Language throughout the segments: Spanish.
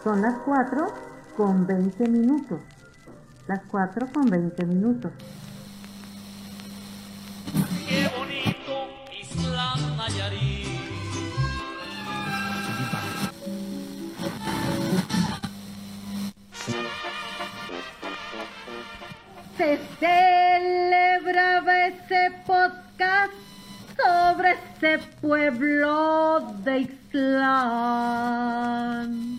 Son las 4:20. Las 4:20. Qué bonito Islán Nayarit. Se celebraba ese podcast sobre ese pueblo de Ixtlán.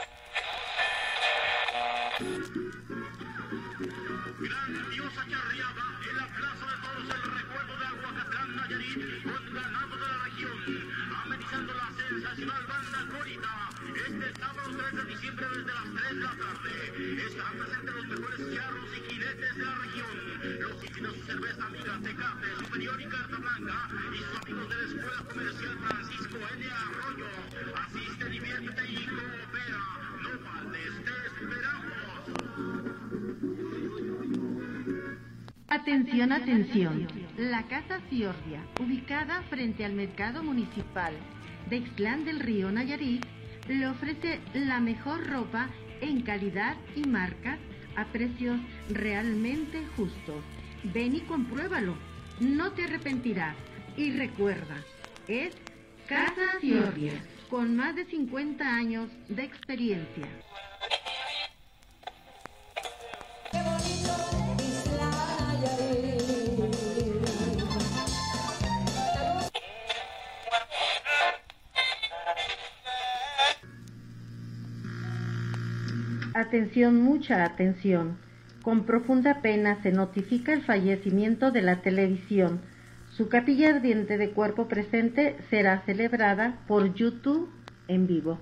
Grandiosa charreada en la plaza de todos el recuerdo de Aguacatlán, Nayarit, con ganado de la región, amenizando la sensacional banda alcohólica. Este sábado 3 de diciembre desde las 3 de la tarde estarán presentes los mejores charros y jinetes de la región, los infinos de cerveza amiga, Tecate, Superior y Carta Blanca, y sus amigos de la Escuela Comercial Francisco N. Arroyo. Asiste, diviértete y coopera. No faltes, te esperamos. Atención, atención. La Casa Fiordia, ubicada frente al Mercado Municipal de Ixtlán del Río, Nayarit, le ofrece la mejor ropa en calidad y marcas a precios realmente justos. Ven y compruébalo, no te arrepentirás. Y recuerda, es Casa Fiordia, con más de 50 años de experiencia. Atención, mucha atención. Con profunda pena se notifica el fallecimiento de la televisión. Su capilla ardiente de cuerpo presente será celebrada por YouTube en vivo.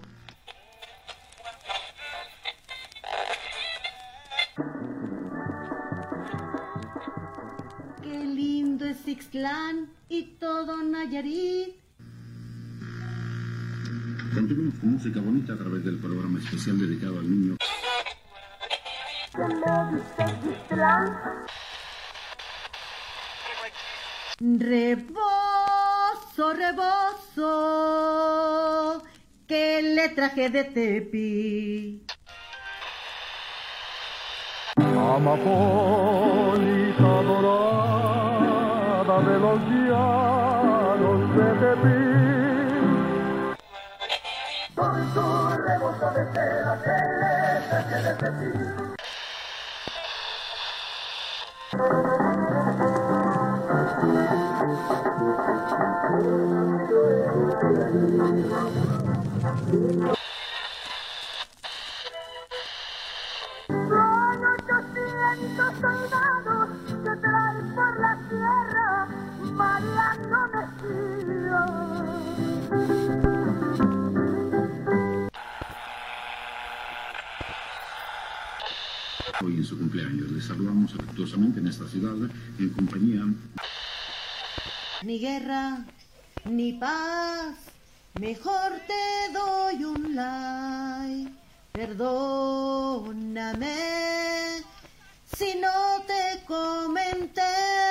Qué lindo es Ixtlán y todo Nayarit. Continuamos con música bonita a través del programa especial dedicado al niño. Rebozo, rebozo, que le traje de Tepi. Amapolita dorada de los llanos de Tepi. Con su rebozo de seda que le traje de Tepi. Son 800 soldados que traen por la tierra Mariano Mejía. Hoy en su cumpleaños les saludamos afectuosamente en esta ciudad en compañía. Ni guerra, ni paz, mejor te doy un like. Perdóname si no te comenté.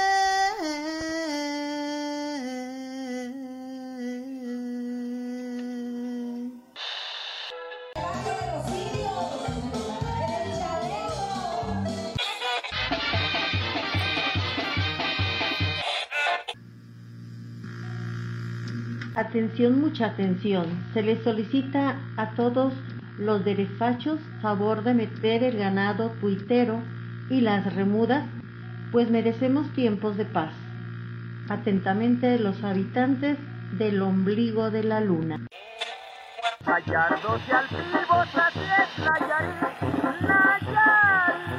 Atención, mucha atención. Se les solicita a todos los derechachos favor de meter el ganado puitero y las remudas, pues merecemos tiempos de paz. Atentamente, los habitantes del ombligo de la luna. Gallardos y altivos, así es Nayarit, Nayarit.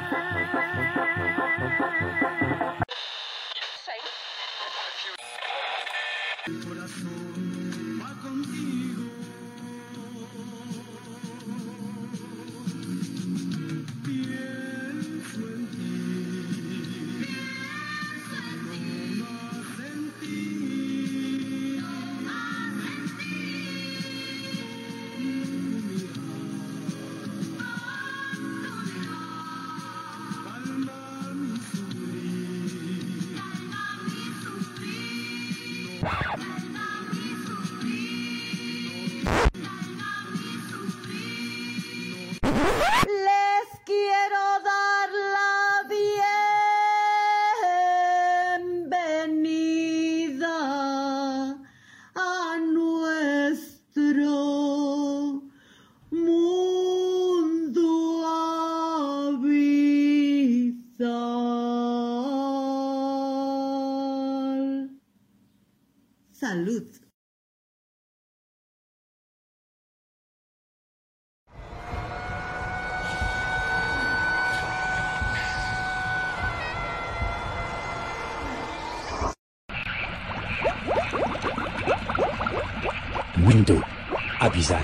salud. Mundo Abisal.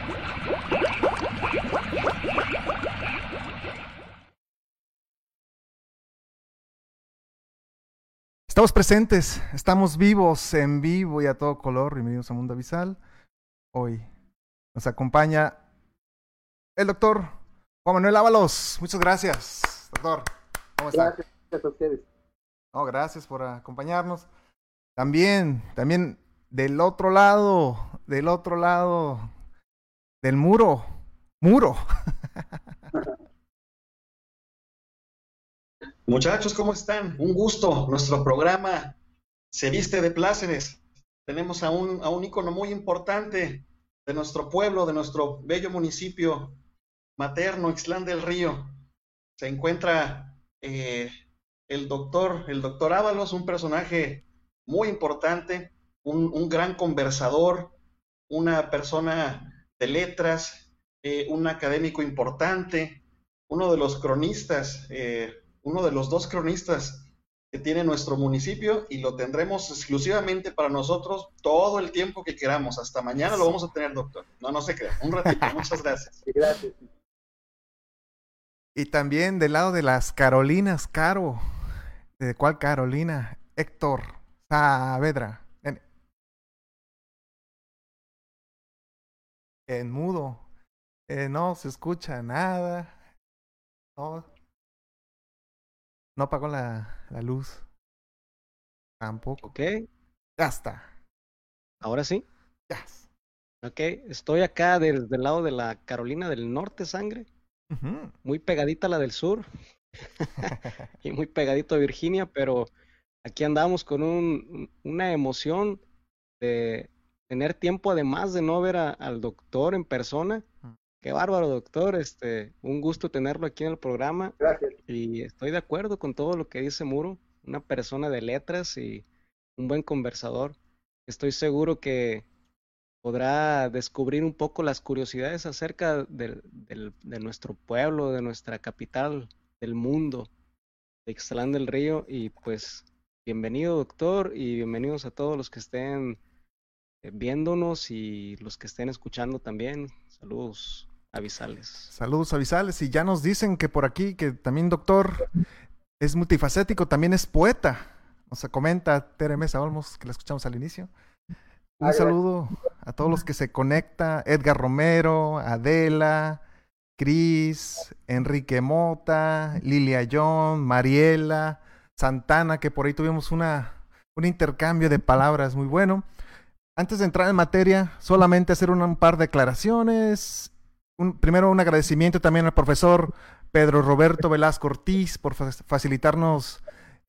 Estamos presentes, estamos vivos, en vivo y a todo color. Bienvenidos a Mundo Abisal. Hoy nos acompaña el doctor Juan Manuel Ábalos. Muchas gracias, doctor. ¿Cómo está? Gracias a ustedes. No, gracias por acompañarnos. También del otro lado del muro. Muchachos, ¿cómo están? Un gusto. Nuestro programa se viste de plácemes. Tenemos a un ícono muy importante de nuestro pueblo, de nuestro bello municipio materno, Ixtlán del Río. Se encuentra el doctor Ábalos, un personaje muy importante, un gran conversador, una persona de letras, un académico importante, uno de los cronistas, uno de los 2 cronistas que tiene nuestro municipio, y lo tendremos exclusivamente para nosotros todo el tiempo que queramos. Hasta mañana lo vamos a tener, doctor. No se crea. Un ratito. Muchas gracias. Gracias. Y también del lado de las Carolinas, Caro. ¿De cuál Carolina? Héctor Saavedra. En mudo. No se escucha nada. No apagó la luz. Tampoco. Ok. Ya está. ¿Ahora sí? Ya. Ok, estoy acá desde el lado de la Carolina del Norte, sangre. Uh-huh. Muy pegadita a la del sur. Y muy pegadito a Virginia, pero aquí andamos con una emoción de tener tiempo, además de no ver al doctor en persona. Qué bárbaro, doctor. Un gusto tenerlo aquí en el programa. Gracias. Y estoy de acuerdo con todo lo que dice Muro. Una persona de letras y un buen conversador. Estoy seguro que podrá descubrir un poco las curiosidades acerca de nuestro pueblo, de nuestra capital, del mundo, de Ixtlán del Río. Y pues, bienvenido, doctor, y bienvenidos a todos los que estén viéndonos y los que estén escuchando también. Saludos abisales. Saludos abisales. Y ya nos dicen que por aquí, que también doctor es multifacético, también es poeta. O sea, comenta Tere Mesa Olmos, que la escuchamos al inicio. Un saludo a todos los que se conecta. Edgar Romero, Adela, Cris, Enrique Mota, Lilia John, Mariela, Santana, que por ahí tuvimos un intercambio de palabras muy bueno. Antes de entrar en materia, solamente hacer un par de aclaraciones. Primero, un agradecimiento también al profesor Pedro Roberto Velasco Ortiz por facilitarnos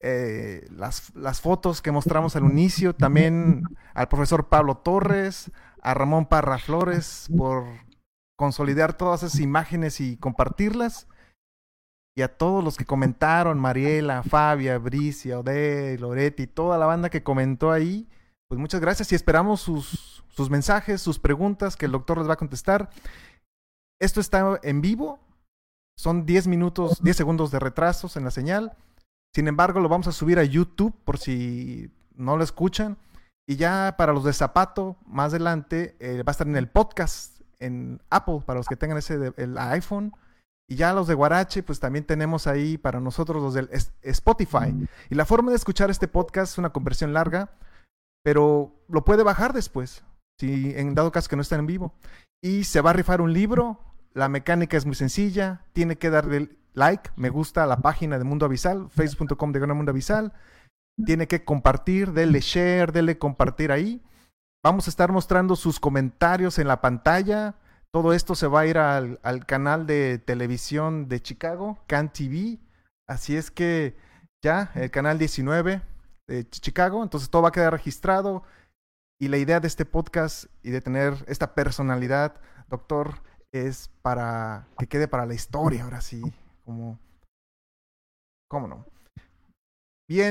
las fotos que mostramos al inicio. También al profesor Pablo Torres, a Ramón Parra Flores por consolidar todas esas imágenes y compartirlas. Y a todos los que comentaron, Mariela, Fabia, Bricia, Ode, Loretti, toda la banda que comentó ahí. Pues muchas gracias y esperamos sus mensajes, sus preguntas que el doctor les va a contestar. Esto está en vivo, son 10 segundos de retrasos en la señal. Sin embargo, lo vamos a subir a YouTube por si no lo escuchan. Y ya para los de Zapato, más adelante, va a estar en el podcast, en Apple, para los que tengan el iPhone. Y ya los de Guarache, pues también tenemos ahí para nosotros los del Spotify. Y la forma de escuchar este podcast es una conversión larga, pero lo puede bajar después, si en dado caso que no está en vivo. Y se va a rifar un libro. La mecánica es muy sencilla. Tiene que darle like, me gusta a la página de Mundo Abisal, facebook.com/Mundo Abisal. Tiene que compartir, denle share, denle compartir ahí. Vamos a estar mostrando sus comentarios en la pantalla. Todo esto se va a ir al canal de televisión de Chicago, CAN TV. Así es que ya, el canal 19 de Chicago. Entonces todo va a quedar registrado. Y la idea de este podcast y de tener esta personalidad, doctor, es para que quede para la historia, ahora sí. ¿Cómo no? Bien,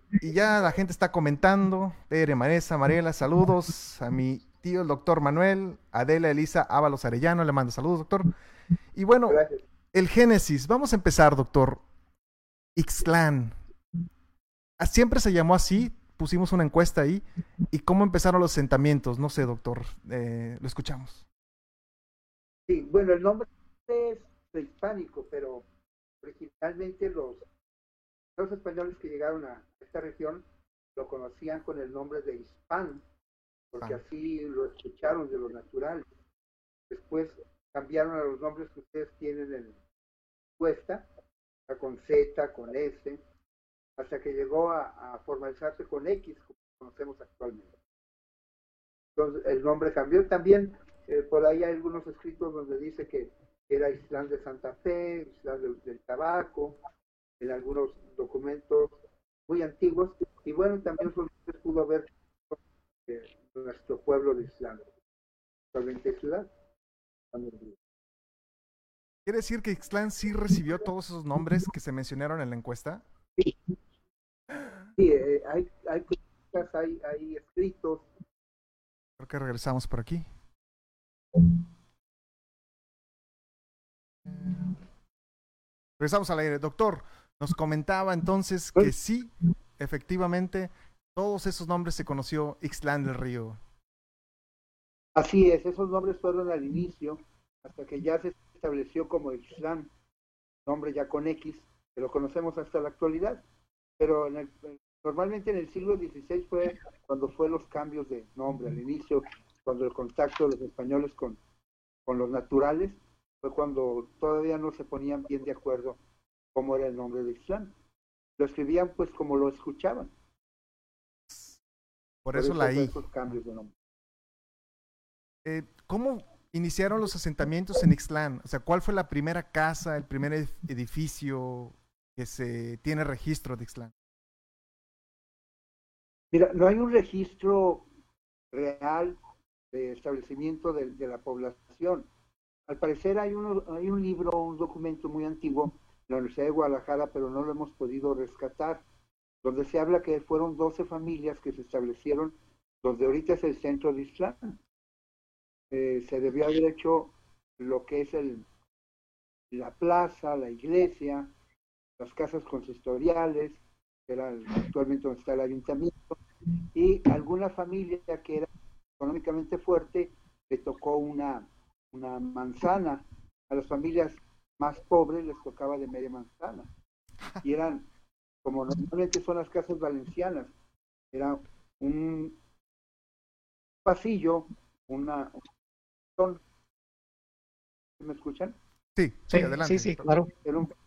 Y ya la gente está comentando. Tere, Maresa, Mariela, saludos. A mi tío, el doctor Manuel. Adela Elisa Ábalos Arellano, le mando saludos, doctor. Y bueno, Gracias. el Génesis. Vamos a empezar, doctor. Ixtlán. Siempre se llamó así. Pusimos una encuesta ahí. ¿Y cómo empezaron los asentamientos? No sé, doctor. Lo escuchamos. Sí, bueno, el nombre es prehispánico, pero originalmente los españoles que llegaron a esta región lo conocían con el nombre de Hispán, porque así lo escucharon de lo natural. Después cambiaron a los nombres que ustedes tienen en encuesta, con Z, con S, hasta que llegó a formalizarse con X, como conocemos actualmente. Entonces el nombre cambió. También por ahí hay algunos escritos donde dice que era Ixtlán de Santa Fe, Ixtlán del Tabaco, en algunos documentos muy antiguos, y bueno, también se pudo ver nuestro pueblo de Ixtlán, actualmente ciudad. ¿Quiere decir que Ixtlán sí recibió todos esos nombres que se mencionaron en la encuesta? Sí, sí, hay escritos. Creo que regresamos por aquí. Regresamos al aire. Doctor, nos comentaba entonces que sí, efectivamente, todos esos nombres se conoció Ixtlán del Río. Así es, esos nombres fueron al inicio, hasta que ya se estableció como Ixtlán, nombre ya con X, que lo conocemos hasta la actualidad. Pero normalmente en el siglo XVI fue cuando fue los cambios de nombre. Al inicio, cuando el contacto de los españoles con los naturales, fue cuando todavía no se ponían bien de acuerdo cómo era el nombre de Ixtlán. Lo escribían pues como lo escuchaban. Por eso la I. Esos cambios de nombre. ¿Cómo iniciaron los asentamientos en Ixtlán? O sea, ¿cuál fue la primera casa, el primer edificio que se tiene registro de Ixtlán? Mira, no hay un registro real de establecimiento de la población. Al parecer hay un libro, un documento muy antiguo en la Universidad de Guadalajara, pero no lo hemos podido rescatar, donde se habla que fueron 12 familias que se establecieron donde ahorita es el centro de Ixtlán. Se debió haber hecho lo que es la plaza, la iglesia, las casas consistoriales, que era actualmente donde está el ayuntamiento, y alguna familia que era económicamente fuerte le tocó una manzana. A las familias más pobres les tocaba de media manzana. Y eran, como normalmente son las casas valencianas, era un pasillo, ¿me escuchan? Sí, adelante. Sí, claro. Era un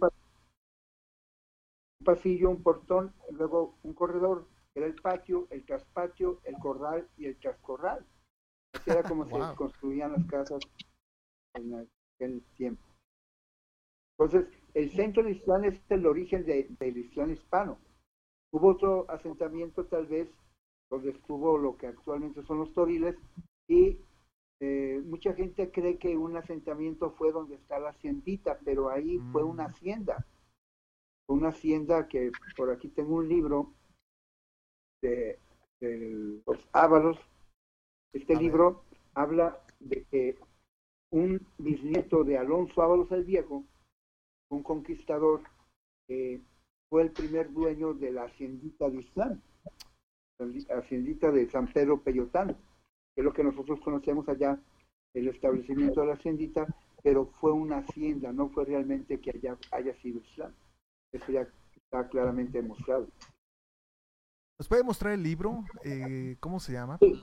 pasillo, un portón, y luego un corredor. Era el patio, el traspatio, el corral y el trascorral. Así era como se construían las casas en aquel tiempo. Entonces, el centro de Ixtlán es el origen del Ixtlán hispano. Hubo otro asentamiento tal vez donde estuvo lo que actualmente son los Toriles, y mucha gente cree que un asentamiento fue donde está la haciendita, pero ahí fue una hacienda. Fue una hacienda que por aquí tengo un libro de los Ábalos. Este libro habla de que un bisnieto de Alonso Ábalos el Viejo, un conquistador, fue el primer dueño de la haciendita de Ixtlán, la haciendita de San Pedro Peyotán, que es lo que nosotros conocemos allá, el establecimiento de la haciendita, pero fue una hacienda, no fue realmente que haya sido Ixtlán. Eso ya está claramente demostrado. ¿Nos puede mostrar el libro? ¿Cómo se llama? Sí.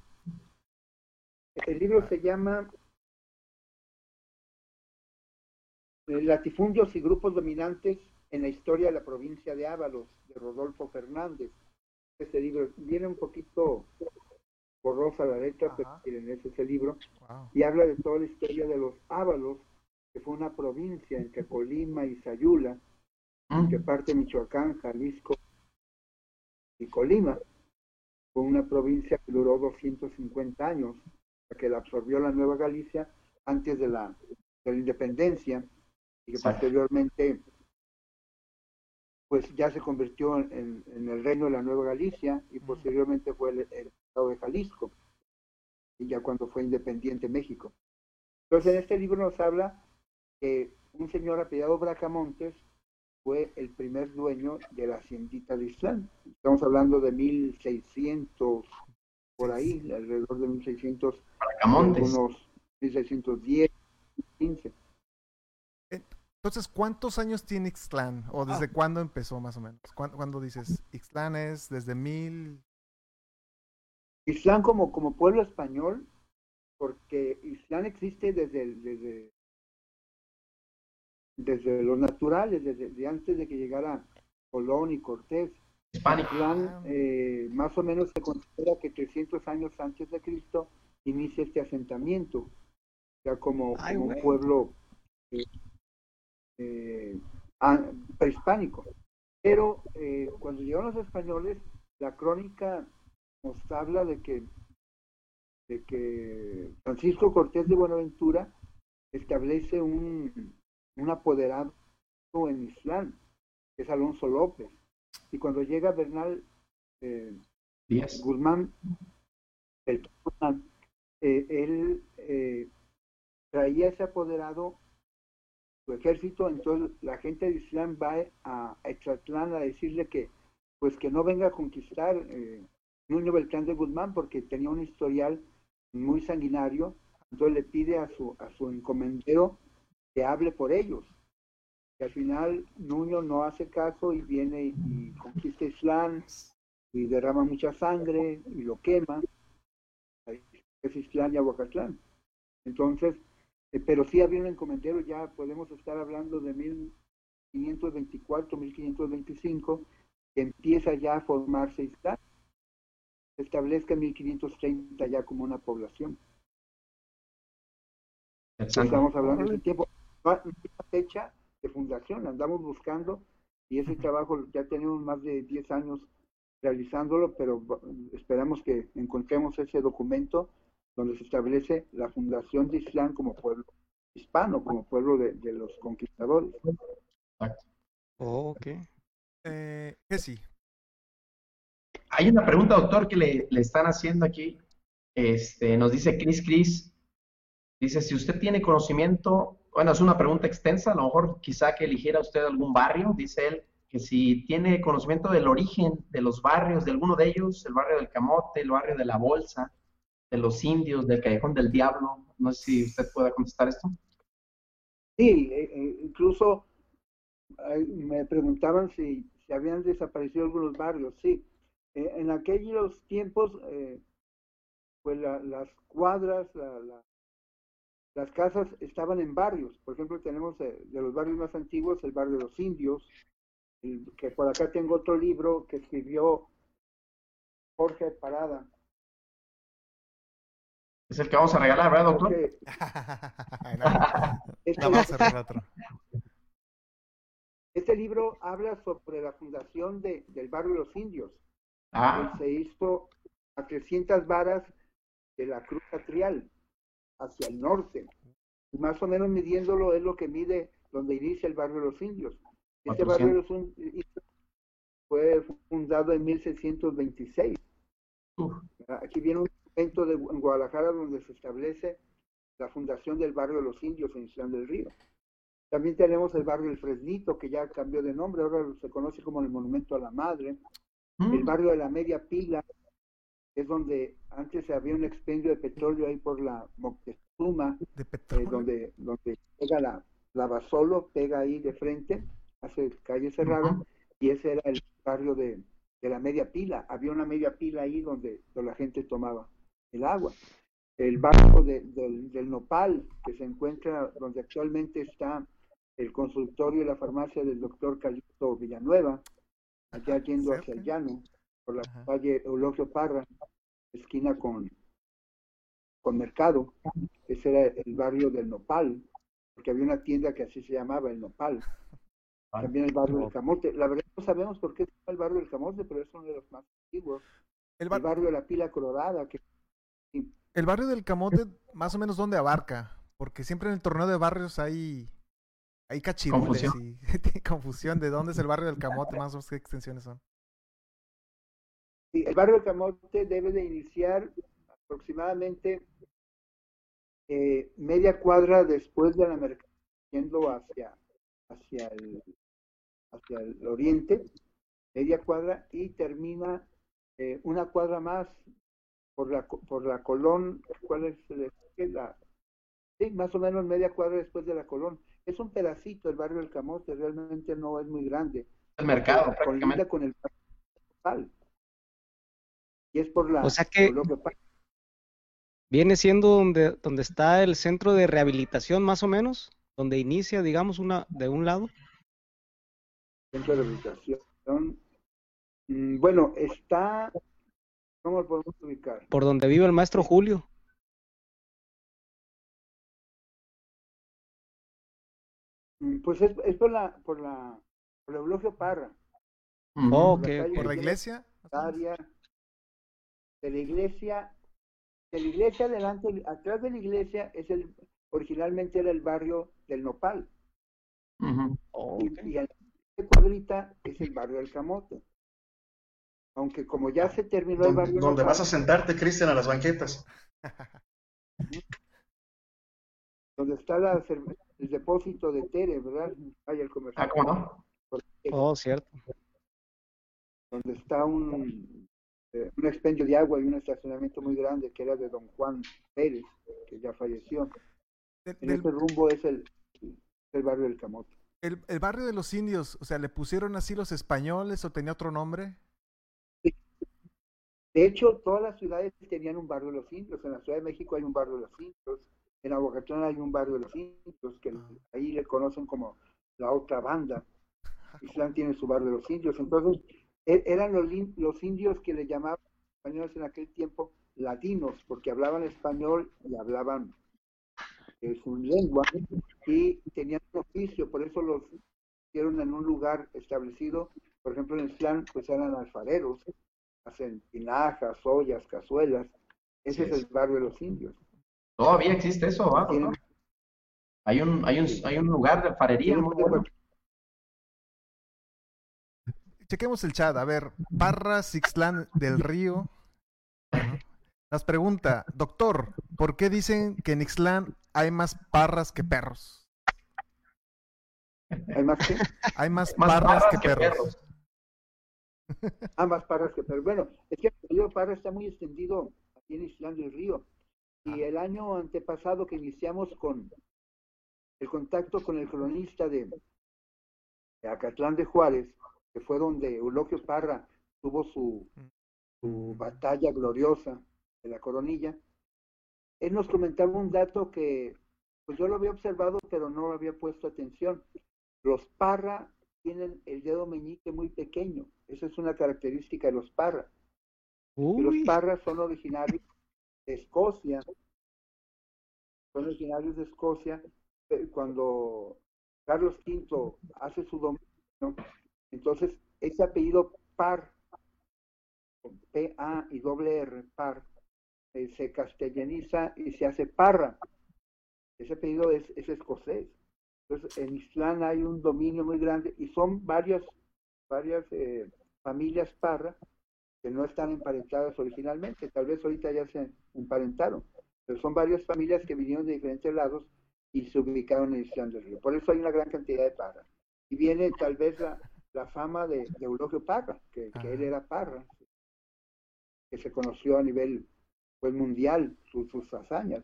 El libro se llama Latifundios y grupos dominantes en la historia de la provincia de Ábalos, de Rodolfo Fernández. Este libro viene un poquito borrosa la letra, pero miren, ese es el libro. Y habla de toda la historia de los Ábalos, que fue una provincia entre Colima y Sayula, que parte de Michoacán, Jalisco y Colima. Fue una provincia que duró 250 años, que la absorbió la Nueva Galicia antes de la independencia, y que posteriormente pues ya se convirtió en el reino de la Nueva Galicia y posteriormente fue el estado de Jalisco, y ya cuando fue independiente México. Entonces en este libro nos habla que un señor apellidado Bracamontes fue el primer dueño de la haciendita de Ixtlán. Estamos hablando de 1600, por ahí, alrededor de 1600, unos 1610, 15. Entonces, ¿cuántos años tiene Ixtlán? ¿O desde cuándo empezó, más o menos? ¿Cuándo dices? Ixtlán es desde 1000... Ixtlán como pueblo español, porque Ixtlán existe desde los naturales, desde antes de que llegara Colón y Cortés. Ixtlán, más o menos se considera que 300 años antes de Cristo inicia este asentamiento, ya como un pueblo prehispánico. Pero cuando llegaron los españoles, la crónica nos habla de que Francisco Cortés de Buenaventura establece un apoderado en Ixtlán, que es Alonso López. Y cuando llega Bernal Guzmán, él traía ese apoderado, su ejército. Entonces la gente de Ixtlán va a Exatlán a decirle que no venga a conquistar Nuño Beltrán de Guzmán, porque tenía un historial muy sanguinario. Entonces le pide a su encomendero que hable por ellos. Y al final Nuño no hace caso y viene y conquista Ixtlán y derrama mucha sangre y lo quema. Ahí es Ixtlán y Aguacatlán. Entonces, pero sí había un encomendero, ya podemos estar hablando de 1524, 1525, que empieza ya a formarse Ixtlán. Se establezca en 1530 ya como una población. Estamos hablando de ese tiempo. No hay una fecha de fundación, andamos buscando, y ese trabajo ya tenemos más de 10 años realizándolo, pero esperamos que encontremos ese documento donde se establece la fundación de Ixtlán como pueblo hispano, como pueblo de los conquistadores. Exacto. Ok. Sí. Hay una pregunta, doctor, que le están haciendo aquí. Nos dice Cris, dice, si usted tiene conocimiento, bueno, es una pregunta extensa, a lo mejor quizá que eligiera usted algún barrio, dice él, que si tiene conocimiento del origen de los barrios, de alguno de ellos, el barrio del Camote, el barrio de la Bolsa, de los Indios, del Callejón del Diablo. No sé si usted pueda contestar esto. Sí, incluso me preguntaban si habían desaparecido algunos barrios. Sí, en aquellos tiempos, pues las cuadras, las casas estaban en barrios. Por ejemplo, tenemos de los barrios más antiguos el barrio de los Indios, que por acá tengo otro libro que escribió Jorge Parada. Es el que vamos a regalar, ¿verdad, doctor? Vamos a regalar otro. Este libro habla sobre la fundación del barrio de los Indios. Se hizo a 300 varas de la Cruz Atrial hacia el norte. Y más o menos midiéndolo es lo que mide donde inicia el barrio de los Indios. Este barrio de los Indios fue fundado en 1626. Aquí viene un documento en Guadalajara donde se establece la fundación del barrio de los Indios en Ixtlán del Río. También tenemos el barrio del Fresnito, que ya cambió de nombre, ahora se conoce como el Monumento a la Madre. El barrio de la Media Pila, es donde antes había un expendio de petróleo ahí por la Moctezuma, donde pega la Basolo, pega ahí de frente, hace calle cerrada, y ese era el barrio de la Media Pila. Había una media pila ahí donde la gente tomaba el agua. El barrio del Nopal, que se encuentra donde actualmente está el consultorio y la farmacia del doctor Calixto Villanueva, allá yendo hacia el llano, por la calle Eulogio Parra, esquina con Mercado. Ese era el barrio del Nopal, porque había una tienda que así se llamaba, el Nopal. También el barrio del Camote. La verdad no sabemos por qué se llama el barrio del Camote, pero es uno de los más antiguos. El barrio de la Pila Colorada. El barrio del Camote, más o menos, ¿dónde abarca? Porque siempre en el torneo de barrios hay Hay cachirules Confusión. y confusión de dónde es el barrio del Camote, más o menos qué extensiones son. Sí, el barrio del Camote debe de iniciar aproximadamente media cuadra después de la Merced, yendo hacia el oriente, media cuadra, y termina una cuadra más por la Colón. ¿Cuál es sí, más o menos media cuadra después de la Colón. Es un pedacito el barrio del Camote, realmente no es muy grande. El mercado, Colinda con el barrio principal. Y es por la... O sea que viene siendo donde está el centro de rehabilitación, más o menos, donde inicia, digamos, de un lado. Centro de rehabilitación. Bueno, está... ¿Cómo lo podemos ubicar? Por donde vive el maestro Julio. Pues es por Eulogio Parra. Oh, ¿Por la iglesia? Área de la iglesia adelante, atrás de la iglesia originalmente era el barrio del Nopal. Y en la cuadrita es el barrio del Camote. Aunque como ya se terminó el barrio donde Nopal, vas a sentarte, Cristian, a las banquetas. Donde está el depósito de Tere, ¿verdad? Hay el comercial. ¿Cómo no? Oh, cierto. Donde está un expendio de agua y un estacionamiento muy grande que era de don Juan Pérez, que ya falleció. En ese rumbo es el barrio del Camote. El barrio de los indios, o sea, ¿le pusieron así los españoles o tenía otro nombre? Sí. De hecho, todas las ciudades tenían un barrio de los indios. En la Ciudad de México hay un barrio de los indios. En Aguacatlán hay un barrio de los indios, que ahí le conocen como la otra banda. Islán tiene su barrio de los indios. Entonces, eran los indios que le llamaban españoles en aquel tiempo latinos, porque hablaban español y hablaban su lengua y tenían un oficio, por eso los hicieron en un lugar establecido. Por ejemplo, en Islán, pues eran alfareros, hacen tinajas, ollas, cazuelas. Ese es el barrio de los indios. Todavía existe eso, ¿va? ¿No? Hay un lugar de alfarería muy bueno. Chequemos el chat, a ver, Parras Ixtlán del Río nos pregunta, doctor, ¿por qué dicen que en Ixtlán hay más parras que perros? ¿Hay más qué? Hay más parras que perros. Más parras que perros. Bueno, es que el río Parra está muy extendido aquí en Ixtlán del Río. Y el año antepasado que iniciamos con el contacto con el cronista de Acatlán de Juárez, que fue donde Eulogio Parra tuvo su batalla gloriosa de la Coronilla, él nos comentaba un dato que pues yo lo había observado, pero no lo había puesto atención. Los Parra tienen el dedo meñique muy pequeño. Esa es una característica de los Parra. Y los Parra son originarios de Escocia. Son originarios de Escocia. Cuando Carlos V hace su dominio, entonces ese apellido Par, con P-A y doble R, Par, se castellaniza y se hace Parra. Ese apellido es escocés. Entonces en Ixtlán hay un dominio muy grande y son varias familias Parra que no están emparentadas originalmente. Tal vez ahorita ya se emparentaron, pero son varias familias que vinieron de diferentes lados y se ubicaron en Ixtlán del Río. Por eso hay una gran cantidad de Parra. Y viene tal vez la fama de Eulogio Parra, que él era Parra, que se conoció a nivel pues mundial sus hazañas.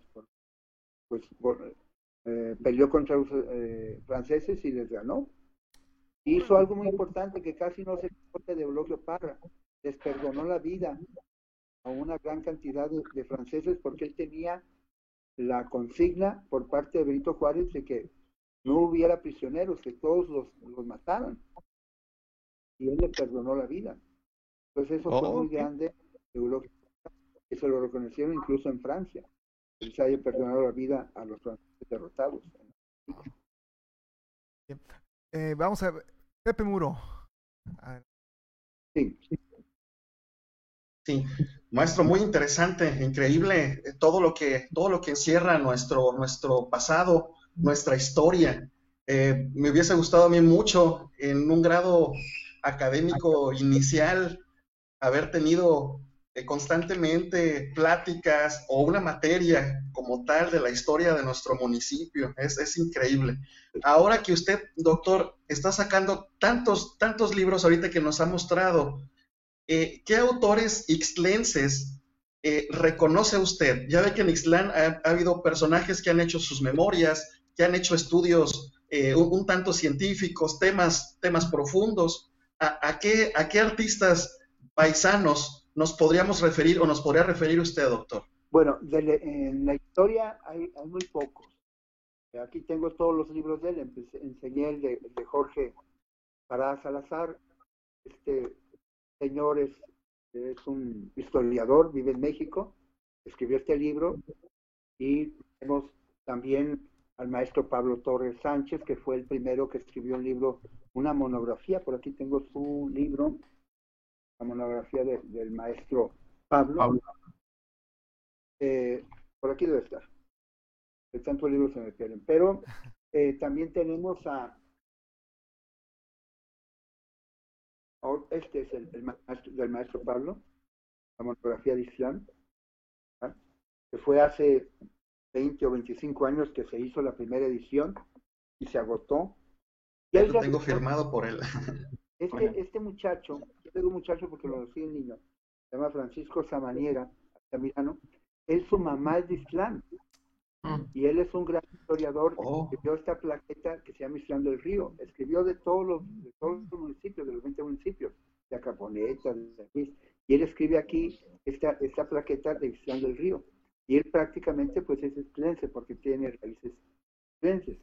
Peleó contra los franceses y les ganó. Hizo algo muy importante que casi no se conoce de Eulogio Parra. Les perdonó la vida a una gran cantidad de franceses porque él tenía la consigna por parte de Benito Juárez de que no hubiera prisioneros, que todos los mataran. Y él le perdonó la vida. Entonces eso fue muy grande de Eulogio Parra, que se lo reconocieron incluso en Francia. Él se haya perdonado la vida a los franceses derrotados. Vamos a ver, Pepe Muro. Sí, maestro, muy interesante, increíble todo lo que encierra nuestro pasado, nuestra historia. Me hubiese gustado a mí mucho en un grado académico inicial haber tenido constantemente pláticas o una materia como tal de la historia de nuestro municipio. Es increíble. Ahora que usted, doctor, está sacando tantos libros ahorita que nos ha mostrado, ¿qué autores ixtlenses reconoce usted? Ya ve que en Ixtlán ha habido personajes que han hecho sus memorias, que han hecho estudios un tanto científicos, temas profundos. ¿A qué artistas paisanos nos podríamos referir o nos podría referir usted, doctor? Bueno, en la historia hay muy pocos. Aquí tengo todos los libros de él. Enseñé el de Jorge Parada Salazar. Este señor es un historiador, vive en México, escribió este libro. Y tenemos también al maestro Pablo Torres Sánchez, que fue el primero que escribió un libro, una monografía. Por aquí tengo su libro, la monografía del maestro Pablo. Por aquí debe estar. De tantos libros se me pierden. Pero también tenemos este es el maestro, del maestro Pablo, la monografía de Ixtlán, ¿verdad? Que fue hace 20 o 25 años que se hizo la primera edición y se agotó. Ya lo tengo firmado por él. Este muchacho, yo tengo un muchacho porque lo conocí en niño, se llama Francisco Samaniega, Altamirano. Su mamá es de Ixtlán. Y él es un gran historiador. Escribió esta plaqueta que se llama Ixtlán del Río. Escribió de todos los municipios, de los 20 municipios, de Acaponeta, de San Luis. Y él escribe aquí esta plaqueta de Ixtlán del Río. Y él prácticamente pues es ixtlense porque tiene raíces ixtlenses.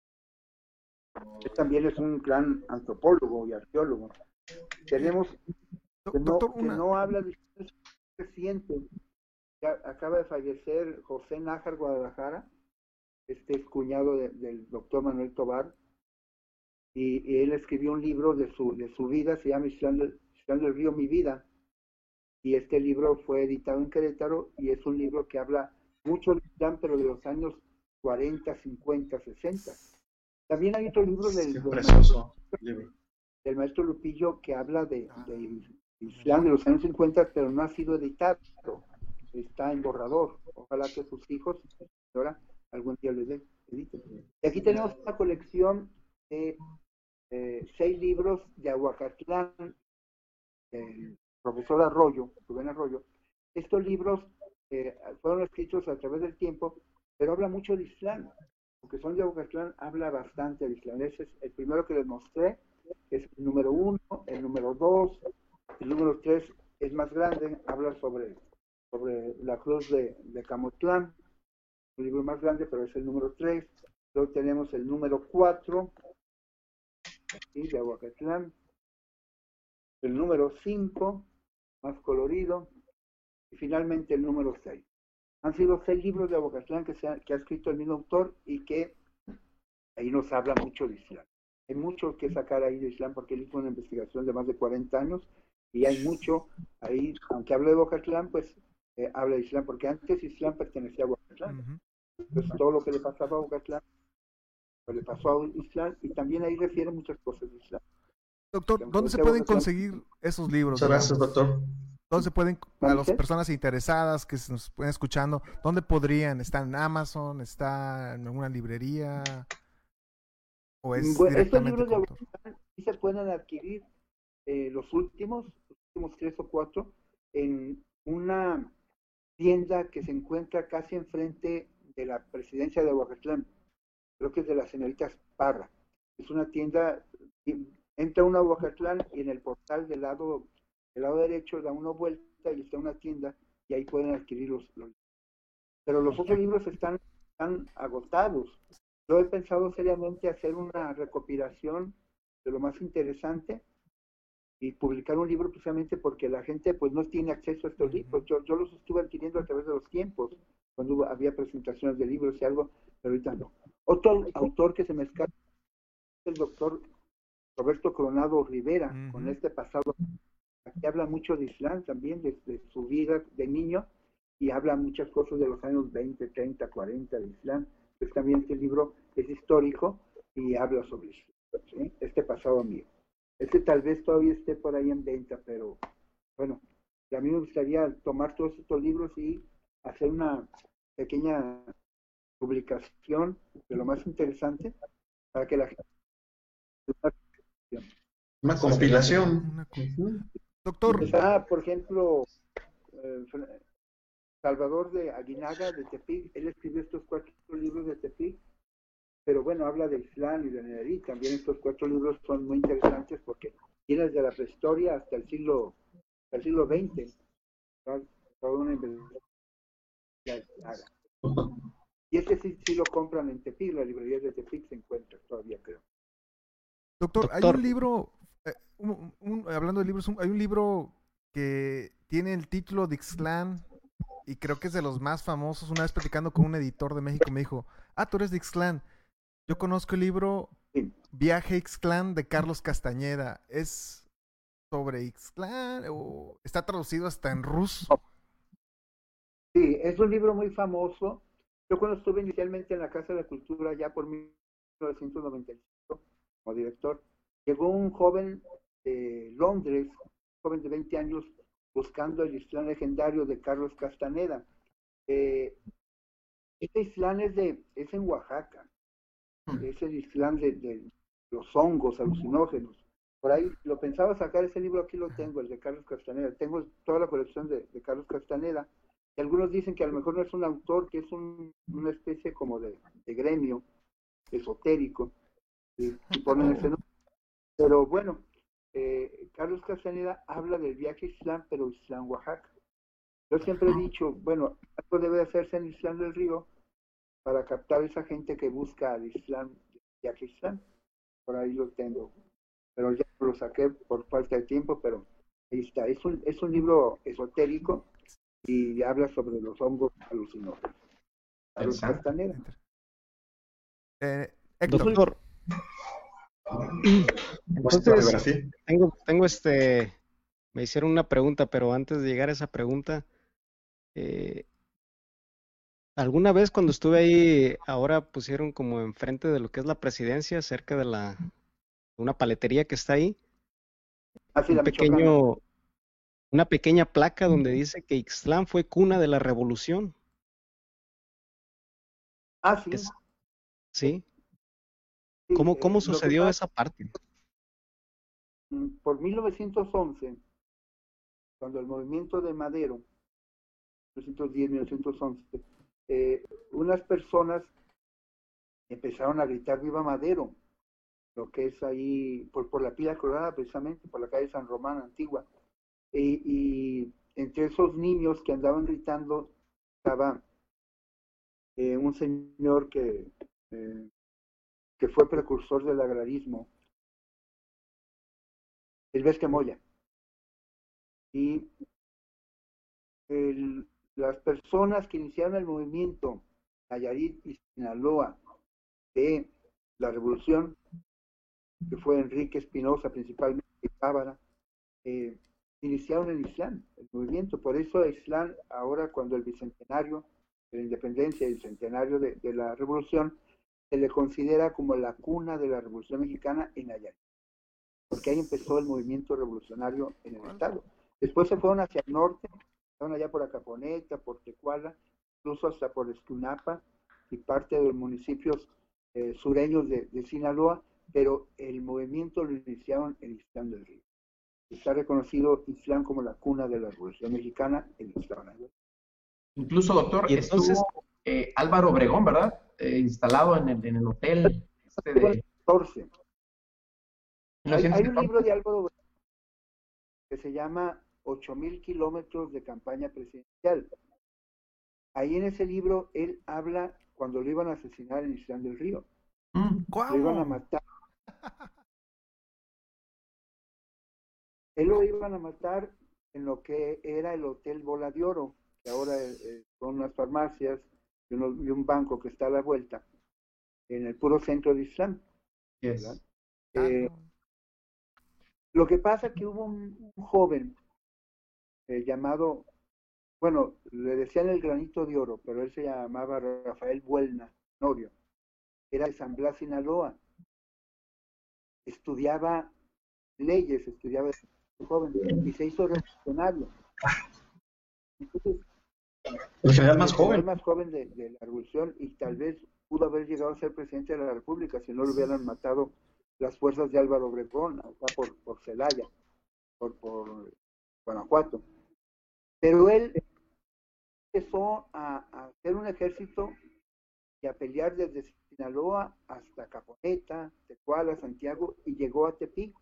Él también es un gran antropólogo y arqueólogo. Tenemos que no habla de reciente. Acaba de fallecer José Nájar Guadalajara, es cuñado del doctor Manuel Tobar, y él escribió un libro de su vida, se llama Ixtlán del Río, mi vida, y este libro fue editado en Querétaro, y es un libro que habla mucho de Ixtlán, pero de los años 40, 50, 60. También hay otro libro del maestro Lupillo que habla de Ixtlán de los años 50, pero no ha sido editado. Está en borrador. Ojalá que sus hijos ahora algún día les editen. Y aquí tenemos una colección de 6 libros de Aguacatlán, el profesor Arroyo, Rubén Arroyo. Estos libros fueron escritos a través del tiempo, pero habla mucho de Ixtlán, porque son de Aguacatlán, habla bastante de Ixtlán. Ese es el primero que les mostré, es el número 1, el número 2, el número 3 es más grande, habla sobre la cruz de Camotlán, un libro más grande, pero es el número 3. Luego tenemos el número 4, ¿sí? De Aguacatlán, el número 5, más colorido, y finalmente el número 6. Han sido 6 libros de Aguacatlán que ha escrito el mismo autor y que ahí nos habla mucho de Ixtlán. Hay mucho que sacar ahí de Ixtlán porque él hizo una investigación de más de 40 años y hay mucho ahí, aunque habla de Aguacatlán, pues habla de Ixtlán, porque antes Ixtlán pertenecía a Aguacatlán. Entonces todo lo que le pasaba a Aguacatlán, pues le pasó a Ixtlán, y también ahí refiere muchas cosas de Ixtlán. Doctor, ¿dónde se pueden conseguir esos libros? Muchas gracias, doctor. ¿Dónde se pueden, a las personas interesadas que nos pueden escuchando, dónde podrían? ¿Está en Amazon? ¿Está en alguna librería? ¿O es estos libros de Aguacatlán sí se pueden adquirir, los últimos 3 o 4, en una tienda que se encuentra casi enfrente de la presidencia de Aguacatlán. Creo que es de la señorita Parra. Es una tienda, entra uno a Aguacatlán y en el portal del lado derecho da una vuelta y está una tienda y ahí pueden adquirir los libros. Pero los otros libros están agotados. Yo he pensado seriamente hacer una recopilación de lo más interesante y publicar un libro precisamente porque la gente pues no tiene acceso a estos libros. Yo los estuve adquiriendo a través de los tiempos, cuando había presentaciones de libros y algo, pero ahorita no. Otro autor que se me escapa es el doctor Roberto Coronado Rivera, con este pasado. Aquí habla mucho de Ixtlán también, de su vida de niño, y habla muchas cosas de los años 20, 30, 40 de Ixtlán. Pues también este libro es histórico, y habla sobre eso, ¿sí? Este pasado mío. Este tal vez todavía esté por ahí en venta, pero bueno, a mí me gustaría tomar todos estos libros y hacer una pequeña publicación de lo más interesante para que la gente... Una compilación. Doctor. Está, por ejemplo, Salvador de Aguinaga de Tepic, él escribió estos 4 libros de Tepic, pero bueno, habla de Ixtlán y de Nayarit. También estos 4 libros son muy interesantes porque vienen desde la prehistoria hasta el siglo XX. Toda una investigación. Y este sí lo compran en Tepic, la librería de Tepic se encuentra todavía, creo. Doctor, hay un libro, hablando de libros, hay un libro que tiene el título de Ixtlán y creo que es de los más famosos. Una vez platicando con un editor de México me dijo, tú eres de Ixtlán. Yo conozco el libro Viaje a Ixtlán de Carlos Castañeda. ¿Es sobre Ixtlán o está traducido hasta en ruso? Sí, es un libro muy famoso. Yo cuando estuve inicialmente en la Casa de la Cultura, ya por 1995, como director, llegó un joven de Londres, un joven de 20 años, buscando el Ixtlán legendario de Carlos Castaneda. Este Ixtlán es en Oaxaca. Es el Ixtlán de los hongos alucinógenos. Por ahí lo pensaba sacar ese libro, aquí lo tengo, el de Carlos Castaneda. Tengo toda la colección de Carlos Castaneda. Y algunos dicen que a lo mejor no es un autor, que es una especie como de gremio esotérico. Y ponen ese nombre. Pero bueno, Carlos Castaneda habla del viaje a Ixtlán, pero Ixtlán, Oaxaca. Yo siempre he dicho, bueno, algo debe hacerse en Ixtlán del Río para captar a esa gente que busca al Ixtlán, viaje a Ixtlán. Por ahí lo tengo. Pero ya lo saqué por falta de tiempo, pero ahí está. Es un libro esotérico y habla sobre los hongos alucinógenos. Carlos Castaneda. Doctor. Entonces, tengo me hicieron una pregunta, pero antes de llegar a esa pregunta, alguna vez cuando estuve ahí, ahora pusieron como enfrente de lo que es la presidencia, cerca de una paletería que está ahí, una pequeña placa donde dice que Ixtlán fue cuna de la revolución. Sí. ¿Sí? ¿Cómo sucedió esa parte? Por 1911, cuando el movimiento de Madero, 1910-1911, unas personas empezaron a gritar ¡Viva Madero! Lo que es ahí, por la Pila Colorada, precisamente, por la calle San Román Antigua. Y entre esos niños que andaban gritando estaba un señor que fue precursor del agrarismo, el Vesque Moya. Y las personas que iniciaron el movimiento Nayarit y Sinaloa de la revolución, que fue Enrique Espinosa principalmente, y Tábara, iniciaron el Ixtlán, el movimiento. Por eso Ixtlán, ahora cuando el bicentenario de la independencia y el centenario de la revolución, se le considera como la cuna de la revolución mexicana en Nayarit, porque ahí empezó el movimiento revolucionario en el estado. Después se fueron hacia el norte, fueron allá por Acaponeta, por Tecuala, incluso hasta por Escunapa y parte de los municipios sureños de Sinaloa, pero el movimiento lo iniciaron en Ixtlán del Río. Está reconocido Ixtlán como la cuna de la Revolución Mexicana en el estado de Nayarit. Incluso, doctor, estuvo Álvaro Obregón, ¿verdad? Instalado en el hotel. 14. Hay un libro de Álvaro Obregón que se llama 8,000 kilómetros de campaña presidencial. Ahí en ese libro él habla cuando lo iban a asesinar en Ixtlán del Río. Lo iban a matar. Él lo iban a matar en lo que era el Hotel Bola de Oro, que ahora son unas farmacias y un banco que está a la vuelta, en el puro centro de Ixtlán. Yes. Lo que pasa es que hubo un joven llamado, bueno, le decían el Granito de Oro, pero él se llamaba Rafael Buelna Norio. Era de San Blas, Sinaloa, estudiaba leyes, estudiaba muy joven y se hizo revolucionario. Entonces, el general el más general joven. más joven de la revolución, y tal vez pudo haber llegado a ser presidente de la República si no lo hubieran matado las fuerzas de Álvaro Obregón, acá por Celaya, por Guanajuato. Pero él empezó a hacer un ejército y a pelear desde Sinaloa hasta Caponeta, Tecuala, Santiago, y llegó a Tepic.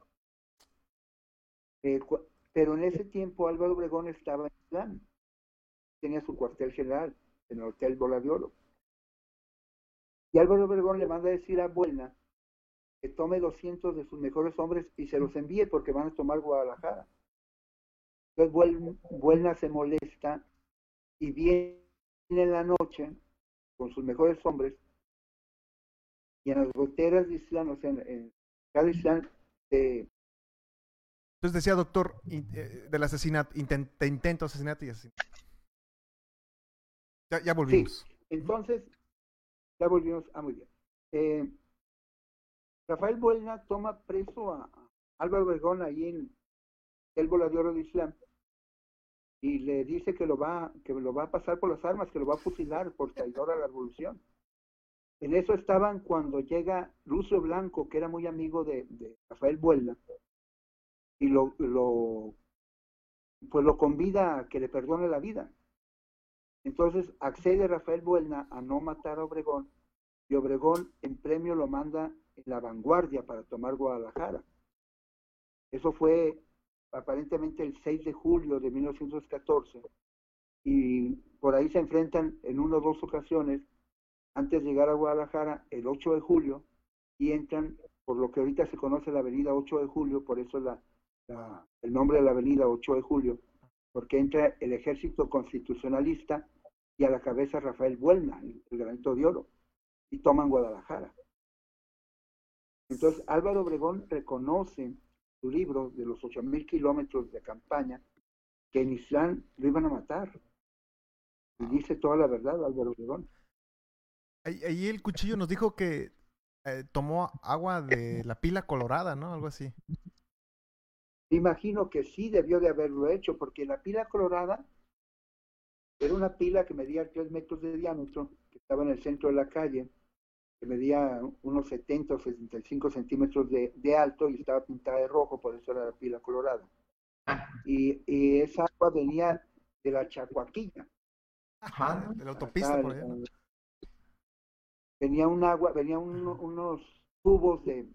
Pero en ese tiempo Álvaro Obregón estaba en Ixtlán, tenía su cuartel general en el Hotel Bola de Oro. Y Álvaro Obregón le manda a decir a Buelna que tome 200 de sus mejores hombres y se los envíe porque van a tomar Guadalajara. Entonces Buelna se molesta y viene en la noche con sus mejores hombres, y en las goteras de Ixtlán, o sea, en cada Ixtlán, Entonces decía, doctor, del asesinato, intento asesinato y asesinato. Ya volvimos. Sí, entonces, ya volvimos. Muy bien. Rafael Buelna toma preso a Álvaro Obregón ahí en el Bola de Oro de Ixtlán y le dice que lo va a pasar por las armas, que lo va a fusilar por traidor a la revolución. En eso estaban cuando llega Lucio Blanco, que era muy amigo de Rafael Buelna, y lo convida a que le perdone la vida. Entonces accede Rafael Buelna a no matar a Obregón, y Obregón en premio lo manda en la vanguardia para tomar Guadalajara. Eso fue aparentemente el 6 de julio de 1914, y por ahí se enfrentan en una o dos ocasiones antes de llegar a Guadalajara el 8 de julio, y entran por lo que ahorita se conoce la avenida 8 de julio, por eso el nombre de la avenida 8 de julio, porque entra el ejército constitucionalista y a la cabeza Rafael Buelna, el granito de oro, y toman Guadalajara. Entonces Álvaro Obregón reconoce en su libro de los 8,000 kilómetros de campaña que en Ixtlán lo iban a matar. Y dice toda la verdad Álvaro Obregón. Ahí el cuchillo nos dijo que tomó agua de la pila colorada, ¿no? Algo así. Me imagino que sí debió de haberlo hecho, porque la pila colorada era una pila que medía 3 metros de diámetro, que estaba en el centro de la calle, que medía unos 70 o 75 centímetros de alto y estaba pintada de rojo, por eso era la pila colorada. Y esa agua venía de la Chacuaquilla. Ajá, de la autopista por allá, ¿no? Venía un agua, venían unos tubos de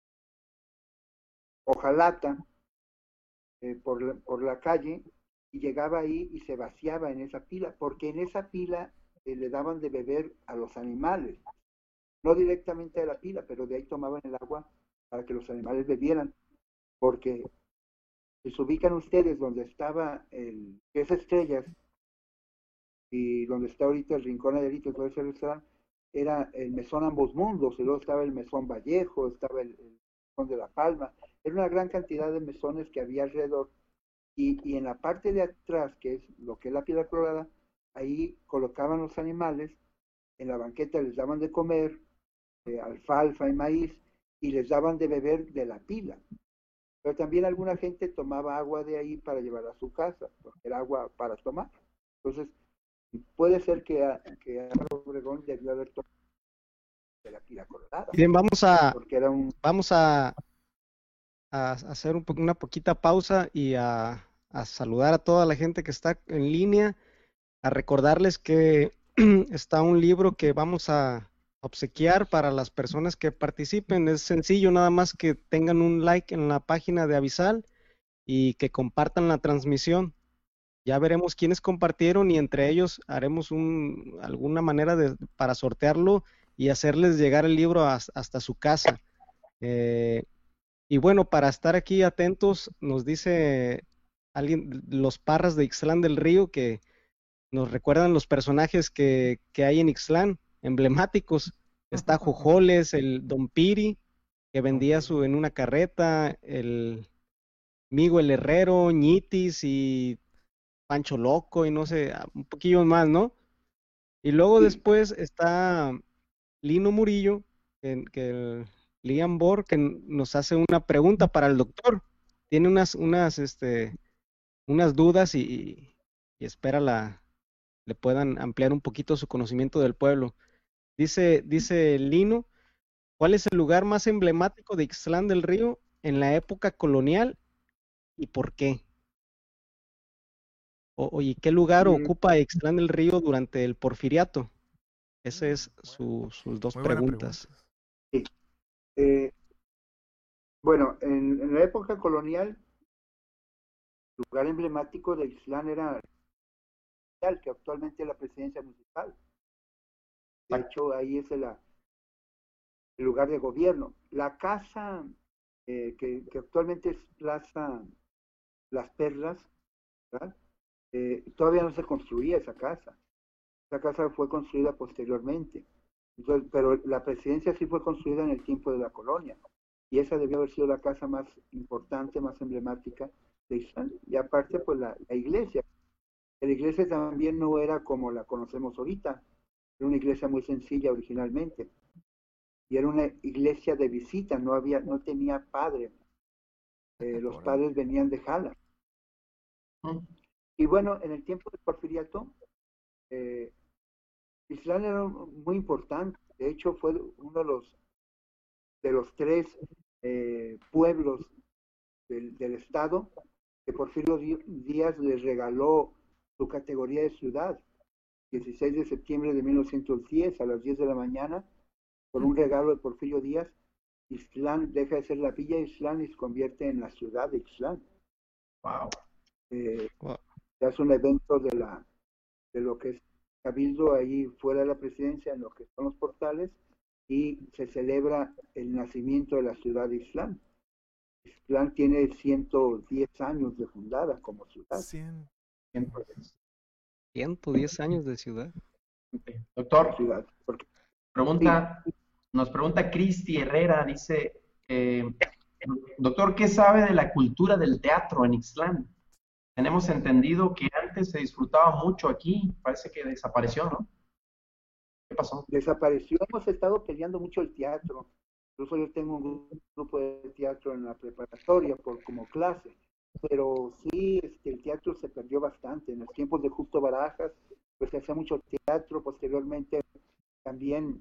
hojalata por la calle, y llegaba ahí y se vaciaba en esa pila, porque en esa pila le daban de beber a los animales, no directamente de la pila, pero de ahí tomaban el agua para que los animales bebieran, porque si se ubican ustedes donde estaba el Tres Estrellas y donde está ahorita el Rincón Ayarito y todo ese restaurante, era el Mesón Ambos Mundos, y luego estaba el Mesón Vallejo, estaba el Mesón de La Palma, era una gran cantidad de mesones que había alrededor, y en la parte de atrás, que es lo que es la piedra colorada, ahí colocaban los animales, en la banqueta les daban de comer alfalfa y maíz, y les daban de beber de la pila. Pero también alguna gente tomaba agua de ahí para llevar a su casa, porque era agua para tomar. Entonces, puede ser que Álvaro Obregón debió haber tomado de la pila colorada. Bien, vamos a hacer una poquita pausa y a saludar a toda la gente que está en línea, a recordarles que está un libro que vamos a obsequiar para las personas que participen. Es sencillo, nada más que tengan un like en la página de Avisal y que compartan la transmisión. Ya veremos quiénes compartieron y entre ellos haremos alguna manera para sortearlo y hacerles llegar el libro hasta su casa. Y bueno, para estar aquí atentos, nos dice alguien, los Parras de Ixtlán del Río, que nos recuerdan los personajes que hay en Ixtlán, emblemáticos. Está Jojoles, el Don Piri, que vendía en una carreta, el Migo el Herrero, Ñitis y Pancho Loco y no sé, un poquillo más, ¿no? Y luego después está Lino Murillo, que Liam Borg, que nos hace una pregunta para el doctor. Tiene unas dudas y espera le puedan ampliar un poquito su conocimiento del pueblo. Dice Lino, ¿cuál es el lugar más emblemático de Ixtlán del Río en la época colonial y por qué? ¿Y qué lugar ocupa Ixtlán del Río durante el Porfiriato? Esas es sus dos preguntas. Sí. Bueno, en la época colonial, el lugar emblemático de Ixtlán era que actualmente es la presidencia municipal. De hecho, ahí es el lugar de gobierno. La casa que actualmente es Plaza Las Perlas, ¿verdad? Todavía no se construía esa casa. Esa casa fue construida posteriormente. Entonces, pero la presidencia sí fue construida en el tiempo de la colonia. Y esa debió haber sido la casa más importante, más emblemática de Ixtlán. Y aparte, pues la iglesia. La iglesia también no era como la conocemos ahorita. Era una iglesia muy sencilla originalmente. Y era una iglesia de visita, no tenía padre. Los padres venían de Jala. Y bueno, en el tiempo del Porfiriato, Ixtlán era muy importante. De hecho, fue uno de los tres pueblos del estado que Porfirio Díaz les regaló su categoría de ciudad. 16 de septiembre de 1910 a las 10 de la mañana, por un regalo de Porfirio Díaz, Ixtlán deja de ser la villa de Ixtlán y se convierte en la ciudad de Ixtlán. Wow. Ya es un evento de lo que es Cabildo ahí fuera de la presidencia, en lo que son los portales, y se celebra el nacimiento de la ciudad de Ixtlán. Ixtlán tiene 110 años de fundada como ciudad. 110 años de ciudad. Doctor, ciudad. Nos pregunta Cristi Herrera, dice, doctor, ¿qué sabe de la cultura del teatro en Ixtlán? Tenemos entendido que antes se disfrutaba mucho aquí, parece que desapareció, ¿no? ¿Qué pasó? Desapareció, hemos estado peleando mucho el teatro. Incluso yo tengo un grupo de teatro en la preparatoria como clase, pero sí, el teatro se perdió bastante. En los tiempos de Justo Barajas, pues se hacía mucho teatro. Posteriormente también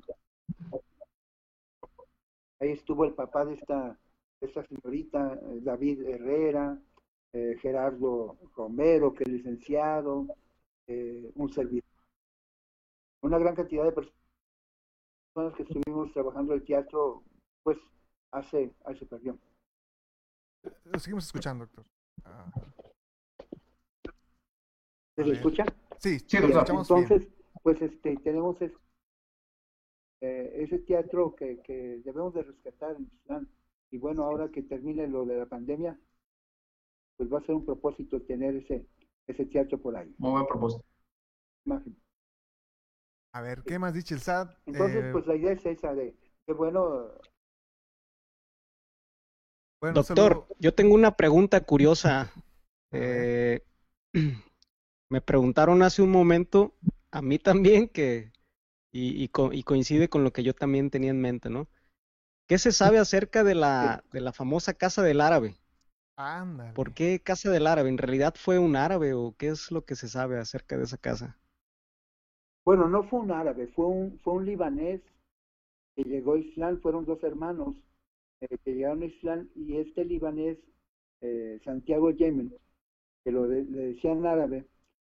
ahí estuvo el papá de esta señorita, David Herrera, Gerardo Romero, que es licenciado, un servidor. Una gran cantidad de personas que estuvimos trabajando el teatro, pues se perdió. Lo seguimos escuchando, doctor. ¿Se escucha? Sí, doctor. Escuchamos entonces, bien. Pues tenemos ese teatro que debemos de rescatar en Ixtlán. Y bueno, ahora que termine lo de la pandemia, pues va a ser un propósito tener ese teatro por ahí. Muy buen propósito. Imagen. A ver, ¿qué más dice el SAT? Entonces, pues la idea es esa de que bueno, doctor, yo tengo una pregunta curiosa. Me preguntaron hace un momento, a mí también, y coincide con lo que yo también tenía en mente, ¿no? ¿Qué se sabe acerca de la famosa Casa del Árabe? Ándale. ¿Por qué Casa del Árabe? ¿En realidad fue un árabe o qué es lo que se sabe acerca de esa casa? Bueno, no fue un árabe, fue un libanés que llegó a Ixtlán. Fueron dos hermanos que llegaron a Ixtlán, y este libanés, Santiago Yemen, que le decían árabe,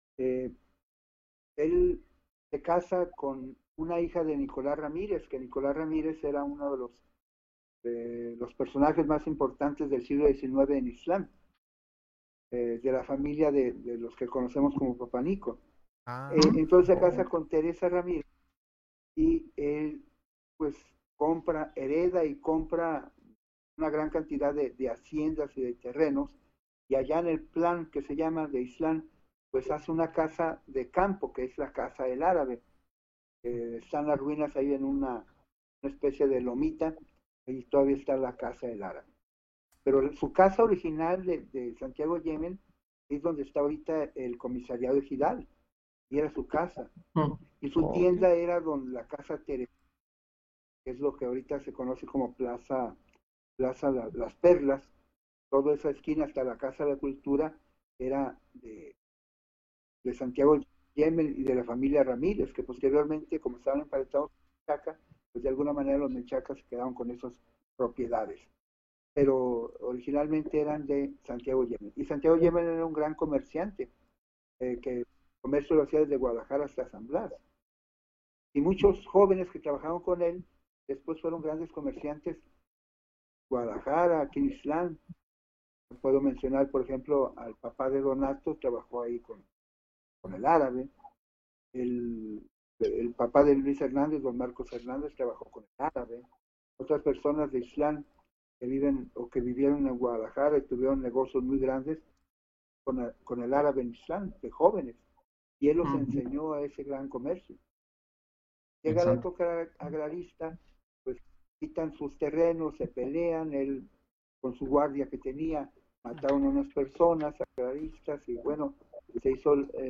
él se casa con una hija de Nicolás Ramírez, que Nicolás Ramírez era uno de los personajes más importantes del siglo XIX en Ixtlán, de la familia de los que conocemos como Papanico. Entonces se casa con Teresa Ramírez, y él pues hereda y compra una gran cantidad de haciendas y de terrenos, y allá en el plan que se llama de Ixtlán, pues hace una casa de campo, que es la Casa del Árabe. Están las ruinas ahí en una especie de lomita, y todavía está la Casa del Árabe. Pero su casa original de Santiago Yemen es donde está ahorita el comisariado ejidal, y era su casa. Y su tienda era donde la Casa Teresa. que es lo que ahorita se conoce como Plaza Las Perlas. Toda esa esquina hasta la Casa de la Cultura era de Santiago Yemen y de la familia Ramírez, que posteriormente, como estaban emparentados con Menchaca, pues de alguna manera los Menchacas se quedaron con esas propiedades. Pero originalmente eran de Santiago Yemen. Y Santiago Yemen era un gran comerciante, que el comercio lo hacía desde Guadalajara hasta San Blas. Y muchos jóvenes que trabajaron con él, después fueron grandes comerciantes. Guadalajara, aquí en Islán. Puedo mencionar, por ejemplo, al papá de Donato, trabajó ahí con el árabe. El papá de Luis Hernández, don Marcos Hernández, trabajó con el árabe. Otras personas de Islán que viven o que vivieron en Guadalajara y tuvieron negocios muy grandes con el árabe en Islán, de jóvenes. Y él los enseñó a ese gran comercio. Llega la época agrarista, pues quitan sus terrenos, se pelean, él con su guardia que tenía, mataron a unas personas agraristas y bueno, se hizo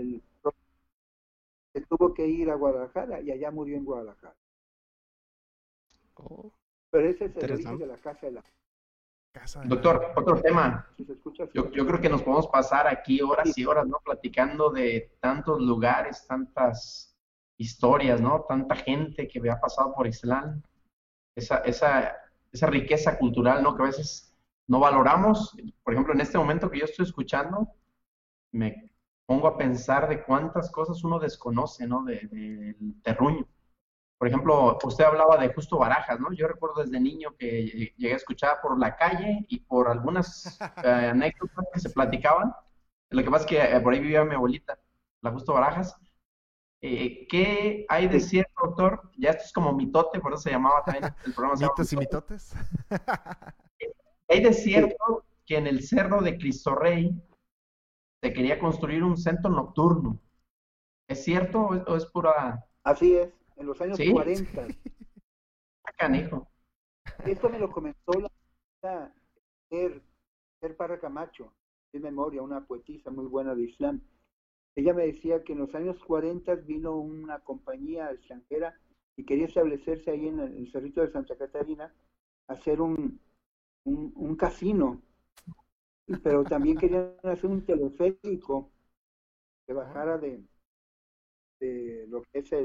se tuvo que ir a Guadalajara y allá murió en Guadalajara. Pero ese es el origen de la Casa de la... Doctor, otro tema. Yo creo que nos podemos pasar aquí horas y horas, ¿no? Platicando de tantos lugares, tantas historias, ¿no? Tanta gente que ha pasado por Islán. Esa riqueza cultural, ¿no? Que a veces no valoramos. Por ejemplo, en este momento que yo estoy escuchando, me pongo a pensar de cuántas cosas uno desconoce, ¿no? Del terruño. Por ejemplo, usted hablaba de Justo Barajas, ¿no? Yo recuerdo desde niño que llegué a escuchar por la calle y por algunas anécdotas que se platicaban. Lo que pasa es que por ahí vivía mi abuelita, la Justo Barajas. ¿Qué hay de cierto, doctor? Ya esto es como mitote, por eso se llamaba también el programa. ¿Mitos y mitotes? ¿Hay de cierto que en el cerro de Cristo Rey se quería construir un centro nocturno? ¿Es cierto o es pura...? Así es, en los años 40. Canijo. Esto me lo comentó la Parra Camacho, de memoria, una poetisa muy buena de Islam. Ella me decía que en los años 40 vino una compañía extranjera y quería establecerse ahí en el Cerrito de Santa Catarina, hacer un casino, pero también querían hacer un teleférico que bajara de lo que es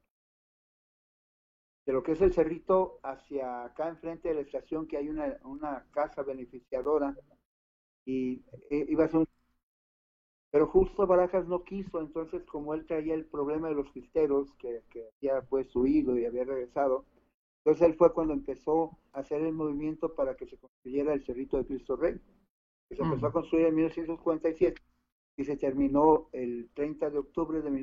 el Cerrito hacia acá enfrente de la estación, que hay una casa beneficiadora y iba a ser un... Pero justo Barajas no quiso. Entonces, como él traía el problema de los cristeros, que había pues huido y había regresado, entonces él fue cuando empezó a hacer el movimiento para que se construyera el Cerrito de Cristo Rey, que se empezó a construir en 1947 y se terminó el 30 de octubre de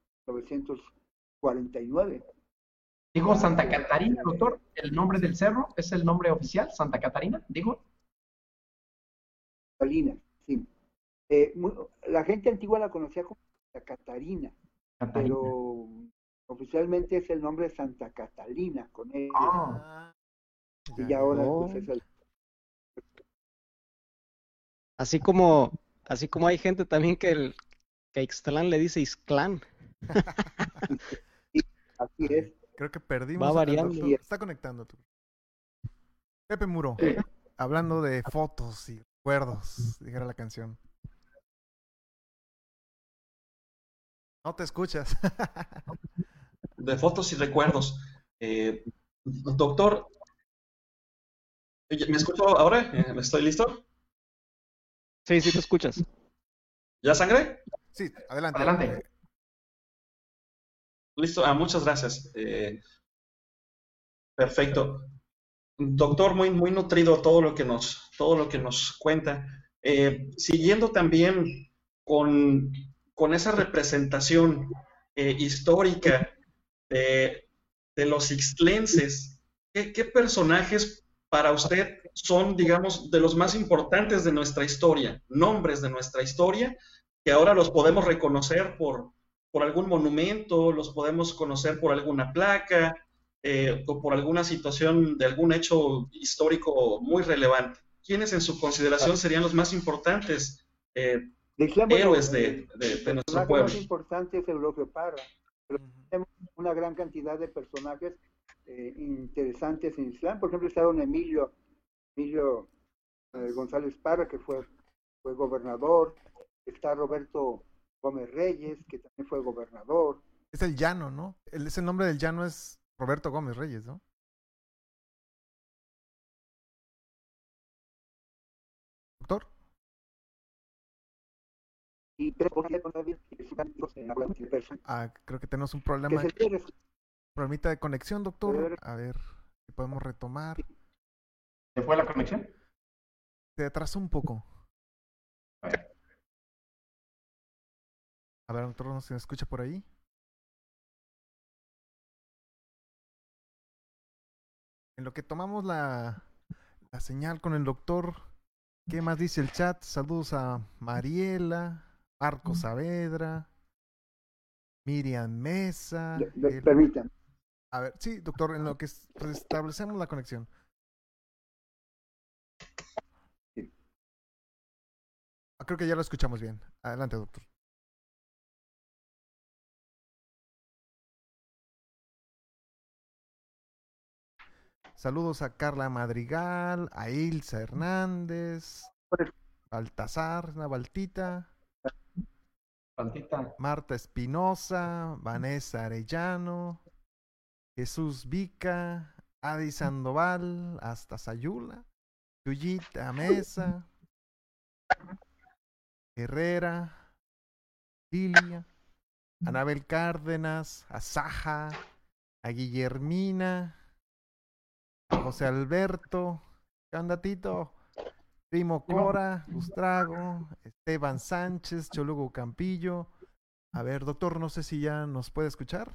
1949. ¿Dijo Santa Catarina, doctor? ¿El nombre del cerro es el nombre oficial? ¿Santa Catarina? ¿Dijo? Catarina, sí. La gente antigua la conocía como Santa Catarina, pero oficialmente es el nombre de Santa Catalina con él. Y ya ahora pues es el... Así como hay gente también que Ixtlán le dice Ixtlán. Sí, así es. Creo que perdimos. Va variando. Está conectando tú. Pepe Muro, hablando de fotos y recuerdos, dijera la canción. No te escuchas. De fotos y recuerdos. Doctor, ¿me escucho ahora? ¿Estoy listo? Sí, sí te escuchas. ¿Ya sangre? Sí, adelante. Adelante. Listo, muchas gracias. Perfecto. Doctor, muy nutrido todo lo que nos cuenta. Siguiendo también con esa representación histórica de los ixtlenses, ¿qué personajes para usted son, digamos, de los más importantes de nuestra historia, nombres de nuestra historia, que ahora los podemos reconocer por algún monumento, los podemos conocer por alguna placa, o por alguna situación de algún hecho histórico muy relevante? ¿Quiénes en su consideración serían los más importantes héroes de nuestro pueblo? El más importante es Eulogio Parra, pero tenemos una gran cantidad de personajes interesantes en Islán. Por ejemplo, está don Emilio González Parra, que fue gobernador. Está Roberto Gómez Reyes, que también fue gobernador. Es el llano, ¿no? Ese nombre del llano es Roberto Gómez Reyes, ¿no? ¿Doctor? Creo que tenemos un problema. Problemita de conexión, doctor. A ver si podemos retomar. ¿Se fue la conexión? Se atrasó un poco. A ver, doctor, ¿no se me escucha por ahí? En lo que tomamos la señal con el doctor, ¿qué más dice el chat? Saludos a Mariela, Marco Saavedra, Miriam Mesa. Permítanme. A ver, sí, doctor, en lo que restablecemos la conexión. Sí. Creo que ya lo escuchamos bien. Adelante, doctor. Saludos a Carla Madrigal, a Ilsa Hernández, Baltasar, una Baltita, Marta Espinosa, Vanessa Arellano, Jesús Vica, Adi Sandoval, hasta Sayula, Chuyita Mesa, Herrera, Lilia, Anabel Cárdenas, a Saja, a Guillermina, a José Alberto, ¿qué onda, Tito? Primo Cora, Lustrago, Esteban Sánchez, Cholugo Campillo. A ver, doctor, no sé si ya nos puede escuchar.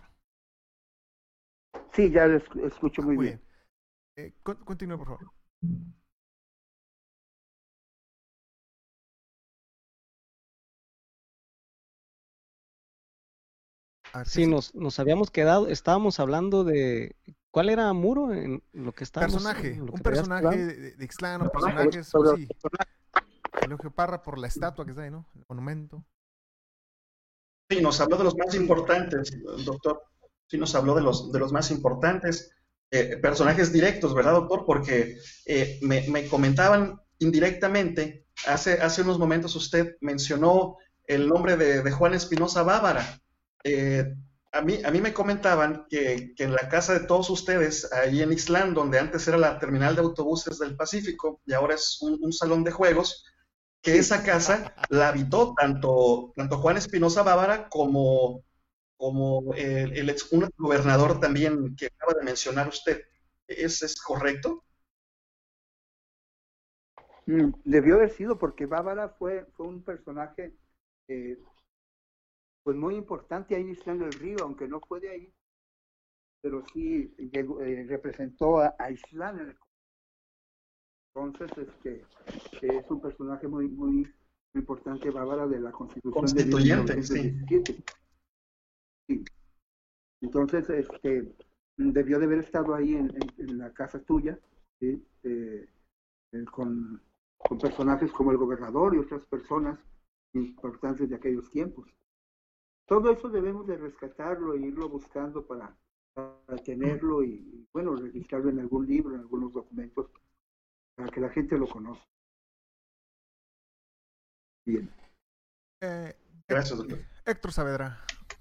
Sí, ya lo escucho muy bien. Continúe, por favor. Sí, nos habíamos quedado, estábamos hablando de... ¿Cuál era Muro en lo que estábamos? Un personaje de Ixtlán, o personajes, pues sí. Eulogio Parra por la estatua que está ahí, ¿no? El monumento. Sí, nos habló de los más importantes, doctor. Sí, nos habló de los más importantes. Personajes directos, ¿verdad, doctor? Porque me comentaban indirectamente, hace unos momentos usted mencionó el nombre de Juan Espinosa Bávara. A mí me comentaban que en la casa de todos ustedes, ahí en Ixtlán, donde antes era la terminal de autobuses del Pacífico y ahora es un salón de juegos, que esa casa la habitó tanto Juan Espinosa Bávara como el ex gobernador también que acaba de mencionar usted. ¿Es correcto? Debió haber sido, porque Bávara fue un personaje pues muy importante ahí en Ixtlán del Río, aunque no fue de ahí, pero sí representó a Ixtlán. Entonces, es un personaje muy importante, Bávara, de la Constitución de 1917. Sí. Entonces, debió de haber estado ahí en la casa tuya, ¿sí? Con personajes como el gobernador y otras personas importantes de aquellos tiempos. Todo eso debemos de rescatarlo e irlo buscando para tenerlo y, bueno, registrarlo en algún libro, en algunos documentos, para que la gente lo conozca. Bien. Gracias, doctor. Héctor Saavedra.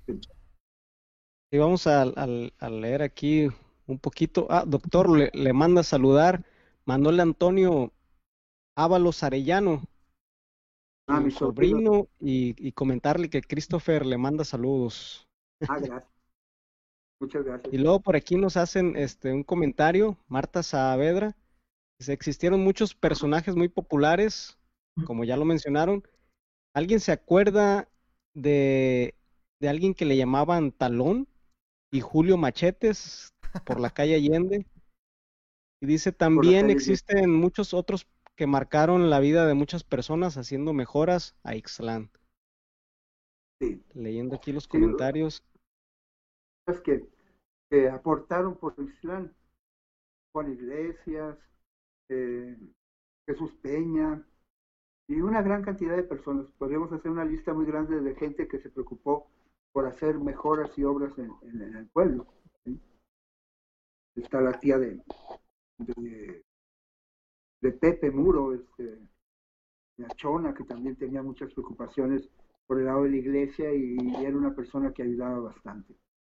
Y vamos a leer aquí un poquito. Doctor, le manda a saludar Manuel Antonio Ábalos Arellano, mi sobrino, y comentarle que Christopher le manda saludos. Gracias. Muchas gracias. Y luego por aquí nos hacen un comentario, Marta Saavedra. Dice, existieron muchos personajes muy populares, como ya lo mencionaron. ¿Alguien se acuerda de alguien que le llamaban Talón y Julio Machetes por la calle Allende? Y dice, también existen muchos otros que marcaron la vida de muchas personas haciendo mejoras a Ixtlán. Sí. Leyendo aquí los comentarios. Es que aportaron por Ixtlán: Juan Iglesias, Jesús Peña, y una gran cantidad de personas. Podríamos hacer una lista muy grande de gente que se preocupó por hacer mejoras y obras en el pueblo, ¿sí? está la tía de Pepe Muro, la Chona, que también tenía muchas preocupaciones por el lado de la iglesia y era una persona que ayudaba bastante.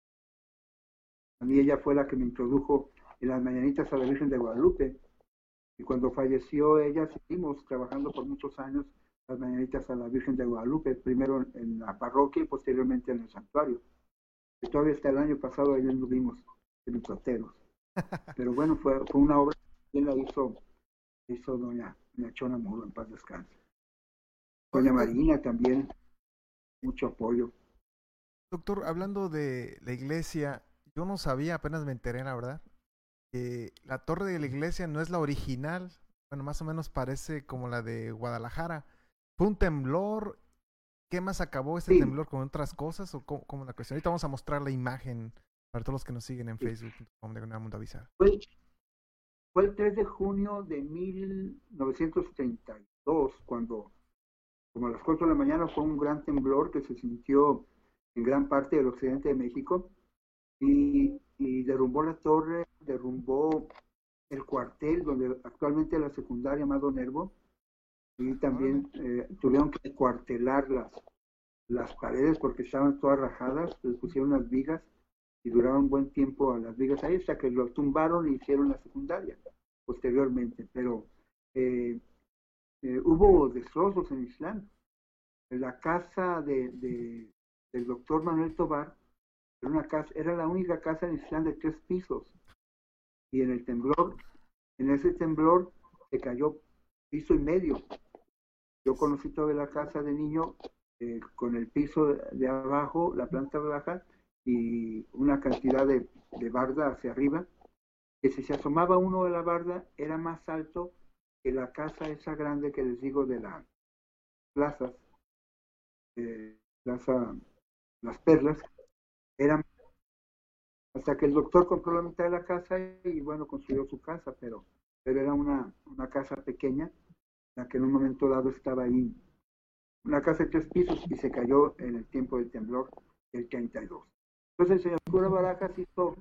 A mí ella fue la que me introdujo en las mañanitas a la Virgen de Guadalupe, y cuando falleció ella seguimos trabajando por muchos años las mañanitas a la Virgen de Guadalupe, primero en la parroquia y posteriormente en el santuario. Y todavía hasta el año pasado ahí anduvimos en troteros. Pero bueno, fue una obra que la hizo doña Chona Muro, en paz descanse. Doña Marina también, mucho apoyo. Doctor, hablando de la iglesia, yo no sabía, apenas me enteré, la verdad, que la torre de la iglesia no es la original. Bueno, más o menos parece como la de Guadalajara. ¿Fue un temblor? ¿Qué más acabó este temblor con otras cosas? ¿O cómo la cuestión? Ahorita vamos a mostrar la imagen para todos los que nos siguen en Facebook.com de Mundo Avisar. Fue el 3 de junio de 1932, cuando, como a las 4 de la mañana, fue un gran temblor que se sintió en gran parte del occidente de México y derrumbó la torre, derrumbó el cuartel donde actualmente la secundaria Amado Nervo, y también tuvieron que cuartelar las paredes porque estaban todas rajadas, les pusieron unas vigas y duraron un buen tiempo a las vigas ahí hasta que lo tumbaron y hicieron la secundaria posteriormente. Pero hubo destrozos en Islán. La casa del doctor Manuel Tobar era la única casa en Islán de 3 pisos, y en ese temblor se cayó piso y medio. Yo conocí toda la casa de niño con el piso de abajo, la planta baja y una cantidad de barda hacia arriba, que si se asomaba uno de la barda era más alto que la casa esa grande que les digo de las plazas, Las Perlas, hasta que el doctor compró la mitad de la casa y bueno, construyó su casa, pero era una casa pequeña, la que en un momento dado estaba ahí, una casa de 3 pisos, y se cayó en el tiempo del temblor del 32. Entonces el señor cura Barajas hizo,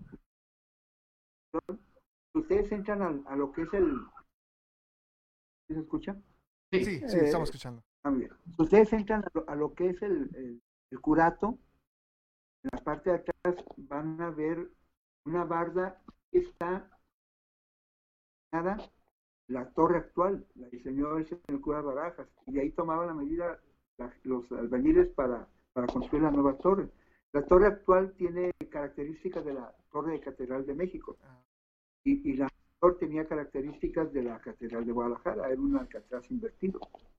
ustedes entran a lo que es el, ¿sí se escucha? Sí, estamos escuchando. Bien. Ustedes entran a lo que es el curato, en la parte de atrás van a ver una barda que está la torre actual, la diseñó el señor cura Barajas, y de ahí tomaban la medida los albañiles para construir la nueva torre. La torre actual tiene características de la torre de Catedral de México, y la torre tenía características de la Catedral de Guadalajara, era un alcatraz invertido.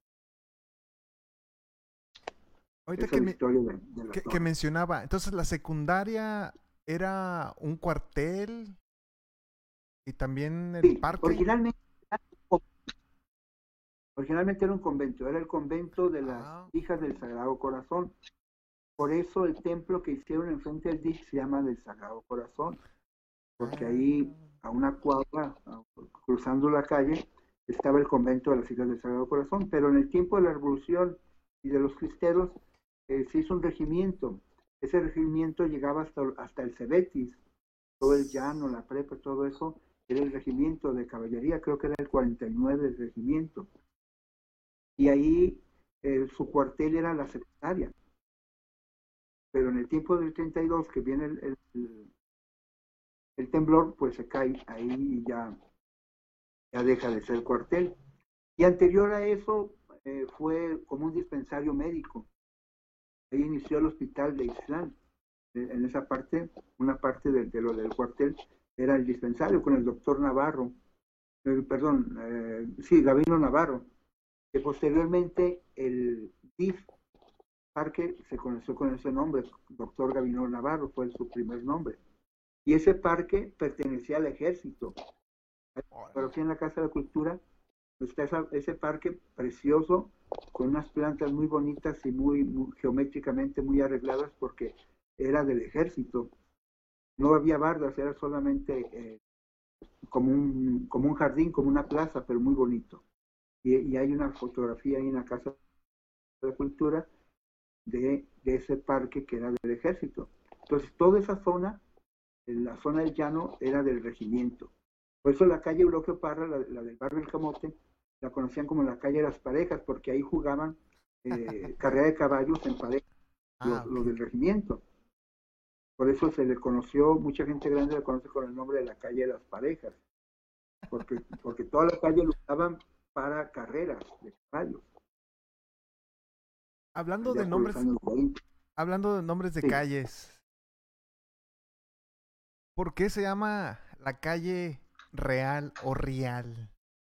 Ahorita que mencionaba, entonces la secundaria era un cuartel y también el parque. Originalmente era un convento, era el convento de las Hijas del Sagrado Corazón. Por eso el templo que hicieron enfrente del DIC se llama del Sagrado Corazón, porque ahí a una cuadra, cruzando la calle, estaba el convento de las Hijas del Sagrado Corazón. Pero en el tiempo de la Revolución y de los cristeros se hizo un regimiento. Ese regimiento llegaba hasta el Cebetis, todo el llano, la prepa, todo eso era el regimiento de caballería, creo que era el 49 del regimiento. Y ahí su cuartel era la secundaria. Pero en el tiempo del 32, que viene el temblor, pues se cae ahí y ya deja de ser cuartel. Y anterior a eso fue como un dispensario médico. Ahí inició el hospital de Islán. En esa parte, una parte de lo del cuartel era el dispensario con el doctor Navarro, Gabino Navarro, que posteriormente el DIF parque se conoció con ese nombre, doctor Gabino Navarro, fue su primer nombre. Y ese parque pertenecía al ejército. Pero aquí en la Casa de la Cultura está ese parque precioso, con unas plantas muy bonitas y muy geométricamente muy arregladas, porque era del ejército. No había bardas, era solamente como un jardín, como una plaza, pero muy bonito. Y hay una fotografía ahí en la Casa de la Cultura de ese parque que era del ejército. Entonces toda esa zona la zona del llano era del regimiento. Por eso la calle Euloquio Parra, la del barrio El Camote, la conocían como la calle de las parejas, porque ahí jugaban carrera de caballos en pareja, los del regimiento. Por eso se le conoció, mucha gente grande la conoce con el nombre de la calle de las parejas, porque toda la calle lo usaban para carreras de caballos. Hablando de nombres de Sí. calles, ¿por qué se llama la calle Real o Rial?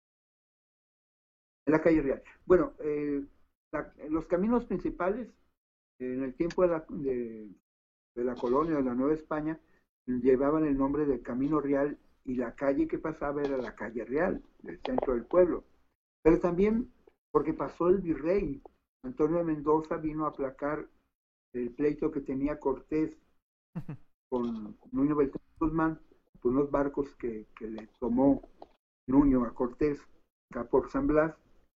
En la calle Real. Bueno, los caminos principales en el tiempo de la colonia de la Nueva España llevaban el nombre de Camino Real y la calle que pasaba era la calle Real, del centro del pueblo. Pero también porque pasó el virrey, Antonio de Mendoza vino a aplacar el pleito que tenía Cortés con Nuño Beltrán Guzmán, por unos barcos que le tomó Nuño a Cortés acá por San Blas,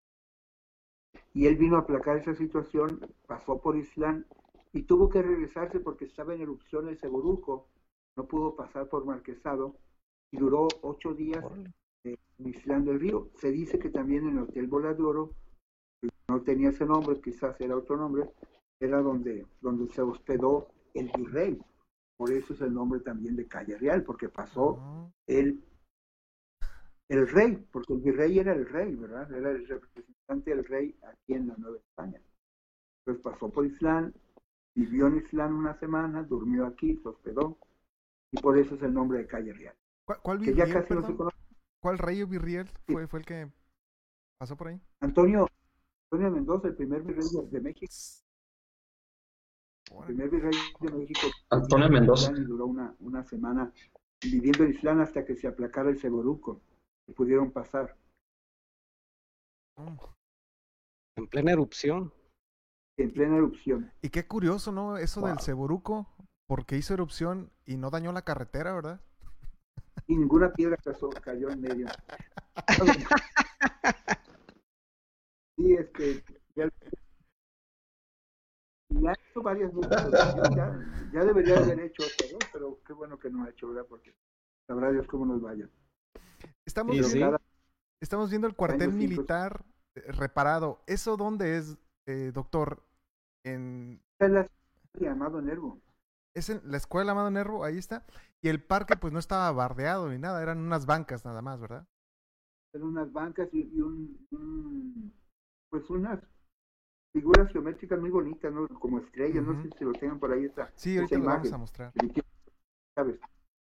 y él vino a aplacar esa situación, pasó por Islán y tuvo que regresarse porque estaba en erupción el Seboruco, no pudo pasar por Marquesado y duró 8 días en Islán del Río. Se dice que también en el Hotel Bola de Oro, no tenía ese nombre, quizás era otro nombre, era donde se hospedó el virrey. Por eso es el nombre también de Calle Real, porque pasó el rey, porque el virrey era el rey, ¿verdad? Era el representante del rey aquí en la Nueva España. Entonces pasó por Islán, vivió en Islán una semana, durmió aquí, se hospedó, y por eso es el nombre de Calle Real. ¿Cuál que ya virrey, casi no perdón? se conoce. ¿Cuál rey o virrey fue el que pasó por ahí? Antonio Mendoza, el primer virrey de México. El primer virrey de México. Antonio Mendoza. Y duró una semana viviendo en Islán hasta que se aplacara el Seboruco y pudieron pasar. En plena erupción. En plena erupción. Y qué curioso, ¿no? Eso del Seboruco, porque hizo erupción y no dañó la carretera, ¿verdad? Y ninguna piedra cayó en medio. Sí, ya ha hecho varias veces, ya debería haber hecho otra, ¿no? Pero qué bueno que no ha hecho, ¿verdad? Porque sabrá Dios cómo nos vaya. Estamos viendo el cuartel militar reparado. ¿Eso dónde es, doctor? Es la escuela Amado Nervo. Es en la escuela Amado Nervo, ahí está. Y el parque pues no estaba bardeado ni nada, eran unas bancas nada más, ¿verdad? Eran unas bancas y pues unas figuras geométricas muy bonitas, ¿no? Como estrellas, no sé si lo tengan por ahí. Sí, ahorita lo vamos a mostrar. ¿Sabes?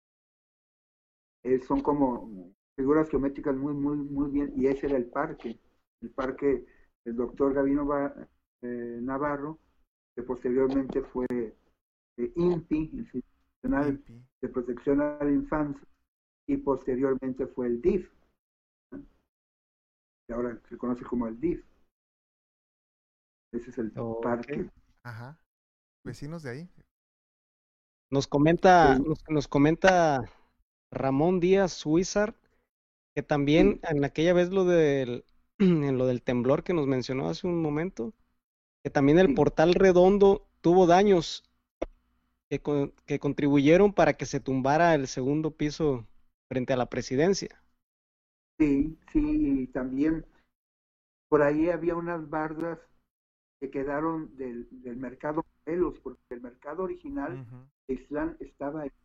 Son como figuras geométricas muy bien, y ese era el parque del doctor Gavino Navarro, que posteriormente fue INPI, Instituto Nacional de Protección a la Infancia, y posteriormente fue el DIF, ¿no? Que ahora se conoce como el DIF. Ese es el parque. Ajá. Vecinos de ahí. Nos comenta Ramón Díaz Suizar que también en aquella vez en lo del temblor que nos mencionó hace un momento, que también el portal redondo tuvo daños que contribuyeron para que se tumbara el segundo piso frente a la presidencia. Sí, y también por ahí había unas bardas que quedaron del mercado Morelos, porque el mercado original de Islán estaba ahí.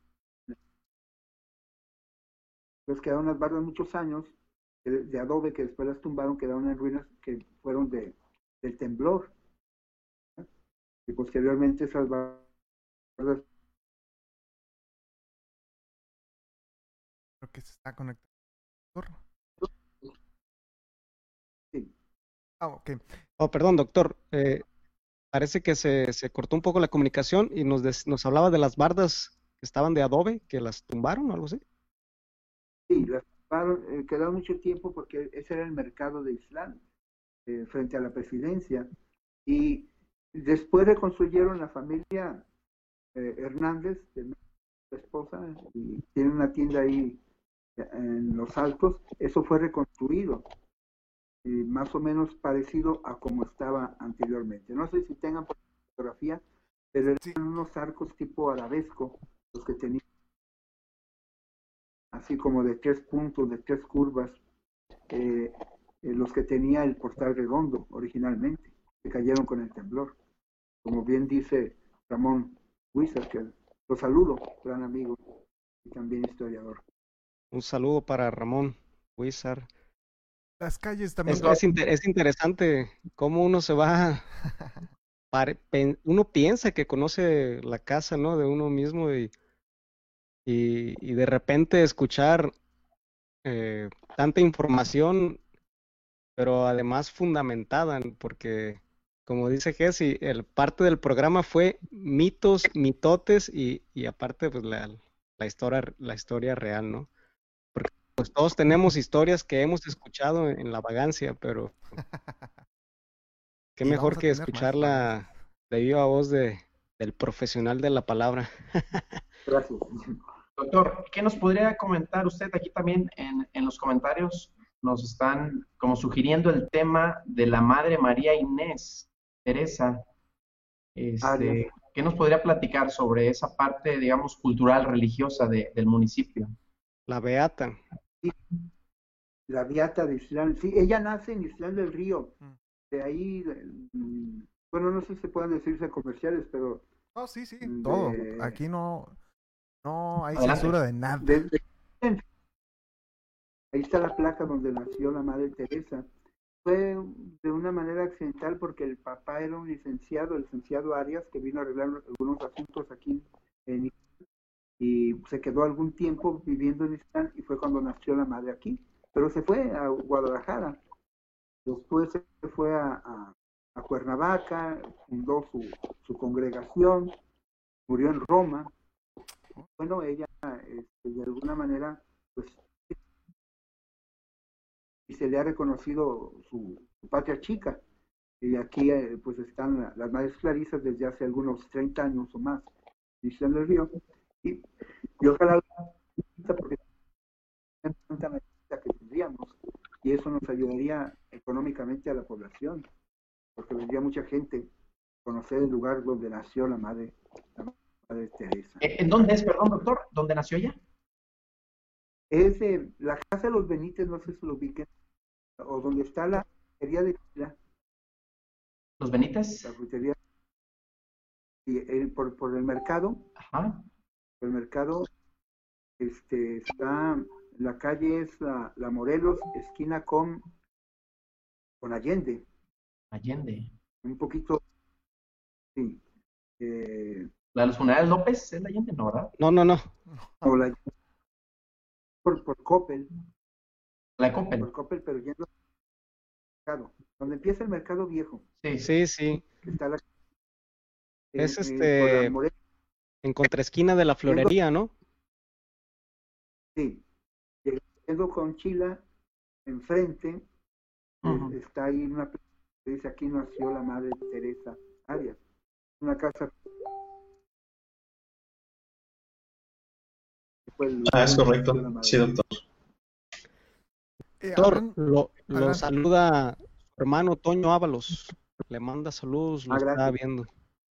Entonces quedaron unas bardas muchos años de adobe que después las tumbaron, quedaron en ruinas que fueron del temblor. Y posteriormente esas bardas creo que se está conectando. Sí. Ok. Oh, perdón, doctor. Parece que se cortó un poco la comunicación y nos hablaba de las bardas que estaban de adobe, que las tumbaron o algo así. Sí, las tumbaron, quedaron mucho tiempo porque ese era el mercado de Islán, frente a la presidencia. Y después reconstruyeron la familia Hernández, de mi esposa, y tiene una tienda ahí en Los Altos. Eso fue reconstruido, más o menos parecido a como estaba anteriormente. No sé si tengan fotografía, pero eran unos arcos tipo arabesco los que tenían así como de 3 puntos, de 3 curvas, los que tenía el Portal Redondo originalmente, que cayeron con el temblor. Como bien dice Ramón Huizar, que lo saludo, gran amigo y también historiador. Un saludo para Ramón Huizar. Las calles también. Es interesante cómo uno se va, uno piensa que conoce la casa, ¿no? De uno mismo y de repente escuchar tanta información, pero además fundamentada, porque como dice Jesse, parte del programa fue mitos, mitotes y aparte pues la historia real, ¿no? Porque pues todos tenemos historias que hemos escuchado en la vagancia, pero qué Y mejor vamos a que tener más escucharla de viva voz del profesional de la palabra. Gracias. Doctor, ¿qué nos podría comentar usted aquí también en los comentarios? Nos están como sugiriendo el tema de la Madre María Inés Teresa. ¿Qué nos podría platicar sobre esa parte, digamos, cultural, religiosa del municipio? La Beata. Sí, la Beata de Islán. Sí, ella nace en Islán del Río. De ahí, bueno, no sé si puedan decirse comerciales, pero... No, sí, todo. Aquí no hay Adelante. censura de nada. Ahí está la placa donde nació la Madre Teresa. Fue de una manera accidental porque el papá era un licenciado, el licenciado Arias, que vino a arreglar algunos asuntos aquí en Islán, y se quedó algún tiempo viviendo en Islán y fue cuando nació la madre aquí. Pero se fue a Guadalajara. Después se fue a Cuernavaca, fundó su congregación, murió en Roma. Bueno, ella de alguna manera, pues, y se le ha reconocido su patria chica. Y aquí pues están las Madres Clarisas desde hace algunos 30 años o más, Islán del Río. Y ojalá, porque es tanta necesidad que tendríamos, y eso nos ayudaría económicamente a la población, porque vendría mucha gente a conocer el lugar donde nació la Madre Teresa. ¿En dónde es, perdón, doctor? ¿Dónde nació ella? Es la Casa de los Benítez, no sé si lo ubiquen, o donde está la frutería de Chila. ¿Los Benítez? La frutería. Y por el mercado. Ajá. Por el mercado, está, la calle es la Morelos, esquina con Allende. Allende. Un poquito, sí. ¿La de los funerales López es la Allende? No, ¿verdad? No. O la por Coppel. La de Coppel. Por Coppel, pero yendo al mercado. Donde empieza el mercado viejo. Sí. Que está Es en contraesquina de la florería, ¿no? Sí. Llegando con Chila, enfrente, está ahí una plaza que dice: aquí nació la Madre Teresa Arias. Una casa. Es correcto. Sí, doctor. Doctor, lo saluda su hermano Toño Ábalos. Le manda saludos, lo está viendo.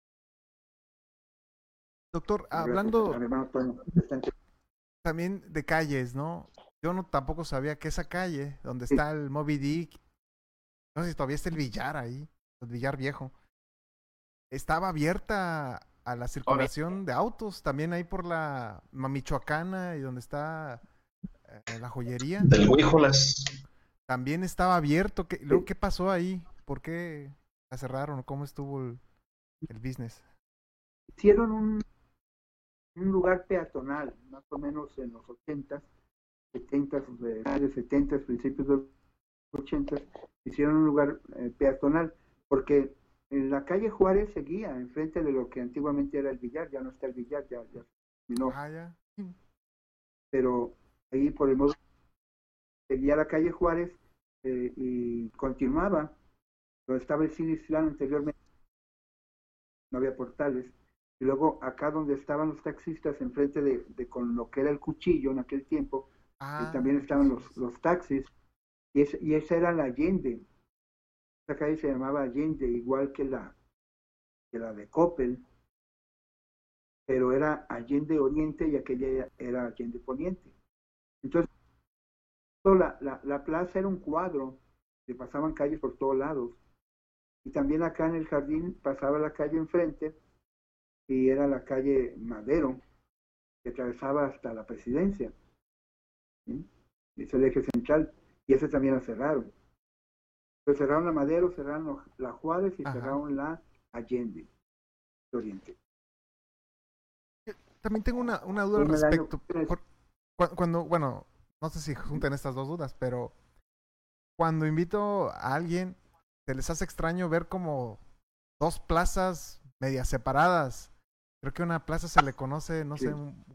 Doctor, hablando también de calles, ¿no? Yo tampoco sabía que esa calle donde está el Moby Dick, no sé si todavía está el billar ahí, el billar viejo, estaba abierta a la circulación de autos, también ahí por la Michoacana y donde está la joyería. Del Huíjolas. También estaba abierto. Luego, ¿qué pasó ahí? ¿Por qué la cerraron? ¿Cómo estuvo el business? Hicieron un lugar peatonal, más o menos en los 80s, 70s, principios de los 80s, hicieron un lugar peatonal, porque en la calle Juárez seguía enfrente de lo que antiguamente era el billar, ya no está el billar, ya terminó. Ya. Pero ahí por el modo seguía la calle Juárez y continuaba donde estaba el Cine Islán anteriormente, no había portales, y luego acá donde estaban los taxistas enfrente de con lo que era el Cuchillo en aquel tiempo, y también estaban los taxis, y esa era la Allende. Esa calle se llamaba Allende, igual que la de Coppel, pero era Allende Oriente y aquella era Allende Poniente. La plaza era un cuadro, que pasaban calles por todos lados. Y también acá en el jardín pasaba la calle enfrente, y era la calle Madero, que atravesaba hasta la Presidencia. ¿Sí? Es el eje central, y ese también la cerraron. Pero cerraron la Madero, cerraron la Juárez y cerraron la Allende, de Oriente. También tengo una duda al respecto. Cuando, bueno, no sé si juntan estas dos dudas, pero cuando invito a alguien, ¿se les hace extraño ver como dos plazas medias separadas? Creo que a una plaza se le conoce, no sé,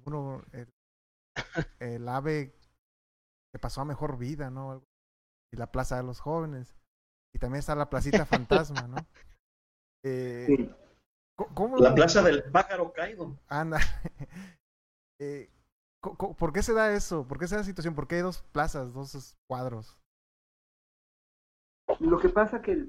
el ave que pasó a mejor vida, ¿no? Y la plaza de los jóvenes. Y también está la placita fantasma, ¿no? Sí. ¿Cómo? La plaza del pájaro caído. Anda. ¿Por qué se da eso? ¿Por qué se da esa situación? ¿Por qué hay dos plazas, dos cuadros? Lo que pasa que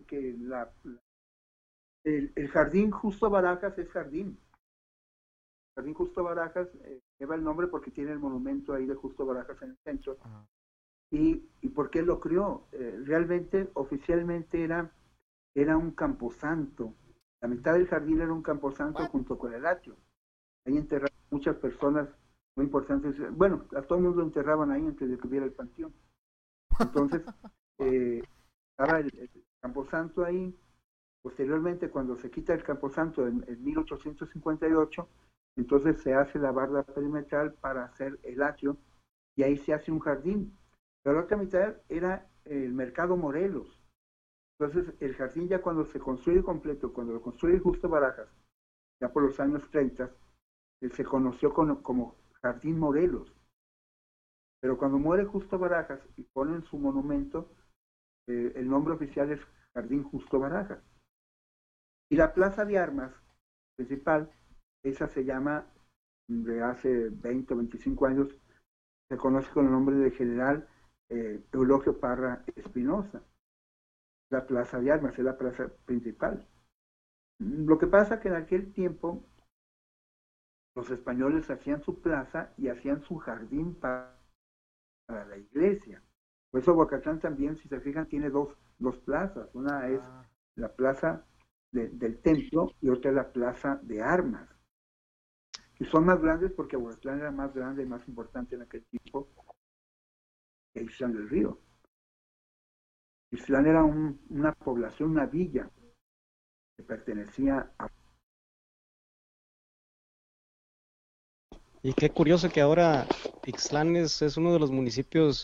el jardín Justo Barajas es jardín. El jardín Justo Barajas lleva el nombre porque tiene el monumento ahí de Justo Barajas en el centro. ¿Y por qué lo crió? Realmente, oficialmente era un camposanto. La mitad del jardín era un camposanto junto con el atrio. Ahí enterraban muchas personas muy importantes. Bueno, a todo el mundo enterraban ahí antes de que hubiera el panteón. Entonces, estaba el camposanto ahí. Posteriormente, cuando se quita el camposanto en 1858, entonces se hace la barda perimetral para hacer el atrio y ahí se hace un jardín. Pero la otra mitad era el Mercado Morelos. Entonces, el jardín ya cuando se construye completo, cuando lo construye Justo Barajas, ya por los años 30, se conoció como Jardín Morelos. Pero cuando muere Justo Barajas y ponen su monumento, el nombre oficial es Jardín Justo Barajas. Y la plaza de armas principal, esa se llama, de hace 20 o 25 años, se conoce con el nombre de General Eulogio Parra Espinosa. La plaza de armas es la plaza principal. Lo que pasa es que en aquel tiempo los españoles hacían su plaza y hacían su jardín para la iglesia. Por eso Huacatlán también, si se fijan, tiene dos plazas. Una es la plaza del templo y otra es la plaza de armas. Y son más grandes porque Huacatlán era más grande y más importante en aquel tiempo que Ixtlán del Río. Ixtlán era una población, una villa que pertenecía a... Y qué curioso que ahora Ixtlán es uno de los municipios,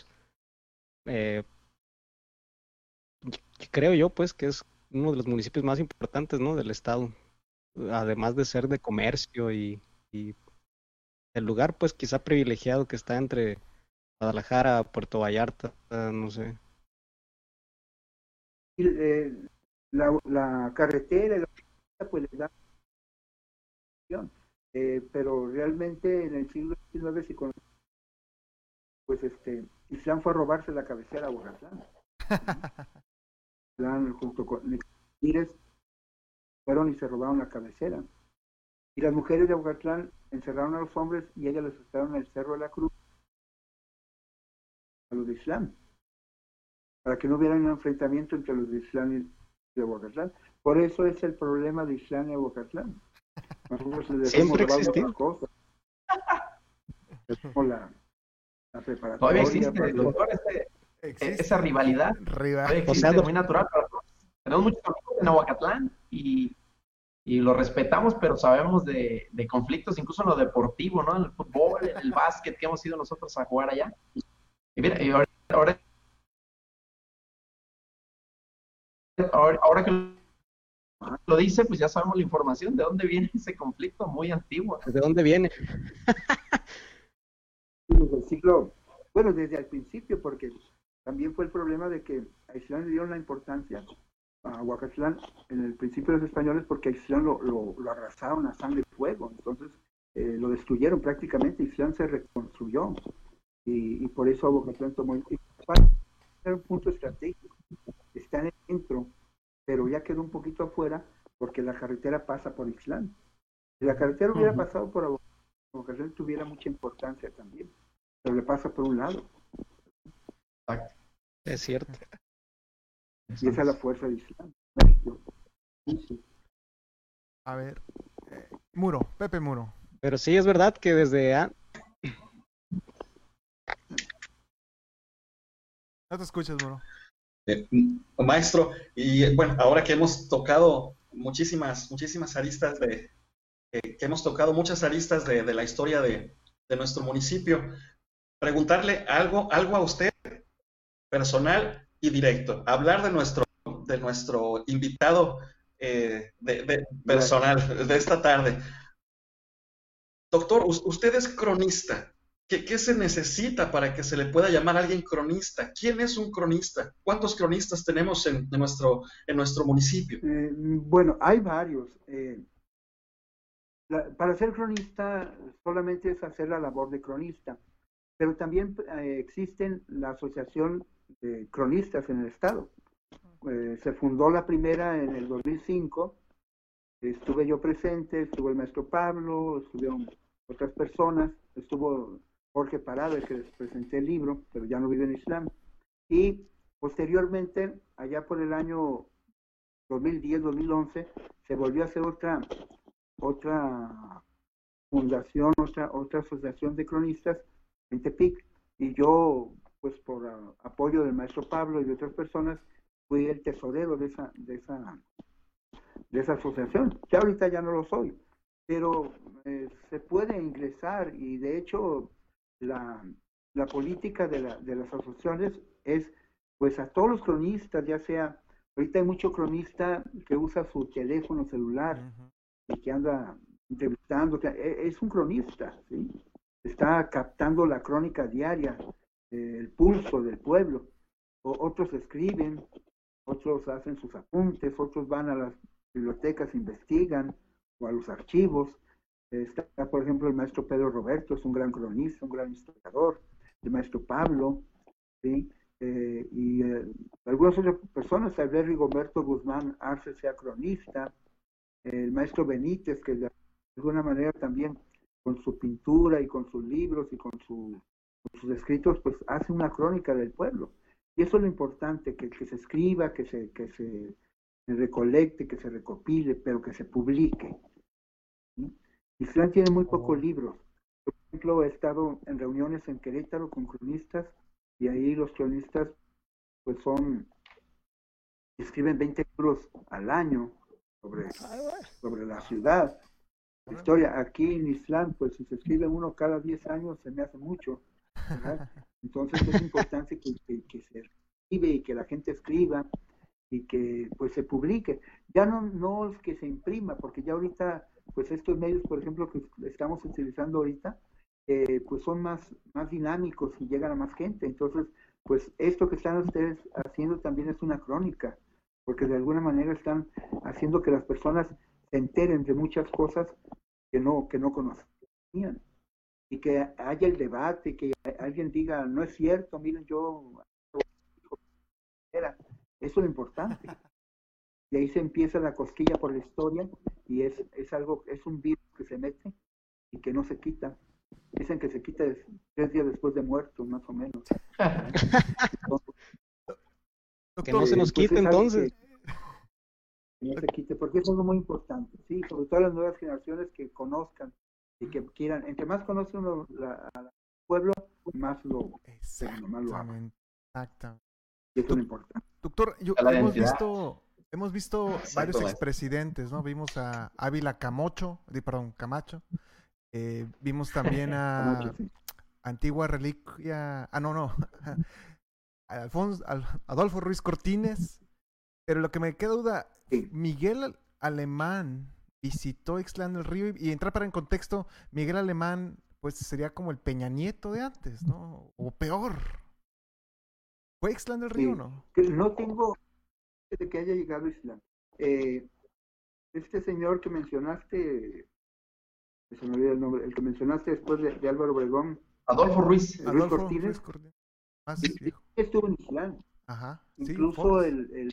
creo yo, pues, que es uno de los municipios más importantes, ¿no?, del estado. Además de ser de comercio y el lugar, pues, quizá privilegiado que está entre Guadalajara, Puerto Vallarta, no sé. La carretera y la pues le da pero realmente en el siglo XIX pues Ixtlán fue a robarse la cabecera a Huacatlán. Ixtlán junto con Mires fueron y se robaron la cabecera. Y las mujeres de Huacatlán encerraron a los hombres y ellas los asustaron en el Cerro de la Cruz a los de Ixtlán, para que no hubiera un enfrentamiento entre los de Ixtlán y de Huacatlán. Por eso es el problema de Ixtlán y Huacatlán. Nosotros les siempre existió otras cosas. Es como la preparatoria. Todavía existe, doctor, esa rivalidad. Existe muy natural para todos. Tenemos muchos amigos en Aguacatlán y lo respetamos, pero sabemos de conflictos, incluso en lo deportivo, ¿no? En el fútbol, en el básquet, que hemos ido nosotros a jugar allá. Y mira, ahora que lo dice, pues ya sabemos la información de dónde viene ese conflicto muy antiguo. ¿De dónde viene? Desde el siglo, bueno, desde el principio, porque también fue el problema de que a Ixtlán le dieron la importancia a Huacatlán en el principio de los españoles, porque a Ixtlán lo arrasaron a sangre y fuego, entonces lo destruyeron prácticamente. Ixtlán se reconstruyó y por eso Huacatlán tomó un punto estratégico. Está en el centro, pero ya quedó un poquito afuera porque la carretera pasa por Ixtlán. Si la carretera hubiera pasado por Huacatlán, tuviera mucha importancia también, pero le pasa por un lado. Exacto. Es cierto. Y esa es la fuerza del Islam. Es cierto. Y esa es la fuerza del Islam. Sí. A ver, Muro, Pepe Muro. Pero sí es verdad que No te escuchas, Muro. Maestro, y bueno, ahora que hemos tocado muchísimas aristas que hemos tocado muchas aristas de la historia de nuestro municipio, preguntarle algo a usted personal y directo, hablar de nuestro invitado personal de esta tarde. Doctor, usted es cronista. ¿Qué se necesita para que se le pueda llamar a alguien cronista? ¿Quién es un cronista? ¿Cuántos cronistas tenemos en nuestro municipio? Bueno, hay varios. Para ser cronista solamente es hacer la labor de cronista, pero también existen la Asociación de Cronistas en el Estado. Se fundó la primera en el 2005, estuve yo presente, estuvo el maestro Pablo, estuvieron otras personas, estuvo Jorge Parada, el que les presenté el libro, pero ya no vive en Islam, y posteriormente, allá por el año 2010-2011, se volvió a hacer otra fundación, otra asociación de cronistas en Tepic, y yo, pues por apoyo del maestro Pablo y de otras personas, fui el tesorero de esa asociación. Ya ahorita ya no lo soy, pero se puede ingresar, y de hecho la política de las asociaciones es, pues a todos los cronistas, ya sea, ahorita hay mucho cronista que usa su teléfono celular y que anda entrevistando, es un cronista, ¿sí? Está captando la crónica diaria, el pulso del pueblo. Otros escriben, otros hacen sus apuntes, otros van a las bibliotecas, investigan, o a los archivos. Está, por ejemplo, el maestro Pedro Roberto, es un gran cronista, un gran historiador, el maestro Pablo, ¿sí? Y algunas otras personas, el Rigoberto Guzmán Arce sea cronista, el maestro Benítez, que de alguna manera también con su pintura y con sus libros y con sus escritos, pues hace una crónica del pueblo. Y eso es lo importante, que se escriba, que se recolecte, que se recopile, pero que se publique. ¿Sí? Islam tiene muy pocos libros. Por ejemplo, he estado en reuniones en Querétaro con cronistas, y ahí los cronistas pues escriben 20 libros al año sobre la ciudad, la historia. Aquí en Islam, pues si se escribe uno cada 10 años, se me hace mucho, ¿verdad? Entonces es importante que se escribe y que la gente escriba y que pues se publique. Ya no es que se imprima, porque ya ahorita, pues estos medios, por ejemplo, que estamos utilizando ahorita, pues son más dinámicos y llegan a más gente. Entonces, pues esto que están ustedes haciendo también es una crónica, porque de alguna manera están haciendo que las personas se enteren de muchas cosas que no conocían, y que haya el debate, que alguien diga, no es cierto, miren, eso es lo importante. Y ahí se empieza la cosquilla por la historia, y es un virus que se mete y que no se quita. Dicen que se quita 3 días después de muerto, más o menos. Que no se nos quite entonces. Que no se quite, porque es algo muy importante, sí, sobre todo las nuevas generaciones que conozcan y que quieran. Entre más conocen al pueblo, más lo aman. Exactamente. Y eso es lo importante. Doctor, hemos visto varios expresidentes, ¿no? Vimos a Ávila Camacho. Vimos también a Antigua Reliquia, Adolfo Ruiz Cortines. Pero lo que me queda duda, Miguel Alemán visitó Ixtlán del Río, y entrar para en contexto, Miguel Alemán pues sería como el Peña Nieto de antes, ¿no? O peor. ¿Fue Ixtlán del Río o no? No tengo de que haya llegado a Ixtlán. Este señor que mencionaste, se me olvida el nombre, el que mencionaste después de Álvaro Obregón, Adolfo Ruiz Cortines, estuvo en Ixtlán. Ajá, incluso el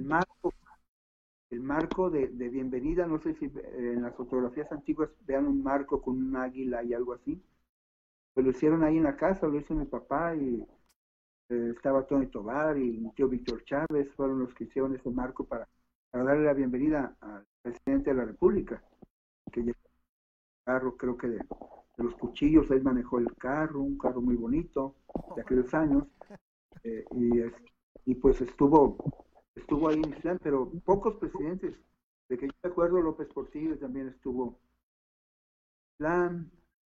marco de bienvenida, no sé si en las fotografías antiguas vean un marco con un águila y algo así, pues lo hicieron ahí en la casa, lo hizo mi papá, y estaba Tony Tobar y mi tío Víctor Chávez, fueron los que hicieron ese marco para darle la bienvenida al presidente de la República, que llegó el carro, creo que de los cuchillos, él manejó el carro, un carro muy bonito de aquellos años, y pues estuvo ahí en Islán, pero pocos presidentes, de que yo me acuerdo, López Portillo también estuvo en Islán,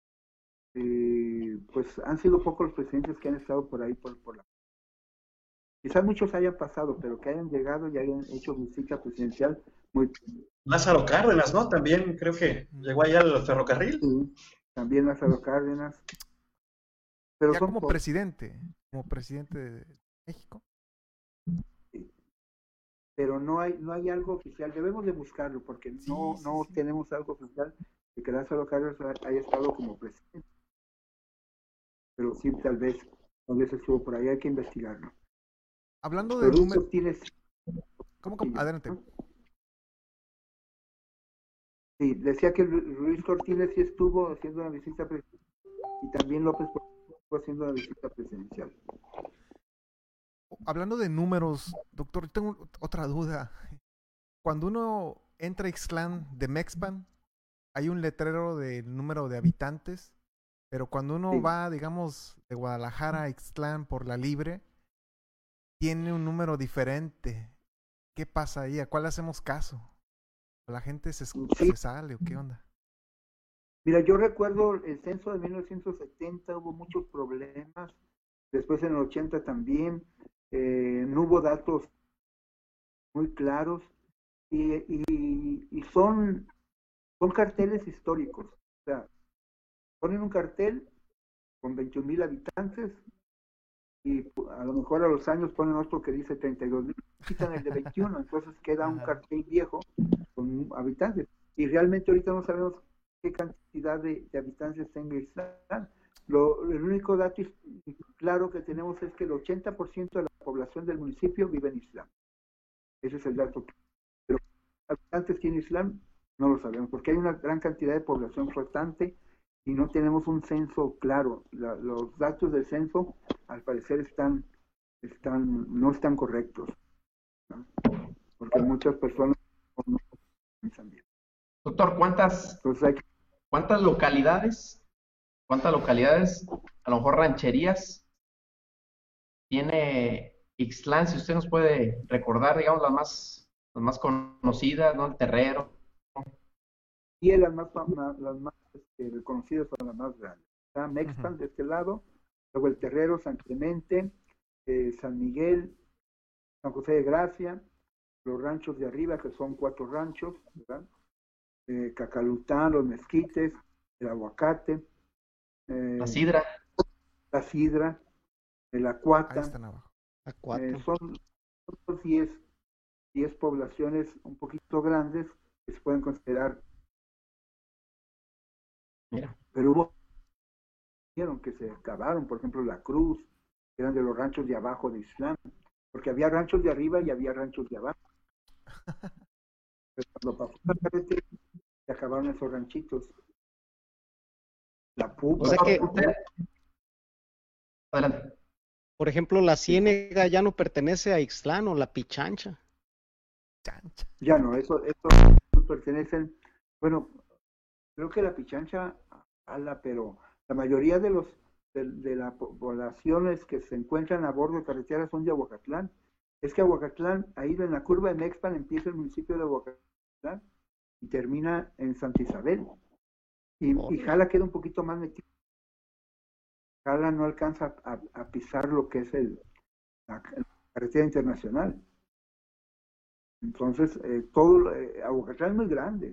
pues han sido pocos los presidentes que han estado por ahí, por la... Quizás muchos hayan pasado, pero que hayan llegado y hayan hecho visita presidencial muy... Lázaro Cárdenas, ¿no? También creo que llegó allá al ferrocarril. Sí, también Lázaro Cárdenas. Pero ya son como presidente de México. Sí. Pero no hay algo oficial, debemos de buscarlo, porque no tenemos algo oficial de que Lázaro Cárdenas haya estado como presidente. Pero sí, tal vez estuvo por ahí, hay que investigarlo. Hablando de números... ¿Cómo? Adelante. Sí, decía que Luis Cortines sí estuvo haciendo una visita presidencial y también López estuvo haciendo una visita presidencial. Hablando de números, doctor, tengo otra duda. Cuando uno entra a Ixtlán de Mexpan, hay un letrero del número de habitantes, pero cuando uno va, digamos, de Guadalajara a Ixtlán por la Libre, tiene un número diferente. ¿Qué pasa ahí? ¿A cuál hacemos caso? ¿La gente se sale o qué onda? Mira, yo recuerdo el censo de 1970, hubo muchos problemas, después en el 80 también, no hubo datos muy claros, y son carteles históricos. O sea, ponen un cartel con 21,000 habitantes, y a lo mejor a los años ponen otro que dice 32,000, quitan el de 21, entonces queda un cartel viejo con habitantes, y realmente ahorita no sabemos qué cantidad de habitantes tenga Ixtlán. El único dato claro que tenemos es que el 80% de la población del municipio vive en Ixtlán. Ese es el dato. Pero habitantes tiene Ixtlán no lo sabemos, porque hay una gran cantidad de población flotante y no tenemos un censo claro. Los datos del censo, al parecer, no están correctos, ¿no? Porque muchas personas no piensan bien. Doctor, ¿cuántas localidades, a lo mejor rancherías, tiene Ixtlán? Si usted nos puede recordar, digamos, las más conocidas, ¿no? El Terrero. Y las más reconocidas son las más grandes. Está Mexpan de este lado, luego el Terrero, San Clemente, San Miguel, San José de Gracia, los ranchos de arriba, que son 4 ranchos, ¿verdad? Cacalután, los Mezquites, el Aguacate, la Sidra, el Acuata. Ahí están abajo. Son 10 poblaciones un poquito grandes que se pueden considerar. Mira. Pero vieron que se acabaron, por ejemplo, La Cruz, que eran de los ranchos de abajo de Ixtlán, porque había ranchos de arriba y había ranchos de abajo. Pero cuando pasó la carretera, se acabaron esos ranchitos. La Pupa. O sea que, adelante. Por ejemplo, la Ciénega ya no pertenece a Ixtlán, o la Pichancha. Ya no, eso pertenecen, bueno, creo que la Pichancha habla, pero la mayoría de las poblaciones que se encuentran a bordo de carreteras son de Aguacatlán. Es que Aguacatlán, ahí en la curva de Mexpan, empieza el municipio de Aguacatlán y termina en Santa Isabel. Y Jala queda un poquito más metido. Jala no alcanza a pisar lo que es la carretera internacional. Entonces, Aguacatlán es muy grande.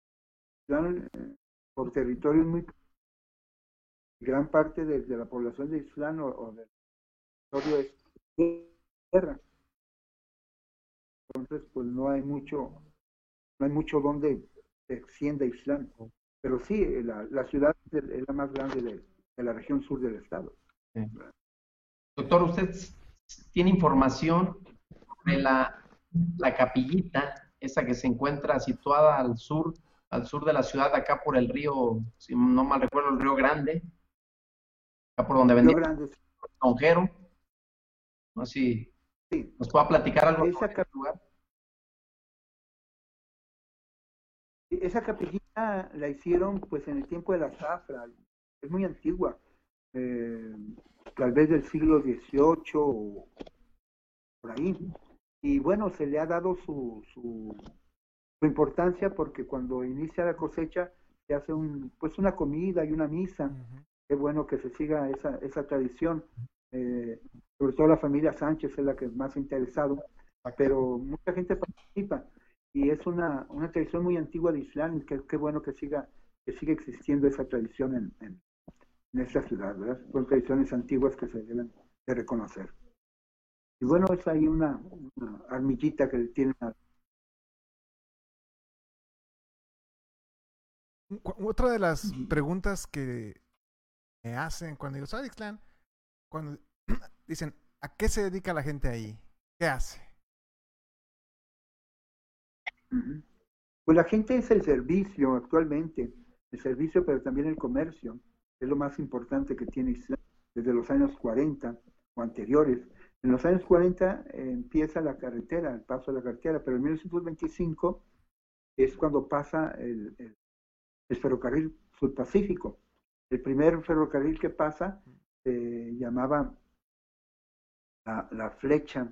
Por territorio es muy... Gran parte de la población de Ixtlán o del territorio es tierra. Entonces, pues no hay mucho donde se extienda Ixtlán. Pero sí, la ciudad es la más grande de la región sur del estado. Sí. Doctor, ¿usted tiene información sobre la capillita, esa que se encuentra situada al sur de la ciudad, acá por el río, si no mal recuerdo, el Río Grande, acá por donde vendía el extranjero? No sé si nos pueda platicar algo Esa sobre ese lugar. Esa capillita la hicieron pues en el tiempo de la zafra, es muy antigua, tal vez del siglo XVIII o por ahí. Y bueno, se le ha dado su importancia porque cuando inicia la cosecha se hace pues una comida y una misa. Es bueno que se siga esa tradición. Sobre todo la familia Sánchez es la que más ha interesado, pero mucha gente participa. Y es una tradición muy antigua de Islán, y qué bueno que siga existiendo esa tradición en esta ciudad, ¿verdad? Son tradiciones antiguas que se deben de reconocer. Y bueno, es ahí una armillita que tiene. Otra de las preguntas que me hacen cuando digo, soy de Ixtlán, cuando dicen, ¿a qué se dedica la gente ahí? ¿Qué hace? Pues la gente es el servicio actualmente, el servicio, pero también el comercio, es lo más importante que tiene Islán desde los años 40 o anteriores. En los años 40 empieza la carretera, el paso de la carretera, pero en 1925 es cuando pasa el ferrocarril Sudpacífico. El primer ferrocarril que pasa se llamaba la Flecha,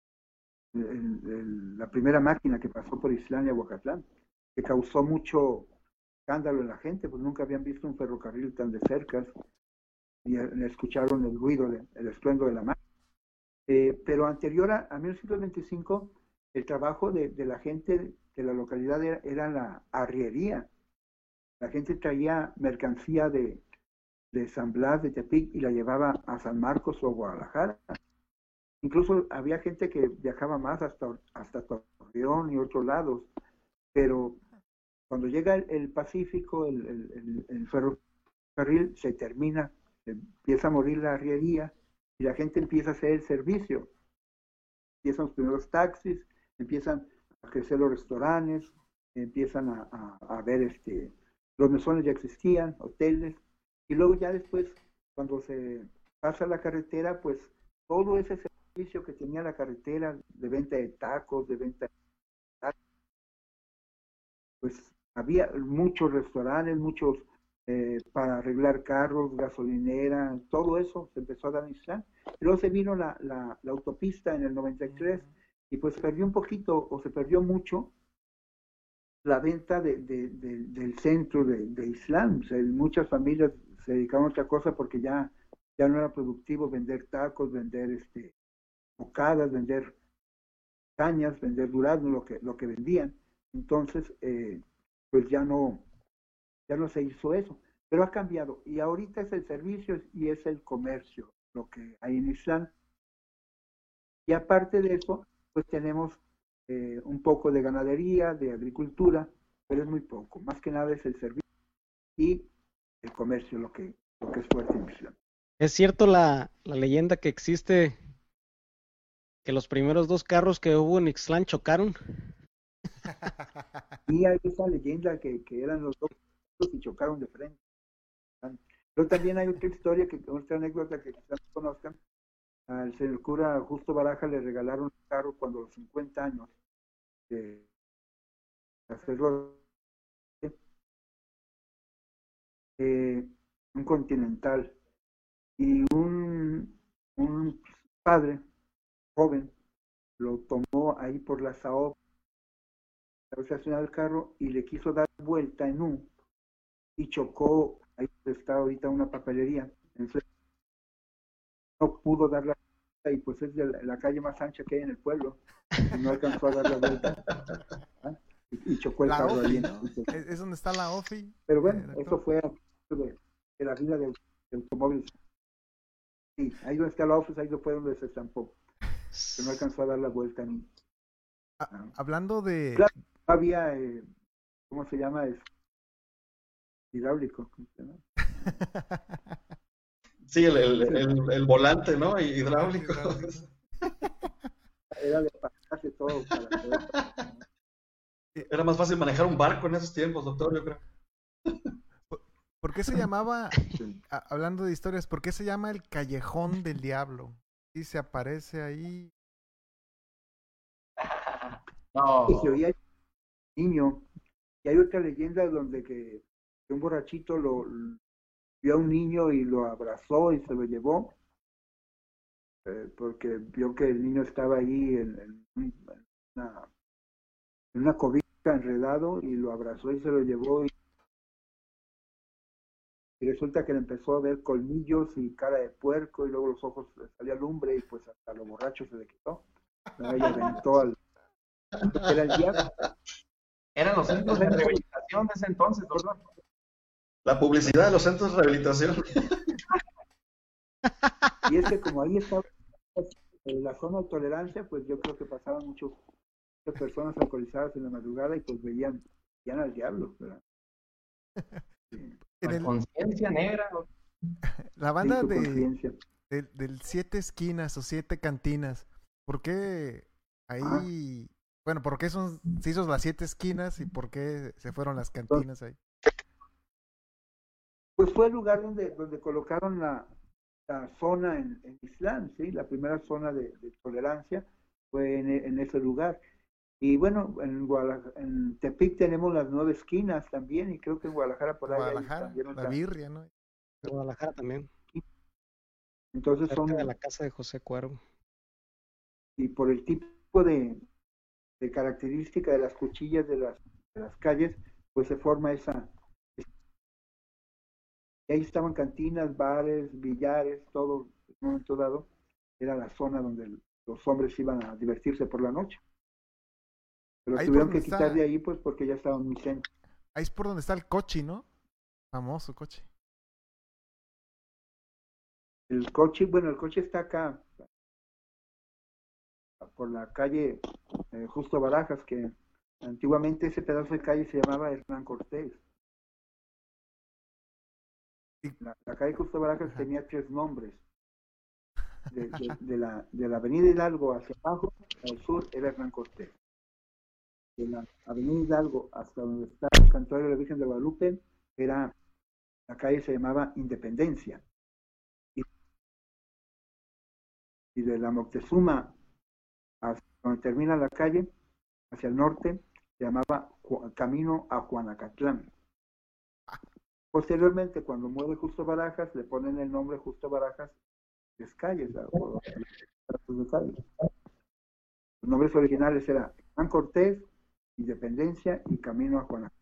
la primera máquina que pasó por Islán y Aguacatlán, que causó mucho escándalo en la gente, pues nunca habían visto un ferrocarril tan de cerca y escucharon el ruido, el estruendo de la máquina. Pero anterior a 1925, el trabajo de la gente de la localidad era la arriería. La gente traía mercancía de San Blas, de Tepic, y la llevaba a San Marcos o a Guadalajara. Incluso había gente que viajaba más hasta Torreón y otros lados, pero cuando llega el Pacífico, el ferrocarril se termina, empieza a morir la arriería y la gente empieza a hacer el servicio. Empiezan los primeros taxis, empiezan a crecer los restaurantes, empiezan a ver los mesones ya existían, hoteles, y luego ya después, cuando se pasa la carretera, pues todo ese servicio que tenía la carretera de venta de tacos, de venta de... pues había muchos restaurantes, muchos para arreglar carros, gasolinera, todo eso se empezó a dar en Islán. Y luego se vino la autopista en el 93 y pues perdió un poquito, o se perdió mucho, la venta del centro de Islán. O sea, muchas familias se dedicaban a otra cosa porque ya no era productivo vender tacos, vender bocadas, vender cañas, vender duraznos, lo que vendían. Entonces, pues ya no se hizo eso. Pero ha cambiado. Y ahorita es el servicio y es el comercio lo que hay en Islán. Y aparte de eso, pues tenemos un poco de ganadería, de agricultura, pero es muy poco. Más que nada es el servicio y el comercio lo que es fuerte en Islán. ¿Es cierto la leyenda que existe que los primeros 2 carros que hubo en Ixtlán chocaron? Y hay esa leyenda que eran los 2 carros y chocaron de frente. Pero también hay otra historia, otra anécdota que quizás no conozcan. Al señor cura Justo Baraja le regalaron un carro cuando a los 50 años de hacerlo, un Continental, y un padre joven lo tomó ahí por la Saob, estacionado el carro y le quiso dar vuelta en U y chocó. Ahí está ahorita una papelería, no pudo dar la vuelta y pues es de la calle más ancha que hay en el pueblo y no alcanzó a dar la vuelta. Y chocó el carro ahí, ¿no? Es donde está la OFI. Pero bueno, eso fue de la vida de automóviles. Sí, ahí donde está la OFI, ahí fue donde se estampó, que no alcanzó a dar la vuelta ni. Hablando de... Claro, había, ¿cómo se llama? Es hidráulico. ¿Cómo se llama? Sí, el volante, ¿no? Hidráulico. Era de pasarse todo para poder... Era más fácil manejar un barco en esos tiempos, doctor, yo creo. ¿Por qué se llamaba, hablando de historias, por qué se llama el Callejón del Diablo? sí se aparece ahí. No. Y se oía niño. Y hay otra leyenda donde que un borrachito vio a un niño y lo abrazó y se lo llevó, porque vio que el niño estaba ahí en una cobija enredado y lo abrazó y se lo llevó. Y resulta que le empezó a ver colmillos y cara de puerco y luego los ojos le salía lumbre y pues hasta lo borracho se le quitó. Y aventó era el diablo. Eran los centros de rehabilitación de ese entonces, ¿verdad? La publicidad de los centros de rehabilitación. Y es que como ahí estaba en la zona de tolerancia, pues yo creo que pasaban muchas personas alcoholizadas en la madrugada y pues veían al diablo, ¿verdad? La conciencia negra. La banda Sí, conciencia. del Siete Esquinas o Siete Cantinas, ¿por qué ahí? Bueno, ¿por qué se hizo las Siete Esquinas y por qué se fueron las cantinas ahí? Pues fue el lugar donde colocaron la zona en Islán, ¿sí? La primera zona de tolerancia fue en ese lugar. Y bueno, en Tepic tenemos las 9 esquinas también, y creo que en Guadalajara por ahí Guadalajara, la birria, ¿no? En Guadalajara también. Entonces cerca de la casa de José Cuervo. Y por el tipo de característica de las cuchillas de las calles, pues se forma esa. Y ahí estaban cantinas, bares, billares, todo en un momento dado. Era la zona donde los hombres iban a divertirse por la noche. Pero tuvieron que quitar de ahí, pues, porque ya estaban muy centro. Ahí es por donde está el Cochi, ¿no? Famoso Cochi. El Cochi, bueno, el Cochi está acá, por la calle Justo Barajas, que antiguamente ese pedazo de calle se llamaba Hernán Cortés. La calle Justo Barajas tenía 3 nombres. De la avenida Hidalgo hacia abajo, al sur, era Hernán Cortés. De la avenida Hidalgo hasta donde está el santuario de la Virgen de Guadalupe, la calle se llamaba Independencia. Y de la Moctezuma hasta donde termina la calle, hacia el norte, se llamaba Camino a Juanacatlán. Posteriormente, cuando muere Justo Barajas, le ponen el nombre Justo Barajas de calles. Los nombres originales eran Hernán Cortés, Independencia y Camino a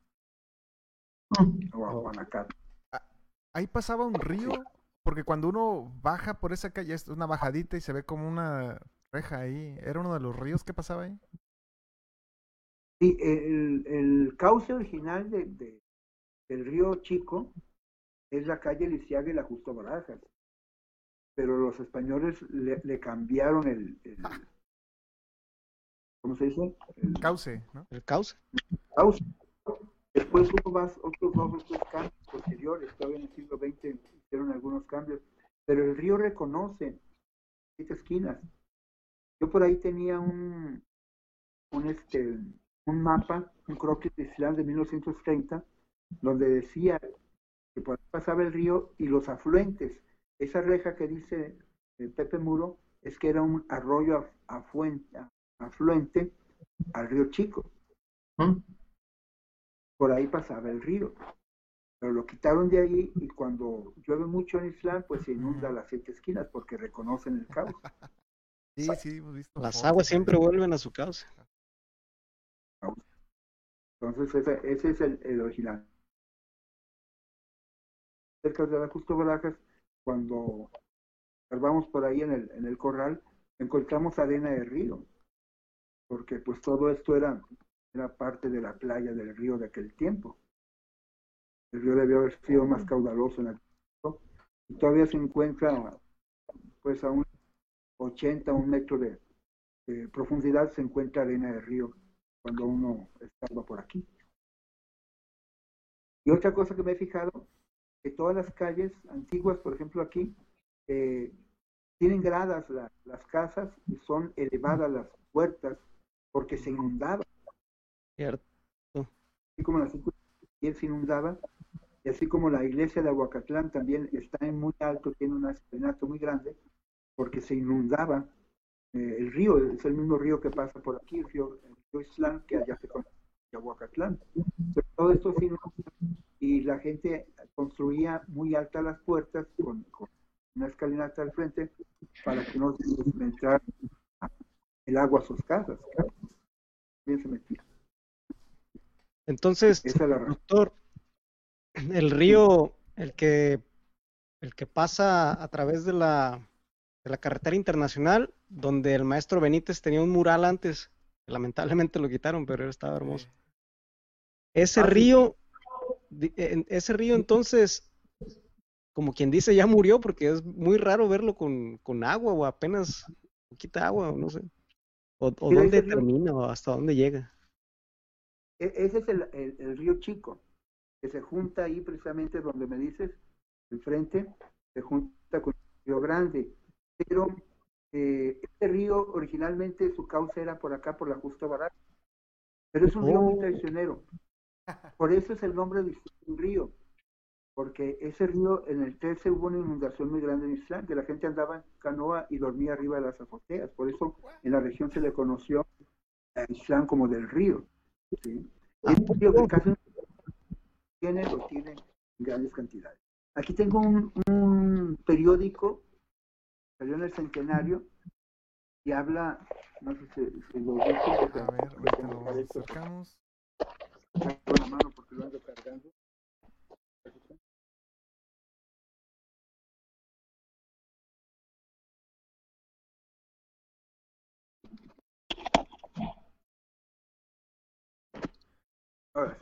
Juanacatlán. Ahí pasaba un río, porque cuando uno baja por esa calle, es una bajadita y se ve como una reja ahí. ¿Era uno de los ríos que pasaba ahí? Sí, el cauce original del río Chico es la calle Lisiaga y la Justo Barajas. Pero los españoles le cambiaron ¿cómo se dice? El cauce, ¿no? El cauce. Después hubo otros 2 o 3 cambios posteriores, todavía en el siglo XX hicieron algunos cambios, pero el río reconoce 7 esquinas. Yo por ahí tenía un mapa, un croquis de Islán de 1930, donde decía que por ahí pasaba el río y los afluentes. Esa reja que dice Pepe Muro es que era un arroyo afluente al río Chico. Por ahí pasaba el río. Pero lo quitaron de ahí y cuando llueve mucho en Islán, pues se inunda las 7 esquinas porque reconocen el cauce. Sí, hemos visto. Las aguas siempre vuelven a su cauce. Entonces ese es el original. Cerca de la Justo Barajas, cuando observamos por ahí en el corral, encontramos arena de río, porque pues todo esto era parte de la playa del río de aquel tiempo. El río debió haber sido más caudaloso en aquel tiempo, y todavía se encuentra pues a un 80, 1 metro de profundidad, se encuentra arena de río cuando uno estaba por aquí. Y otra cosa que me he fijado, que todas las calles antiguas, por ejemplo aquí, tienen gradas las casas y son elevadas las puertas porque se inundaban. Cierto. Así como la 5 se inundaba, y así como la iglesia de Aguacatlán también está en muy alto, tiene un escalinato muy grande, porque se inundaba el río, es el mismo río que pasa por aquí, el río Islán, que allá se conoce Yahuacatlán. Pero todo esto se inundaba y la gente construía muy altas las puertas con una escalinata al frente para que no se entrara el agua a sus casas. Bien se metía. Entonces, doctor, el río, el que pasa a través de la carretera internacional, donde el maestro Benítez tenía un mural antes, que lamentablemente lo quitaron, pero estaba hermoso. Ese río entonces, como quien dice, ya murió, porque es muy raro verlo con agua, o apenas poquita agua, o no sé. O dónde termina, o hasta dónde llega. Ese es el río Chico, que se junta ahí precisamente donde me dices, enfrente, se junta con el río Grande. Pero este río originalmente su cauce era por acá, por la Justo Barranca. Pero es un río muy traicionero. Por eso es el nombre de un río. Porque ese río, en el 13 hubo una inundación muy grande en Islán, que la gente andaba en canoa y dormía arriba de las azoteas. Por eso en la región se le conoció a Islán como del río. ¿Sí? Es un río que casi lo tiene en grandes cantidades. Aquí tengo un periódico, salió en el Centenario, y habla, no sé si lo dice, a ver, lo sacamos. Con la mano porque lo ando cargando. Ahora,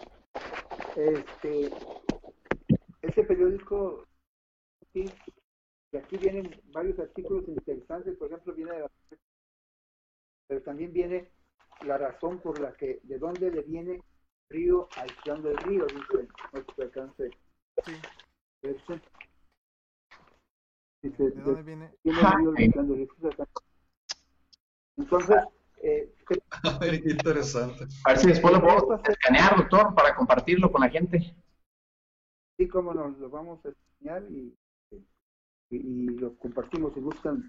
ese periódico, sí, y aquí vienen varios artículos interesantes, por ejemplo, viene de la, pero también viene la razón por la que, de dónde le viene río a Islán del Río, dice, no se alcance. Sí. Dice, ¿de dónde viene? Entonces, a ver, qué interesante. A ver si después lo podemos escanear, doctor, para compartirlo con la gente. Sí, cómo no, lo vamos a escanear y lo compartimos si gustan.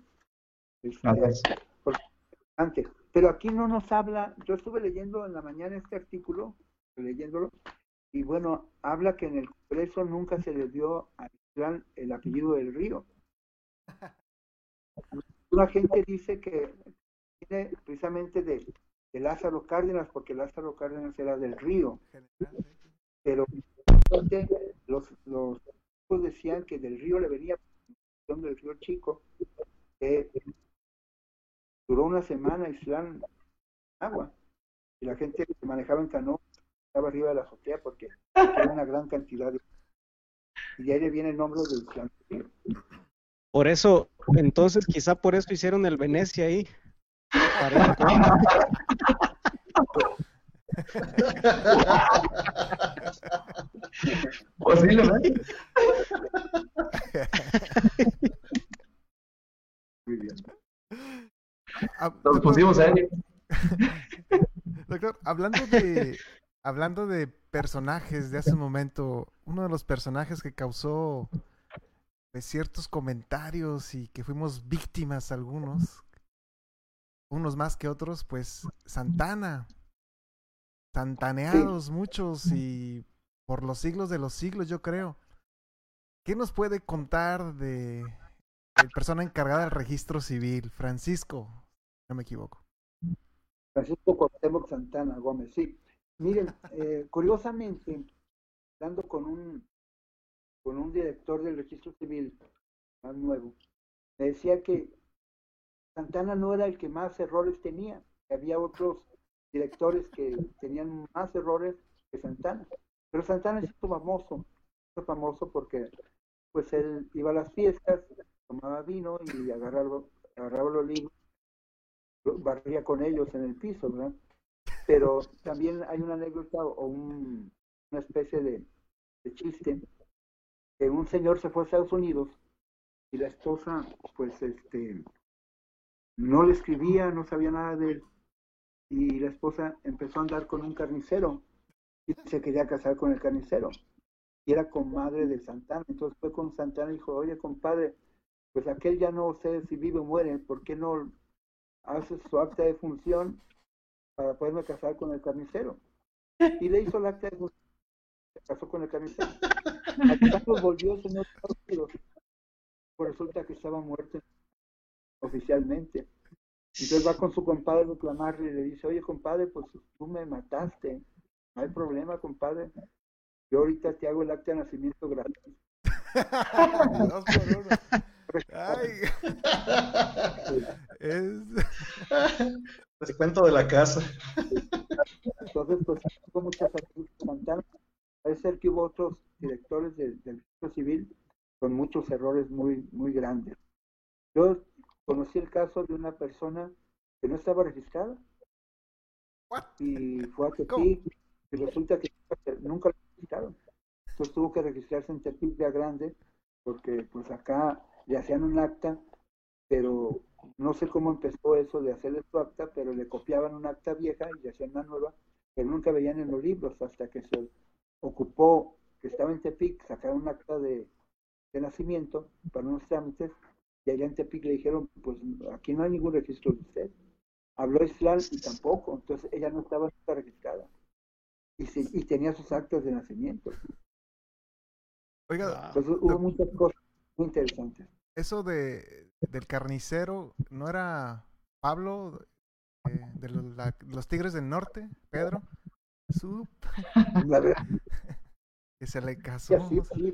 Antes. Pero aquí no nos habla, yo estuve leyendo en la mañana este artículo, leyéndolo, y bueno, habla que en el Congreso nunca se le dio a Islán el apellido del río. Una gente dice que viene precisamente de Lázaro Cárdenas, porque Lázaro Cárdenas era del río. Pero los decían que del río le venía del río Chico, que duró una semana Islán agua, y la gente que manejaba en canoa estaba arriba de la azotea porque era una gran cantidad y de ahí le viene el nombre del Islán. Por eso, entonces quizá por eso hicieron el Venecia ahí. Posiblemente. Muy bien. Nos pusimos a ello. Doctor, hablando de personajes de hace un momento, uno de los personajes que causó ciertos comentarios y que fuimos víctimas algunos, unos más que otros, pues Santana, santaneados muchos y por los siglos de los siglos, yo creo. ¿Qué nos puede contar de la persona encargada del registro civil, Francisco? No me equivoco. Francisco Cuauhtémoc Santana Gómez, sí. Miren, curiosamente, hablando con un director del registro civil más nuevo, me decía que Santana no era el que más errores tenía, que había otros directores que tenían más errores que Santana. Pero Santana es famoso porque pues él iba a las fiestas, tomaba vino y agarraba los libros, barría con ellos en el piso, ¿verdad? Pero también hay una anécdota o una especie de chiste, que un señor se fue a Estados Unidos y la esposa pues no le escribía, no sabía nada de él, y la esposa empezó a andar con un carnicero y se quería casar con el carnicero y era comadre de Santana. Entonces fue con Santana y dijo: oye, compadre, pues aquel ya no sé si vive o muere, ¿por qué no hace su acta de función para poderme casar con el carnicero? Y le hizo el acta de función, se casó con el carnicero. Al rato volvió el señor Estados Unidos, pues resulta que estaba muerto oficialmente. Entonces va con su compadre a reclamarle y le dice, oye compadre, pues tú me mataste, no hay problema compadre, yo ahorita te hago el acta de nacimiento gratis. 2 por 1. Ay. Descuento de la casa. Entonces, pues, hubo muchas acciones que Santana. Parece ser que hubo otros directores del registro civil con muchos errores muy, muy grandes. Yo conocí el caso de una persona que no estaba registrada y fue a Tepic y resulta que nunca lo registraron. Entonces tuvo que registrarse en Tepic ya grande porque pues acá le hacían un acta, pero no sé cómo empezó eso de hacerle su acta, pero le copiaban una acta vieja y le hacían una nueva, pero nunca veían en los libros hasta que se ocupó que estaba en Tepic, sacaron un acta de nacimiento para unos trámites y allá en Tepic le dijeron, pues aquí no hay ningún registro de usted. Habló Islán y tampoco, entonces ella no estaba registrada y tenía sus actas de nacimiento. Oiga, entonces hubo muchas cosas muy interesantes. Eso del carnicero, ¿no era Pablo de los Tigres del Norte, Pedro? La verdad. Que se le casó. Sí,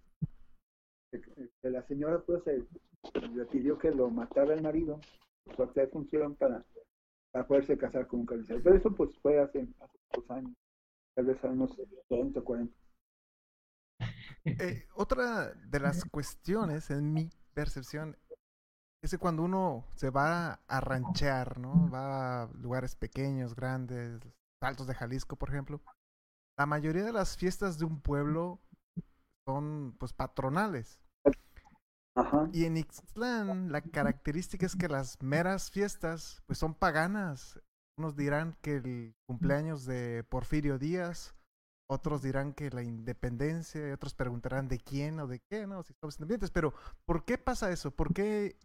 la señora pues le pidió que lo matara el marido, su acta de función para poderse casar con un carnicero. Pero eso pues fue hace 2 años, tal vez a unos 30 o 40. Otra de las cuestiones, en mi percepción, es que cuando uno se va a ranchear, ¿no? Va a lugares pequeños, grandes, Altos de Jalisco, por ejemplo, la mayoría de las fiestas de un pueblo son pues patronales. Ajá. Y en Ixtlán la característica es que las meras fiestas pues son paganas. Unos dirán que el cumpleaños de Porfirio Díaz, otros dirán que la independencia, y otros preguntarán de quién o de qué, ¿no? Si somos independientes. Pero, ¿por qué pasa eso? ¿Por qué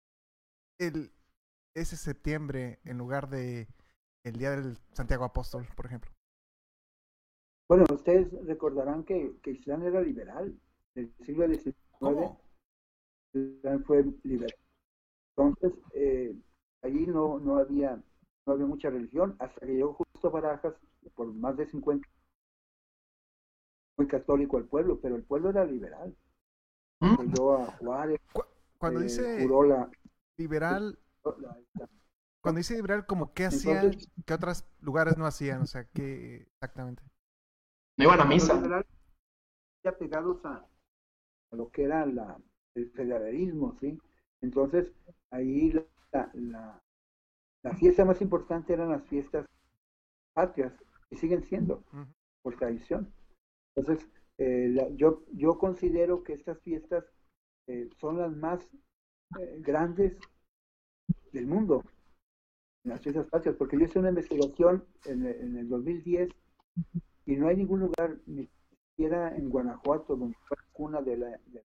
ese septiembre en lugar de el día del Santiago Apóstol, por ejemplo? Bueno, ustedes recordarán que Ixtlán era liberal. En el siglo XIX, Ixtlán fue liberal. Entonces, allí no había mucha religión, hasta que llegó Justo Barajas, por más de 50 muy católico al pueblo, pero el pueblo era liberal. Apoyó a Juárez. Cuando dice liberal, cuando dice liberal, ¿como qué hacían que otros lugares no hacían? O sea, ¿qué exactamente? No iban a misa. Ya pegados a lo que era el federalismo, ¿sí? Entonces, ahí la fiesta más importante eran las fiestas patrias, y siguen siendo, por tradición. Entonces, yo considero que estas fiestas son las más grandes del mundo, las fiestas patrias, porque yo hice una investigación en el 2010 y no hay ningún lugar, ni siquiera en Guanajuato, donde fue la cuna de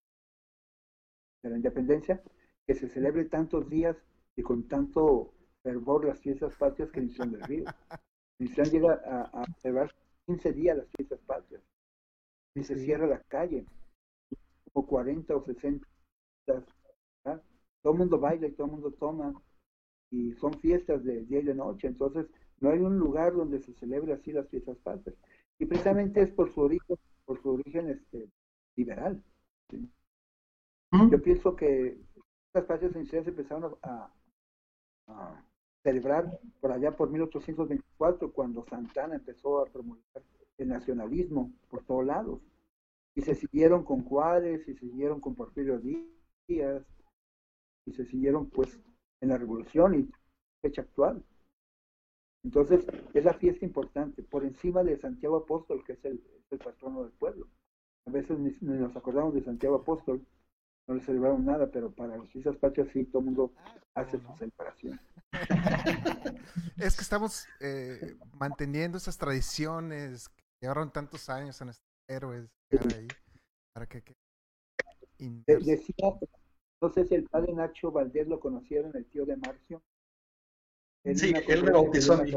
la independencia, que se celebre tantos días y con tanto fervor las fiestas patrias que en Ixtlán del Río. En Ixtlán llega a celebrar 15 días las fiestas patrias. Y se cierra la calle, o 40 o 60, ¿verdad? Todo el mundo baila y todo el mundo toma, y son fiestas de día y de noche, entonces no hay un lugar donde se celebre así las fiestas patrias, y precisamente es por su origen liberal, ¿sí? Yo pienso que las patrias iniciales se empezaron a celebrar por allá por 1824, cuando Santana empezó a promulgar el nacionalismo por todos lados, y se siguieron con Juárez, y se siguieron con Porfirio Díaz, y se siguieron pues en la revolución y fecha actual. Entonces es la fiesta importante, por encima de Santiago Apóstol, que es el patrono del pueblo. A veces ni nos acordamos de Santiago Apóstol, no le celebraron nada, pero para las fiestas patrias sí, todo el mundo hace su celebración. Es que estamos manteniendo esas tradiciones que llevaron tantos años a nuestros héroes ahí, para que decía No sé si el padre Nacho Valdés lo conocieron, el tío de Marcio. Sí, él me bautizó a mí.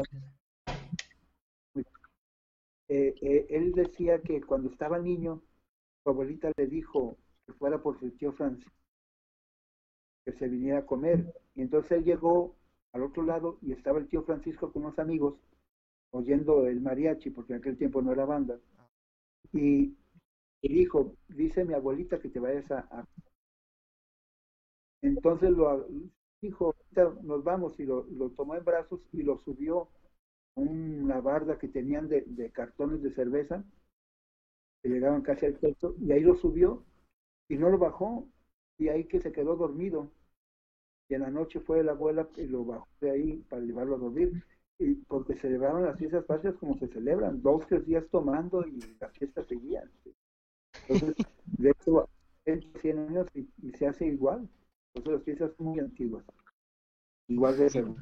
Él decía que cuando estaba niño, su abuelita le dijo que fuera por su tío Francisco, que se viniera a comer. Y entonces él llegó al otro lado y estaba el tío Francisco con unos amigos oyendo el mariachi, porque en aquel tiempo no era banda. Y dijo, dice mi abuelita que te vayas a... Entonces dijo, ahorita nos vamos, y lo tomó en brazos y lo subió a una barda que tenían de cartones de cerveza, que llegaban casi al techo, y ahí lo subió y no lo bajó, y ahí que se quedó dormido. Y en la noche fue la abuela y lo bajó de ahí para llevarlo a dormir. Y porque celebraban las fiestas patrias como se celebran, 2, 3 días tomando y las fiestas seguían. Entonces, de hecho, 100 años y se hace igual. Entonces las fiestas son muy antiguas. Igual de eso.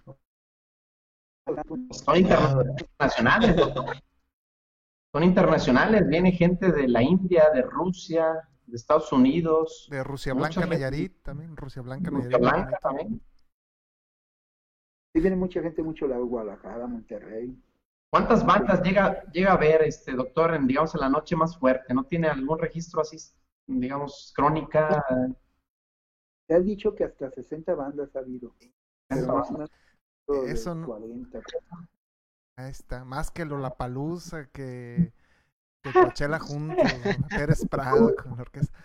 Son internacionales, doctor. Son internacionales, viene gente de la India, de Rusia, de Estados Unidos. De Rusia Blanca, Nayarit también, Rusia Blanca, Rusia Blanca también. Sí, viene mucha gente, mucho de Guadalajara, Monterrey. ¿Cuántas bandas llega a ver, doctor, en la noche más fuerte? ¿No tiene algún registro así, digamos, crónica? Se ha dicho que hasta 60 bandas ha habido. Eso no. 40. Ahí está, más que Lollapalooza, que Coachella juntos, Pérez Prado con la orquesta.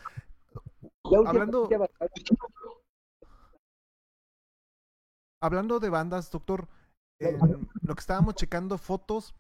Hablando de bandas, doctor, lo que estábamos checando fotos,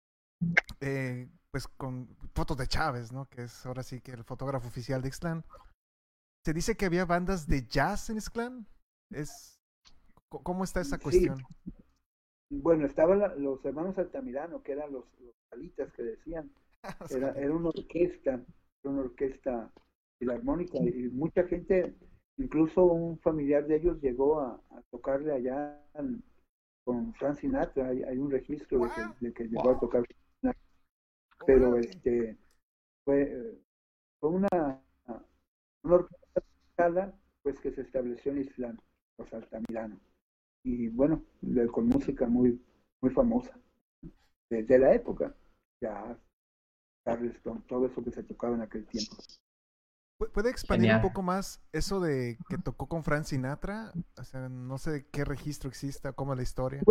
pues con fotos de Chávez, ¿no? Que es ahora sí que el fotógrafo oficial de Ixtlán. Se dice que había bandas de jazz en Ixtlán. ¿Cómo está esa cuestión? Sí. Bueno, estaban los hermanos Altamirano, que eran los palitas que decían. Era una orquesta filarmónica, y mucha gente, incluso un familiar de ellos llegó a tocarle allá con Frank Sinatra. Hay un registro de que llegó a tocar, pero fue una orquesta pues que se estableció en Ixtlán, los Altamirano, y bueno, con música muy muy famosa de la época, ya Charleston, todo eso que se tocaba en aquel tiempo. ¿Puede expandir un poco más eso de que tocó con Frank Sinatra? O sea, no sé qué registro exista, cómo es la historia.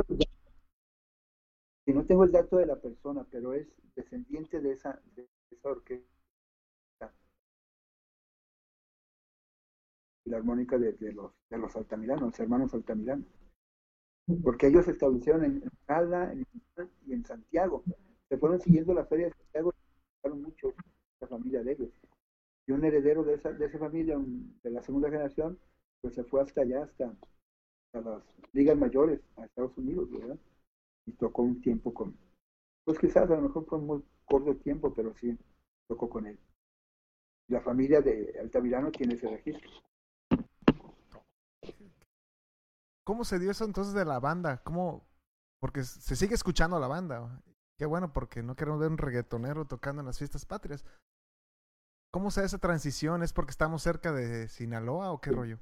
Y no tengo el dato de la persona, pero es descendiente de esa orquesta filarmónica de los Altamirano, los hermanos Altamirano. Porque ellos se establecieron en Cala, y en Santiago. Se fueron siguiendo la feria de Santiago, y mucho la familia de ellos. Y un heredero de esa familia, de la segunda generación, pues se fue hasta allá, hasta las ligas mayores, a Estados Unidos, ¿verdad? Y tocó un tiempo pues quizás a lo mejor fue un muy corto tiempo, pero sí tocó con él. La familia de Altamirano tiene ese registro. ¿Cómo se dio eso entonces de la banda? Porque se sigue escuchando a la banda. Qué bueno, porque no queremos ver un reggaetonero tocando en las fiestas patrias. ¿Cómo se da esa transición? ¿Es porque estamos cerca de Sinaloa o qué rollo?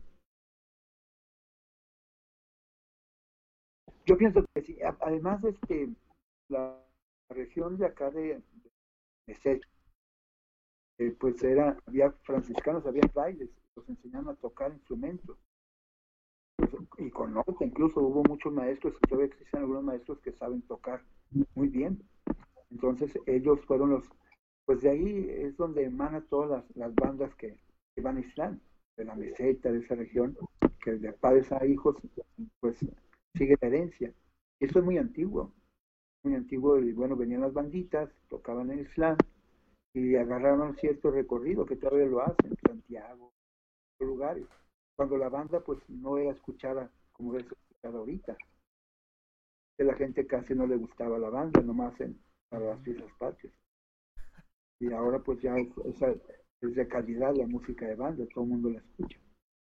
Yo pienso que sí. Además, la región de acá de Meseta, pues había franciscanos, había frailes, los enseñaron a tocar instrumentos. Y con nota, incluso hubo muchos maestros, y todavía existen algunos maestros que saben tocar muy bien. Entonces ellos fueron pues de ahí es donde emanan todas las bandas que van a Ixtlán, de la meseta, de esa región, que de padres a hijos, pues sigue la herencia. Y eso es muy antiguo, y bueno, venían las banditas, tocaban en Ixtlán, y agarraron cierto recorrido, que todavía lo hacen, Santiago, lugares. Cuando la banda pues no era escuchada como es escuchada ahorita, que la gente casi no le gustaba la banda, nomás para las fiestas patrias. Y ahora pues ya es de calidad la música de banda, todo el mundo la escucha.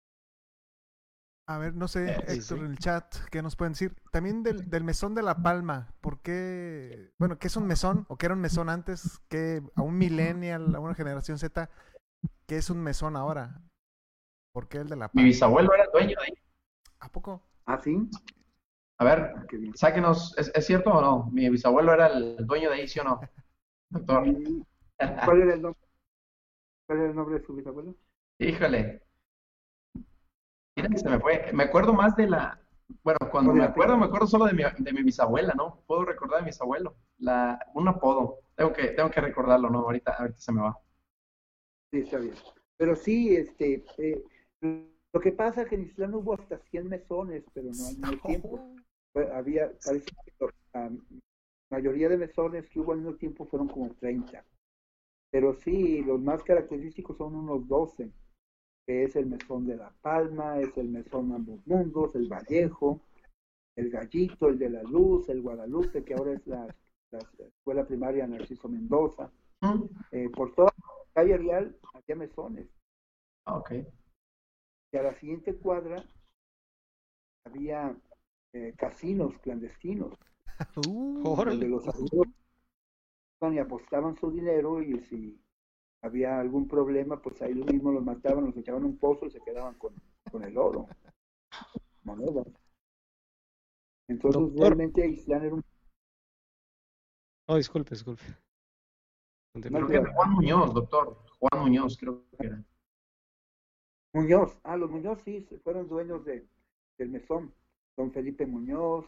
A ver, no sé, Héctor, en el chat, ¿qué nos pueden decir? También del mesón de La Palma, ¿por qué? Bueno, ¿qué es un mesón? ¿O qué era un mesón antes? ¿Qué a un millennial, a una generación Z, qué es un mesón ahora? ¿Por qué el de La Mi Paz? bisabuelo era el dueño de ahí. ¿A poco? ¿Ah, sí? A ver, sáquenos, ¿es cierto o no? Mi bisabuelo era el dueño de ahí, ¿sí o no, doctor? ¿Cuál era el nombre? ¿Cuál era el nombre de su bisabuelo? Híjole, mira, se me fue. Me acuerdo más de la... Bueno, cuando me acuerdo solo de mi bisabuela, ¿no? Puedo recordar de mi bisabuelo. Un apodo. Tengo que recordarlo, ¿no? Ahorita se me va. Sí, está bien. Pero sí, lo que pasa es que en Islán hubo hasta 100 mesones, pero no al mismo tiempo. Parece que la mayoría de mesones que hubo al mismo tiempo fueron como 30. Pero sí, los más característicos son unos 12, que es el mesón de La Palma, es el mesón Ambos Mundos, el Vallejo, el Gallito, el de la Luz, el Guadalupe, que ahora es la escuela primaria Narciso Mendoza. Por toda la calle Real había mesones. Ok. Y a la siguiente cuadra había casinos clandestinos, donde los amigos iban y apostaban su dinero, y si había algún problema, pues ahí mismo los mataban, los echaban en un pozo y se quedaban con el oro, monedas. Entonces, Doctor. realmente Islán era un... Oh, disculpe. Creo que es de Juan Muñoz, doctor. Juan Muñoz, creo que era. Muñoz. Los Muñoz sí fueron dueños del mesón. Don Felipe Muñoz,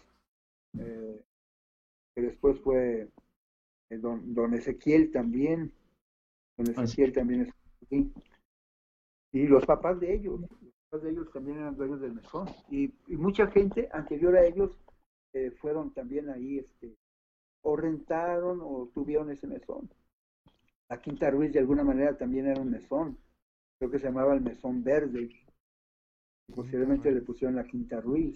que después fue don Ezequiel también. Don Ezequiel también es aquí. Y los papás de ellos también eran dueños del mesón. Y mucha gente anterior a ellos fueron también ahí, o rentaron o tuvieron ese mesón. La Quinta Ruiz de alguna manera también era un mesón. Creo que se llamaba el Mesón Verde. Y posteriormente le pusieron la Quinta Ruiz.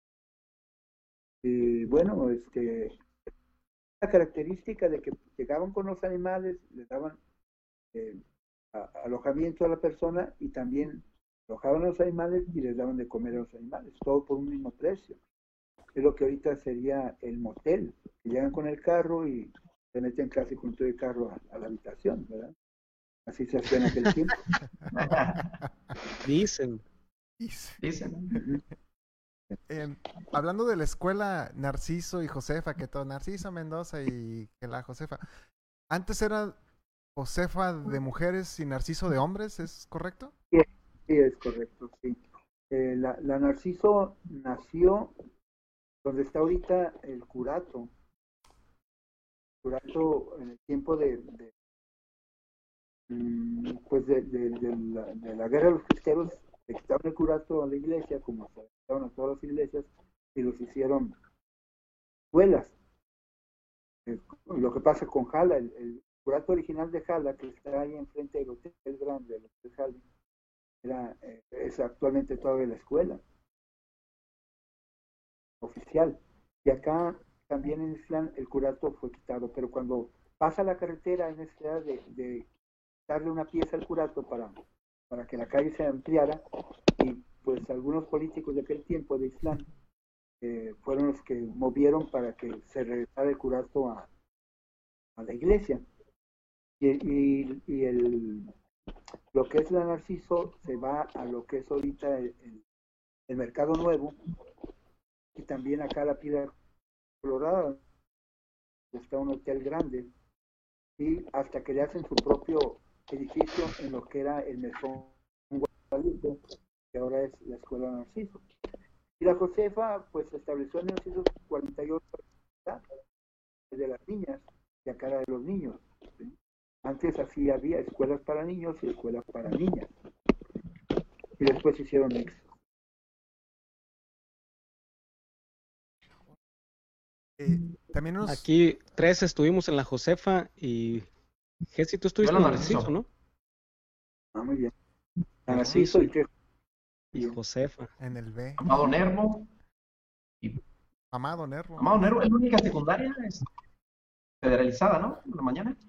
Y bueno, la característica de que llegaban con los animales, les daban alojamiento a la persona, y también alojaban a los animales y les daban de comer a los animales, todo por un mismo precio. Es lo que ahorita sería el motel, que llegan con el carro y se meten casi con todo el carro a la habitación, ¿verdad? Así se hacía en aquel tiempo. Dicen. Hablando de la escuela Narciso y Josefa, que todo Narciso Mendoza y que la Josefa, antes era Josefa de mujeres y Narciso de hombres, ¿es correcto? Sí, es correcto, sí. La Narciso nació donde está ahorita el Curato. Curato en el tiempo de la guerra de los cristeros, le quitaron el curato a la iglesia, como se quitaron a todas las iglesias, y los hicieron escuelas. Lo que pasa con Jala, el curato original de Jala, que está ahí enfrente del Hotel Grande, el Hotel Jala, es actualmente todavía la escuela oficial. Y acá también en Islán el curato fue quitado, pero cuando pasa la carretera hay necesidad de darle una pieza al curato para que la calle se ampliara, y pues algunos políticos de aquel tiempo de Islán fueron los que movieron para que se regresara el curato a la iglesia, y lo que es la Narciso se va a lo que es ahorita el Mercado Nuevo, y también acá la Piedra Colorada está un hotel grande, y hasta que le hacen su propio edificio en lo que era el mesón Guadalupe, que ahora es la escuela Narciso. Y la Josefa pues se estableció en 1948 de las niñas, y acá era de los niños, ¿sí? Antes así había escuelas para niños y escuelas para niñas, y después hicieron mixto. También Aquí 3 estuvimos en la Josefa, y Jessy, tú estuviste en el Narciso, ¿no? Ah, muy bien. Narciso y Josefa. En el B. Amado Nervo. Amado Nervo. Amado Nervo es la única secundaria federalizada, ¿no? En la mañana.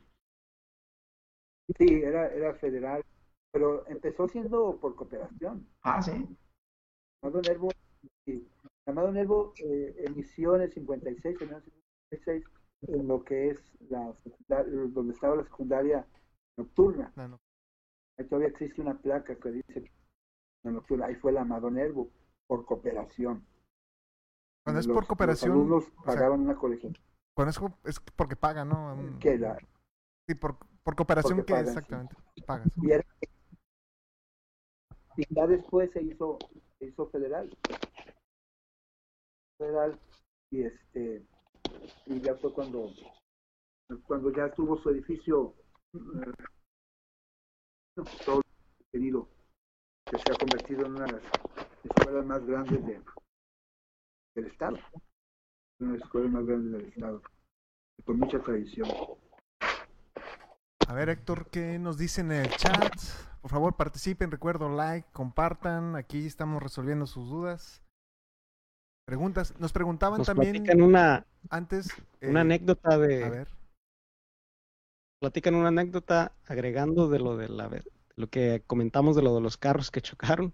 Sí, era federal, pero empezó siendo por cooperación. Ah, sí. Amado Nervo, sí. Amado Nervo inició en el 56, en lo que es donde estaba la secundaria nocturna. Ahí todavía existe una placa que dice Ahí fue el Amado Nervo, por cooperación. Cuando es por cooperación, Los alumnos o sea, pagaban una colección. Con eso es porque pagan, ¿no? Sí, por cooperación que pagan, exactamente sí. pagas. Y ya después se hizo federal. Y ya fue cuando ya tuvo su edificio todo querido, que se ha convertido en una de las escuelas más grandes del estado. Una de las escuelas más grandes del estado, con mucha tradición. A ver, Héctor, ¿qué nos dicen en el chat? Por favor, participen, recuerdo, like, compartan. Aquí estamos resolviendo sus dudas. Preguntas. Nos preguntaban también antes una anécdota a ver. Platican una anécdota agregando de lo que comentamos de lo de los carros que chocaron.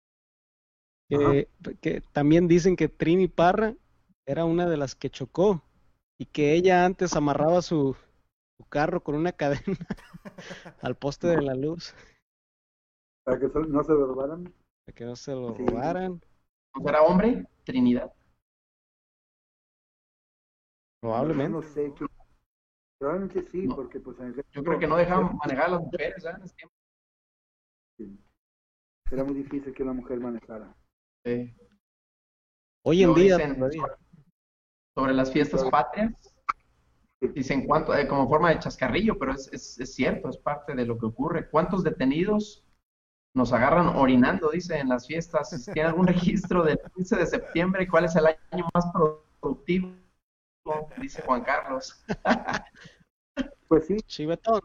Que también dicen que Trini Parra era una de las que chocó y que ella antes amarraba su carro con una cadena al poste de la luz. Para que no se lo robaran. Para que no se lo robaran. ¿Era hombre? Trinidad. Probablemente. No sé, probablemente sí, porque pues yo creo que no dejaban manejar a las mujeres, ¿sabes? Sí. Era muy difícil que una mujer manejara. Sí. Hoy en día sobre las fiestas patrias, dicen cuánto, como forma de chascarrillo, pero es cierto, es parte de lo que ocurre. ¿Cuántos detenidos nos agarran orinando, dice, en las fiestas? ¿Tiene algún registro del 15 de septiembre? ¿Cuál es el año más productivo? Dice Juan Carlos. Pues sí. Chivetón.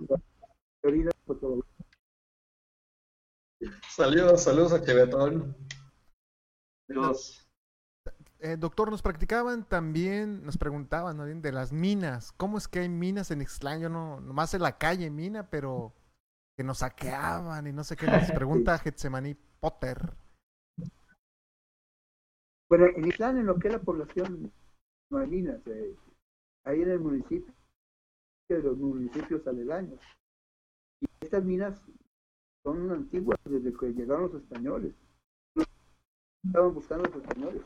Saludos a Chivetón. Saludos. Doctor, nos preguntaban, ¿no?, de las minas. ¿Cómo es que hay minas en Ixtlán? Yo nomás en la calle mina, pero que nos saqueaban y no sé qué. Nos pregunta Getsemaní Potter. Bueno, en Ixtlán, en lo que es la población, no hay minas. Ahí en el municipio, de los municipios aledaños. Y estas minas son antiguas desde que llegaron los españoles. Estaban buscando los españoles.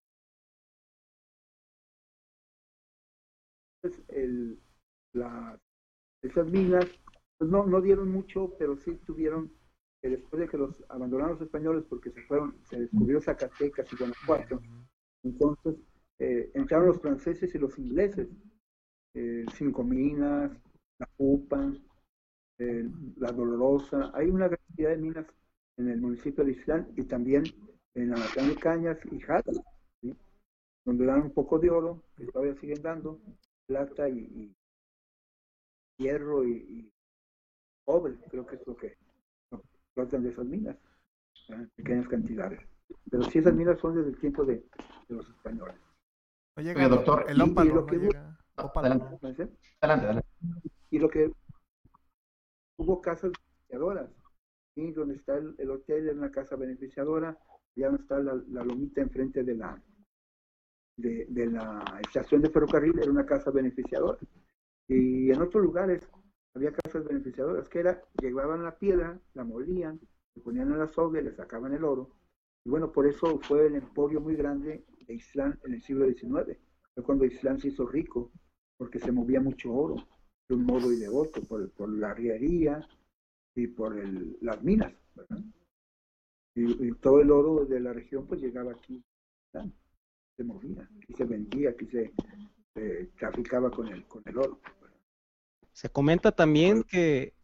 Esas minas pues no dieron mucho, pero sí tuvieron, después de que los abandonaron los españoles, porque se descubrió Zacatecas y Guanajuato, entonces entraron los franceses y los ingleses. Cinco Minas, La Pupa, La Dolorosa. Hay una gran cantidad de minas en el municipio de Ixtlán y también en Alacrán de Cañas y Jala, ¿sí?, donde dan un poco de oro, que todavía siguen dando, plata y hierro y cobre, creo que es lo que flotan de esas minas, en pequeñas cantidades. Pero sí, esas minas son desde el tiempo de los españoles. Oye, doctor, el ópalo no llega. Adelante. Y lo que hubo casas beneficiadoras, ¿sí?, donde está el hotel, es una casa beneficiadora, ya no está la lomita enfrente de la estación de ferrocarril, era una casa beneficiadora. Y en otros lugares había casas beneficiadoras que llevaban la piedra, la molían, le ponían en la soga y le sacaban el oro. Y bueno, por eso fue el emporio muy grande de Ixtlán en el siglo XIX. Fue cuando Ixtlán se hizo rico, porque se movía mucho oro de un modo y de otro, por la arriería y por las minas, ¿verdad? Y todo el oro de la región pues llegaba aquí, ¿verdad? Se movía, aquí se vendía, aquí se traficaba con el oro. Se comenta también que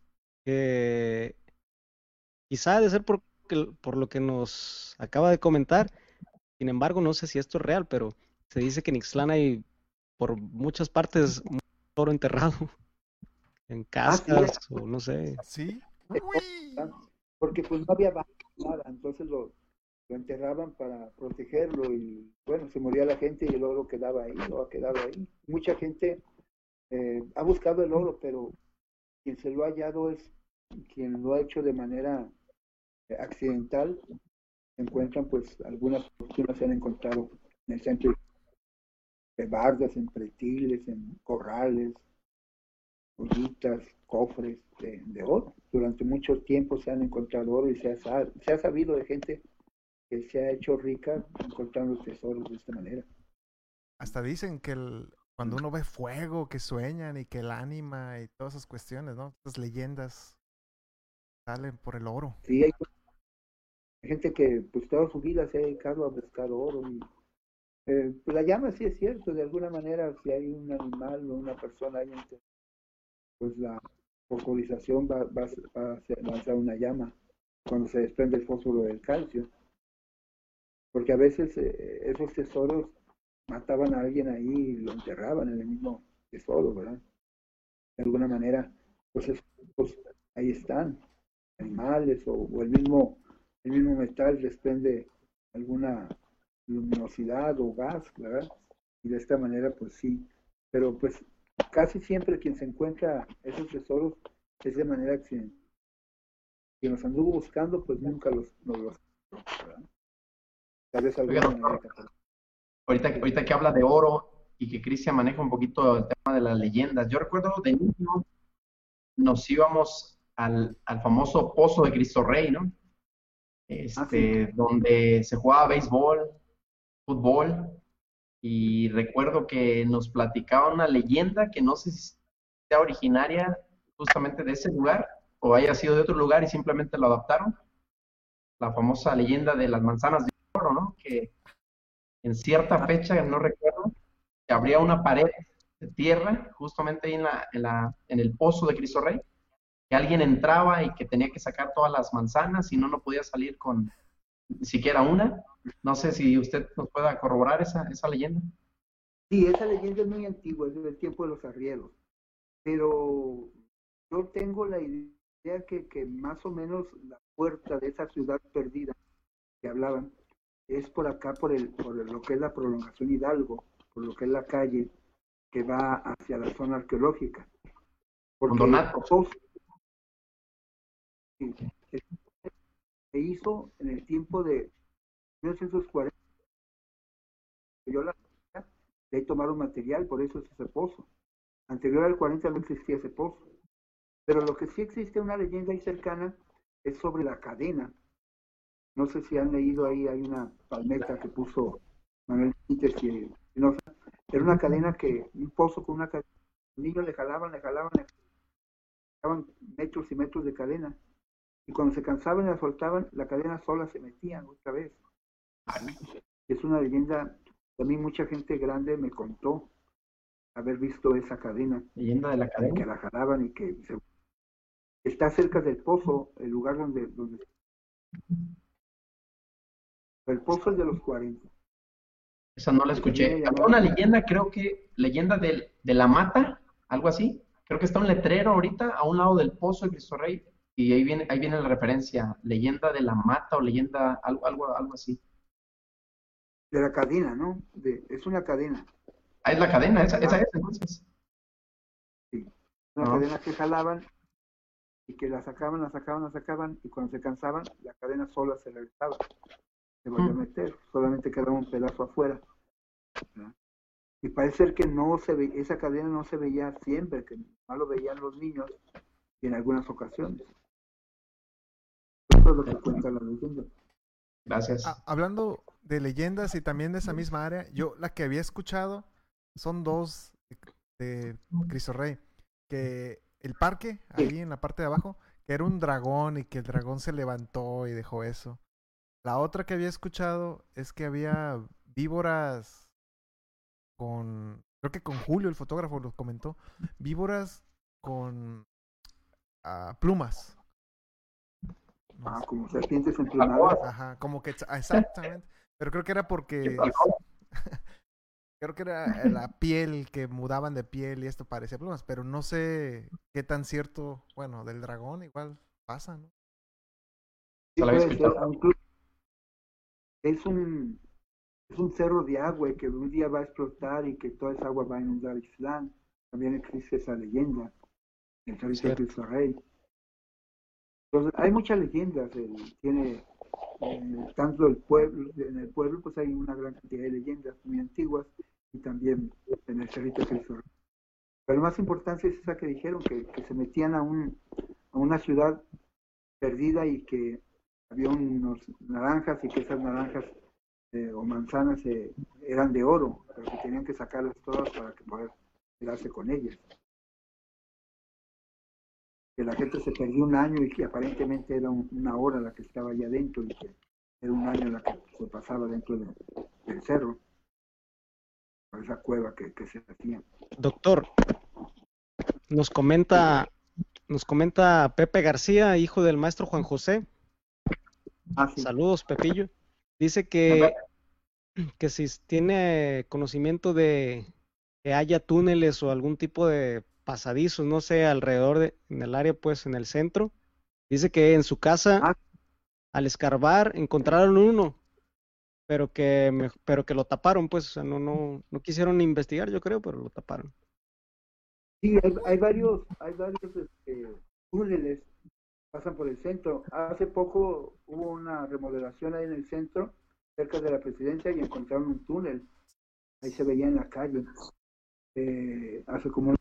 quizá ha de ser por lo que nos acaba de comentar. Sin embargo, no sé si esto es real, pero se dice que en Ixtlán hay por muchas partes mucho oro enterrado en casas o no sé. ¿Sí? Porque pues no había nada, entonces lo enterraban para protegerlo y bueno, se moría la gente y el oro quedaba ahí, o ha quedado ahí. Mucha gente ha buscado el oro, pero quien se lo ha hallado es quien lo ha hecho de manera accidental. Encuentran pues algunas fortunas se han encontrado en el centro de bardas, en pretiles, en corrales, ollitas, cofres de oro. Durante mucho tiempo se han encontrado oro y se ha sabido de gente que se ha hecho rica encontrando tesoros de esta manera. Hasta dicen que cuando uno ve fuego, que sueñan y que el ánima y todas esas cuestiones, ¿no? Esas leyendas salen por el oro. Sí, hay gente que pues toda su vida se ha dedicado a buscar oro y pues la llama sí es cierto, de alguna manera si hay un animal o una persona ahí, pues la fosforización va a lanzar una llama cuando se desprende el fósforo del calcio, porque a veces esos tesoros mataban a alguien ahí y lo enterraban en el mismo tesoro, ¿verdad? De alguna manera, pues ahí están, animales o el mismo metal desprende alguna luminosidad o gas, ¿verdad? Y de esta manera, pues sí, pero pues casi siempre quien se encuentra esos tesoros es de manera accidental. Quien los anduvo buscando, pues nunca los ¿verdad? Tal vez alguna manera. Ahorita que habla de oro y que Cristian maneja un poquito el tema de las leyendas, yo recuerdo de niño nos íbamos al famoso Pozo de Cristo Rey, ¿no? Sí. Donde se jugaba béisbol, fútbol, y recuerdo que nos platicaba una leyenda que no sé si sea originaria justamente de ese lugar o haya sido de otro lugar y simplemente lo adaptaron. La famosa leyenda de las manzanas de oro, ¿no? Que en cierta fecha, no recuerdo, que habría una pared de tierra justamente ahí en el Pozo de Cristo Rey, que alguien entraba y que tenía que sacar todas las manzanas y no podía salir con ni siquiera una. No sé si usted nos pueda corroborar esa leyenda. Sí, esa leyenda es muy antigua, es del tiempo de los arrieros, pero yo tengo la idea que más o menos la puerta de esa ciudad perdida que hablaban es por acá, por lo que es la prolongación Hidalgo, por lo que es la calle que va hacia la zona arqueológica. Porque se hizo en el tiempo de 1940. De ahí tomaron material, por eso es ese pozo. Anterior al 40 no existía ese pozo. Pero lo que sí existe una leyenda ahí cercana es sobre la cadena. No sé si han leído ahí, hay una palmeta que puso Manuel Benítez y Espinosa. Era una cadena un pozo con una cadena. Los niños le jalaban metros y metros de cadena. Y cuando se cansaban y la soltaban, la cadena sola se metía otra vez. Es una leyenda, también mucha gente grande me contó haber visto esa cadena. Leyenda de la cadena. Que la jalaban y que está cerca del pozo, el lugar donde el pozo es de los 40. Esa no la escuché. Había una leyenda, creo que leyenda de la mata, algo así. Creo que está un letrero ahorita a un lado del Pozo de Cristo Rey y ahí viene la referencia, leyenda de la mata o leyenda, algo así. De la cadena, ¿no? Es una cadena. Ah, es la cadena, esa es entonces. Sí, una cadena que jalaban y que la sacaban y cuando se cansaban, la cadena sola se regresaba. Se volvió a meter, solamente quedaba un pedazo afuera. ¿No? Y parece ser que esa cadena no se veía siempre, que no lo veían los niños y en algunas ocasiones. Eso es lo que cuenta la leyenda. Gracias. Hablando de leyendas y también de esa misma área, yo la que había escuchado son dos de Cristo Rey, que el parque, ahí en la parte de abajo, que era un dragón y que el dragón se levantó y dejó eso. La otra que había escuchado es que había víboras creo que con Julio, el fotógrafo, lo comentó, víboras con plumas. Como serpientes emplumadas. Ajá, como que, exactamente. Pero creo que era porque creo que era la piel, que mudaban de piel y esto parecía plumas, pero no sé qué tan cierto, bueno, del dragón igual pasa, ¿no? Sí, es un cerro de agua que un día va a explotar y que toda esa agua va a inundar Islán. También existe esa leyenda, el cerrito de Cristo Rey. Entonces, hay muchas leyendas, tiene tanto en el pueblo pues hay una gran cantidad de leyendas muy antiguas y también en el cerrito de Cristo Rey. Pero más importante es esa que dijeron, que se metían a una ciudad perdida y que había unos naranjas y que esas naranjas o manzanas eran de oro, pero que tenían que sacarlas todas para que poder quedarse con ellas. Que la gente se perdió un año y que aparentemente era una hora la que estaba allá adentro y que era un año la que se pasaba dentro del cerro, por esa cueva que se hacía. Doctor, nos comenta Pepe García, hijo del maestro Juan José. Sí. Saludos, Pepillo. Dice que si tiene conocimiento de que haya túneles o algún tipo de pasadizos, no sé, alrededor en el área, pues en el centro. Dice que en su casa, al escarbar, encontraron uno, pero que lo taparon, pues, o sea, no quisieron investigar, yo creo, pero lo taparon. Sí, hay varios túneles que pasan por el centro. Hace poco hubo una remodelación ahí en el centro, cerca de la presidencia, y encontraron un túnel. Ahí se veía en la calle. Hace como...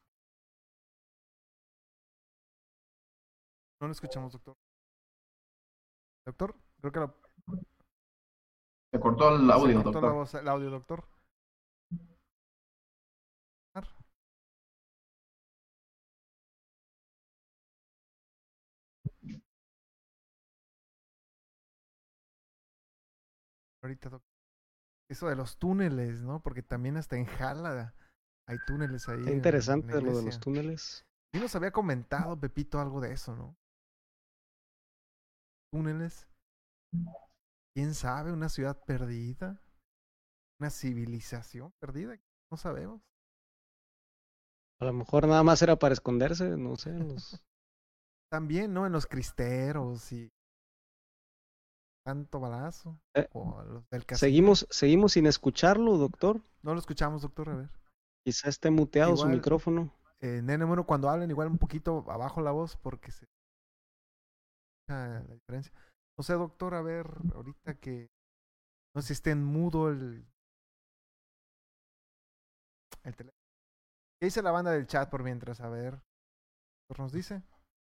No lo escuchamos, doctor. Doctor, creo que se cortó el audio, se cortó doctor. el audio, doctor. Ahorita, doctor. Eso de los túneles, ¿no? Porque también hasta en Jala hay túneles ahí. Está interesante lo de los túneles. Y nos había comentado, Pepito, algo de eso, ¿no? Túneles. ¿Quién sabe? Una ciudad perdida. Una civilización perdida. No sabemos. A lo mejor nada más era para esconderse, no sé. También, ¿no? En los cristeros y tanto balazo. O los del casino. ¿Seguimos sin escucharlo, doctor? No lo escuchamos, doctor, a ver. Quizá esté muteado su micrófono. Nene, bueno, cuando hablen igual un poquito abajo la voz porque se la diferencia. No sé, doctor, a ver, ahorita que no sé si esté en mudo el teléfono. ¿Qué dice la banda del chat por mientras? A ver, ¿qué nos dice?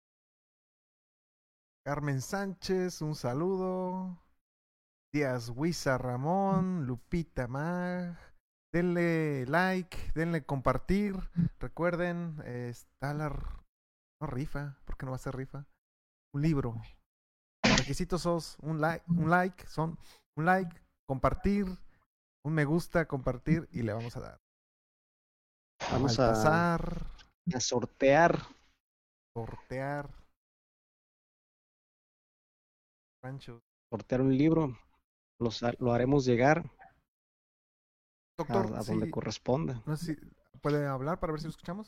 Carmen Sánchez, un saludo. Díaz Huiza Ramón, Lupita Mag. Denle like, denle compartir. Recuerden, está la... No, rifa. ¿Por qué no va a ser rifa? Un libro. Los requisitos son un like, compartir, un me gusta, compartir y le vamos a dar. Vamos a sortear. Ranchos. Sortear un libro. Lo haremos llegar. Doctor, a donde corresponda. No sé si puede hablar para ver si lo escuchamos.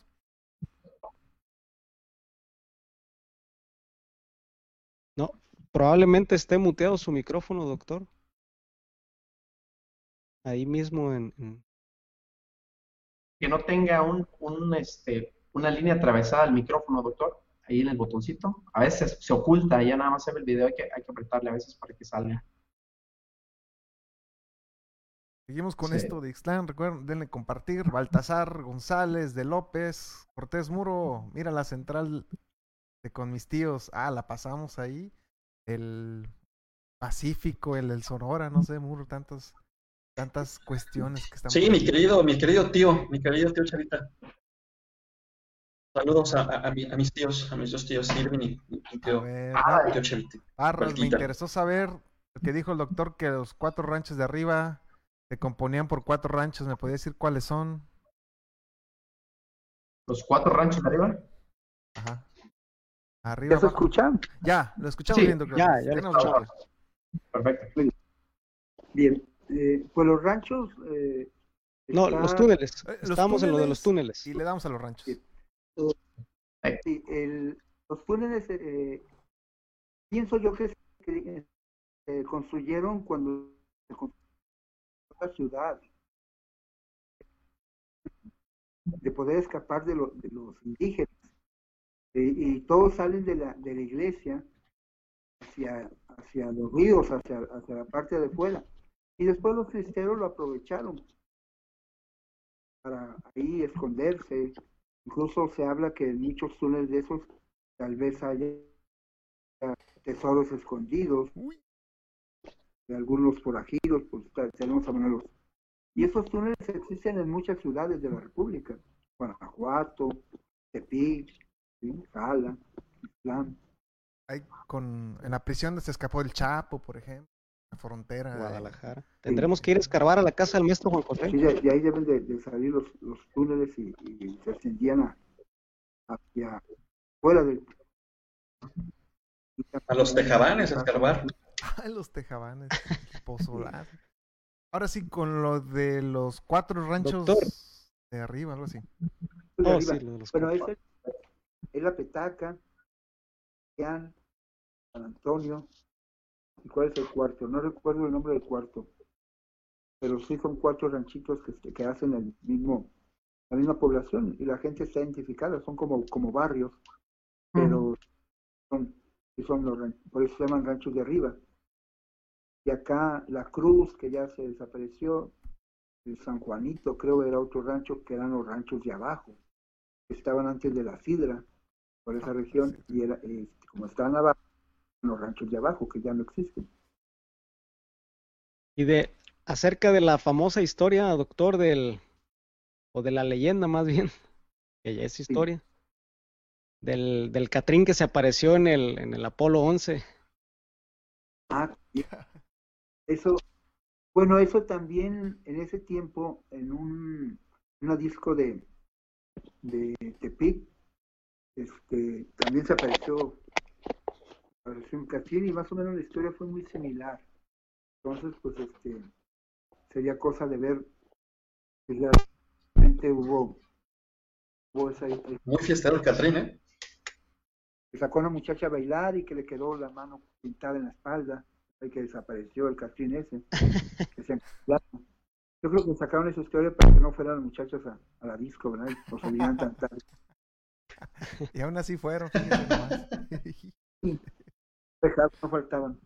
No, probablemente esté muteado su micrófono, doctor. Ahí mismo Que no tenga una línea atravesada al micrófono, doctor. Ahí en el botoncito. A veces se oculta, ya nada más se ve el video, hay que apretarle a veces para que salga. Seguimos con esto de Ixtlán, recuerden, denle compartir. Baltasar González de López, Cortés Muro, mira la central de Con Mis Tíos. La pasamos ahí. El Pacífico, el Sonora, no sé, Muro, tantas cuestiones que estamos... Sí, mi querido tío Chavita. Saludos a mis tíos, a mis dos tíos, Irving y tío Chavita. Me interesó saber lo que dijo el doctor, que los 4 ranchos de arriba se componían por 4 ranchos. ¿Me podía decir cuáles son? ¿Los 4 ranchos de arriba? Ajá. Arriba. ¿Ya se escuchan? Ya, lo escuchamos bien, doctor. Ya lo escuchamos. Perfecto. Bien. Pues los ranchos... No, los túneles. Estamos en lo de los túneles. Y le damos a los ranchos. Sí, los túneles, pienso yo que se construyeron cuando se construyó la ciudad, de poder escapar de los indígenas, y todos salen de la iglesia hacia los ríos, hacia la parte de fuera, y después los cristeros lo aprovecharon para ahí esconderse Incluso se habla que en muchos túneles de esos tal vez haya tesoros escondidos, de algunos forajidos, pues tenemos a Morelos. Y esos túneles existen en muchas ciudades de la República, Guanajuato, Tepic, ¿sí? Jala, Islán. En la prisión donde se escapó el Chapo, por ejemplo, la frontera Guadalajara. Tendremos que ir a escarbar a la casa del maestro Juan José. Sí, de ahí deben de salir los túneles y se ascendían hacia fuera del... A los tejabanes, a escarbar. Los tejabanes, Pozolar. Ahora sí, con lo de los 4 ranchos de arriba, algo así. Sí, bueno, es la Petaca, San Antonio. ¿Y cuál es el cuarto? No recuerdo el nombre del cuarto. Pero sí son 4 ranchitos que hacen la misma población y la gente está identificada, son como barrios, pero son por eso se llaman ranchos de arriba. Y acá La Cruz, que ya se desapareció, el San Juanito, creo que era otro rancho, que eran los ranchos de abajo, que estaban antes de la Sidra, por esa región, y como estaban abajo, los ranchos de abajo, que ya no existen. Y acerca de la famosa historia, doctor, o de la leyenda más bien, que ya es historia, del Catrín que se apareció en el Apolo 11. Eso también en ese tiempo, en una disco de Tepic, también se apareció un Catrín y más o menos la historia fue muy similar. Entonces, pues sería cosa de ver si realmente hubo esa... Muy fiestero el Catrín, ¿eh? Que sacó a una muchacha a bailar y que le quedó la mano pintada en la espalda, y que desapareció el Catrín ese. Yo creo que sacaron esa historia para que no fueran los muchachos a la disco, ¿verdad? O se olvidaran tan tarde. Y aún así fueron, fíjense nomás. Sí. No faltaban.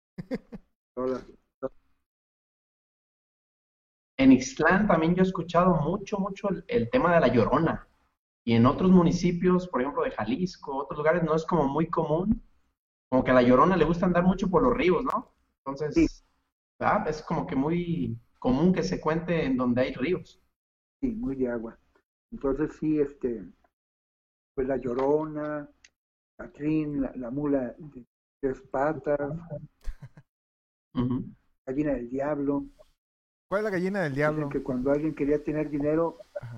En Ixtlán también yo he escuchado mucho el tema de la Llorona. Y en otros municipios, por ejemplo de Jalisco, otros lugares, no es como muy común. Como que a la Llorona le gusta andar mucho por los ríos, ¿no? Entonces, sí. Es como que muy común que se cuente en donde hay ríos. Sí, muy de agua. Entonces sí, pues la Llorona, Catrín, la mula de 3 patas, gallina del diablo. ¿Cuál es la gallina del diablo? Dicen que cuando alguien quería tener dinero,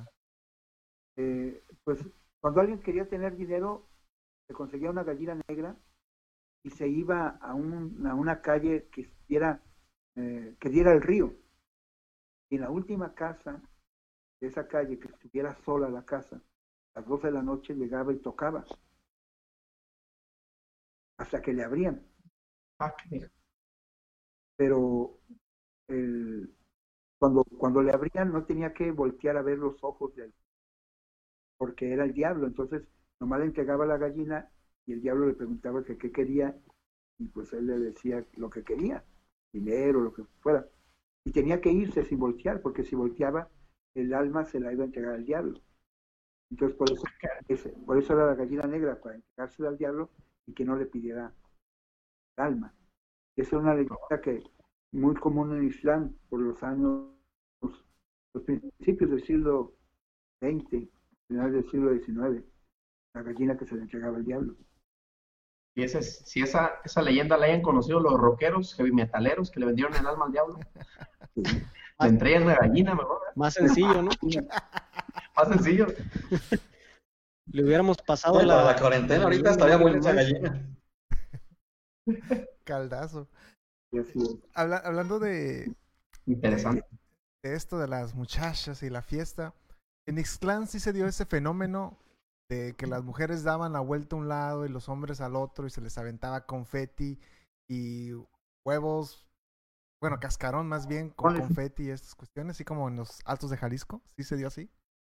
pues cuando alguien quería tener dinero, se conseguía una gallina negra y se iba a una calle que diera el río. Y en la última casa de esa calle, que estuviera sola la casa, a las 12 de la noche llegaba y tocaba hasta que le abrían. Pero cuando le abrían no tenía que voltear a ver los ojos de él, porque era el diablo. Entonces nomás le entregaba la gallina y el diablo le preguntaba que qué quería y pues él le decía lo que quería, dinero, lo que fuera, y tenía que irse sin voltear, porque si volteaba el alma se la iba a entregar al diablo. Entonces por eso era la gallina negra, para entregársela al diablo y que no le pidiera el alma. Esa es una leyenda que muy común en Islán por los principios del siglo XX, finales del siglo XIX, la gallina que se le entregaba al diablo. Y si esa leyenda la hayan conocido los rockeros, heavy metaleros, que le vendieron el alma al diablo. Le entregan una gallina mejor. Más sencillo, ¿no? Más sencillo. Le hubiéramos pasado para la cuarentena, ahorita estaría buena esa gallina. Caldazo. Sí. Hablando de... Interesante. De esto de las muchachas y la fiesta, en Ixtlán sí se dio ese fenómeno de que las mujeres daban la vuelta a un lado y los hombres al otro y se les aventaba confeti y huevos, bueno, cascarón más bien, con confeti y estas cuestiones, así como en los Altos de Jalisco. ¿Sí se dio así?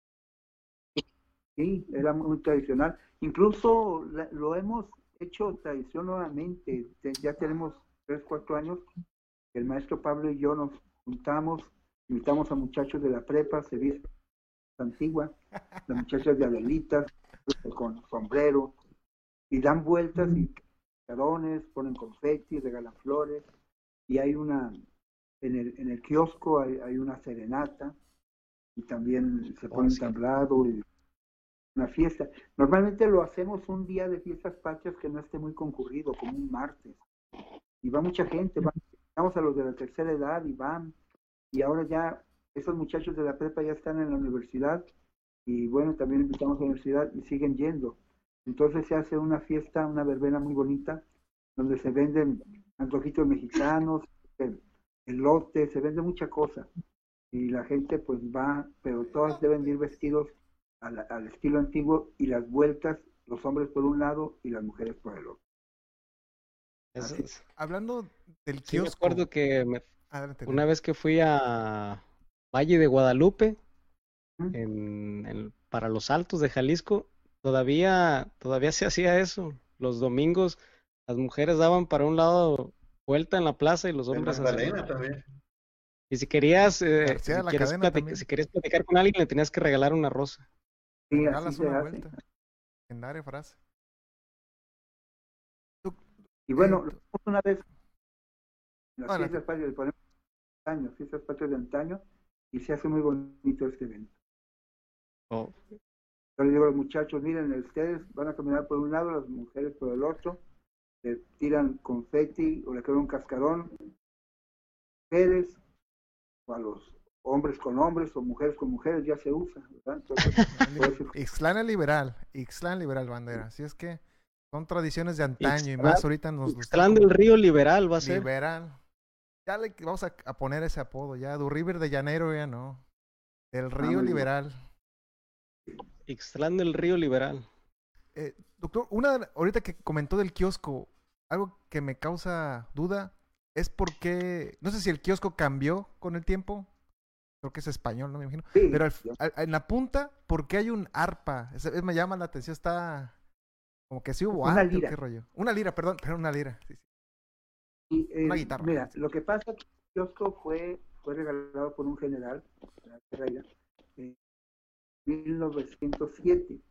Sí, era muy tradicional. Incluso lo hemos hecho tradición nuevamente. Ya tenemos 3, 4 años que el maestro Pablo y yo nos juntamos, invitamos a muchachos de la prepa, se visten antigua, las muchachas de Adelitas, con sombrero, y dan vueltas y carones, ponen confeti, regalan flores, y hay en el kiosco hay una serenata, y también se pone un tablado y una fiesta. Normalmente lo hacemos un día de fiestas patrias que no esté muy concurrido, como un martes, y va mucha gente, vamos a los de la tercera edad y van, y ahora ya esos muchachos de la prepa ya están en la universidad, y bueno, también invitamos a la universidad y siguen yendo. Entonces se hace una fiesta, una verbena muy bonita, donde se venden antojitos mexicanos, elote, se vende mucha cosa, y la gente pues va, pero todas deben ir vestidos al estilo antiguo, y las vueltas, los hombres por un lado y las mujeres por el otro. Hablando del Sí, me kiosco. acuerdo que Adelante, una vez que fui a Valle de Guadalupe, para los Altos de Jalisco, todavía se hacía eso. Los domingos las mujeres daban para un lado vuelta en la plaza y los En hombres Magdalena también. Y si querías, García de la Cadena también. si querías platicar con alguien, le tenías que regalar una rosa. Sí, Regalas así se una hace. vuelta. Legendaria frase. Y bueno, una vez en las Hola. fiestas patrias, ponemos antaño, fiestas patrias de antaño, y se hace muy bonito este evento. Oh. Yo les digo a los muchachos, miren, ustedes van a caminar por un lado, las mujeres por el otro, le tiran confeti o le queda un cascarón, mujeres, o a los hombres con hombres o mujeres con mujeres, ya se usa, ¿verdad? Entonces, Ixtlán liberal, bandera. Así es que son tradiciones de antaño y más ahorita nos gusta. Ixtlán del Río Liberal va a ser. Liberal. Ya le vamos a poner ese apodo, ya. Du River de Janeiro ya no. El Río Liberal. Ixtlán del Río Liberal. Doctor, ahorita que comentó del kiosco, algo que me causa duda es por qué, no sé si el kiosco cambió con el tiempo, creo que es español, no me imagino, sí, pero en la punta, ¿por qué hay un arpa? Me llama la atención, está como que sí hubo una arte, lira. ¿qué rollo? Una lira, perdón, una lira. Sí, sí. Y, una guitarra. Mira, lo que pasa es que el kiosco fue regalado por un general en 1907.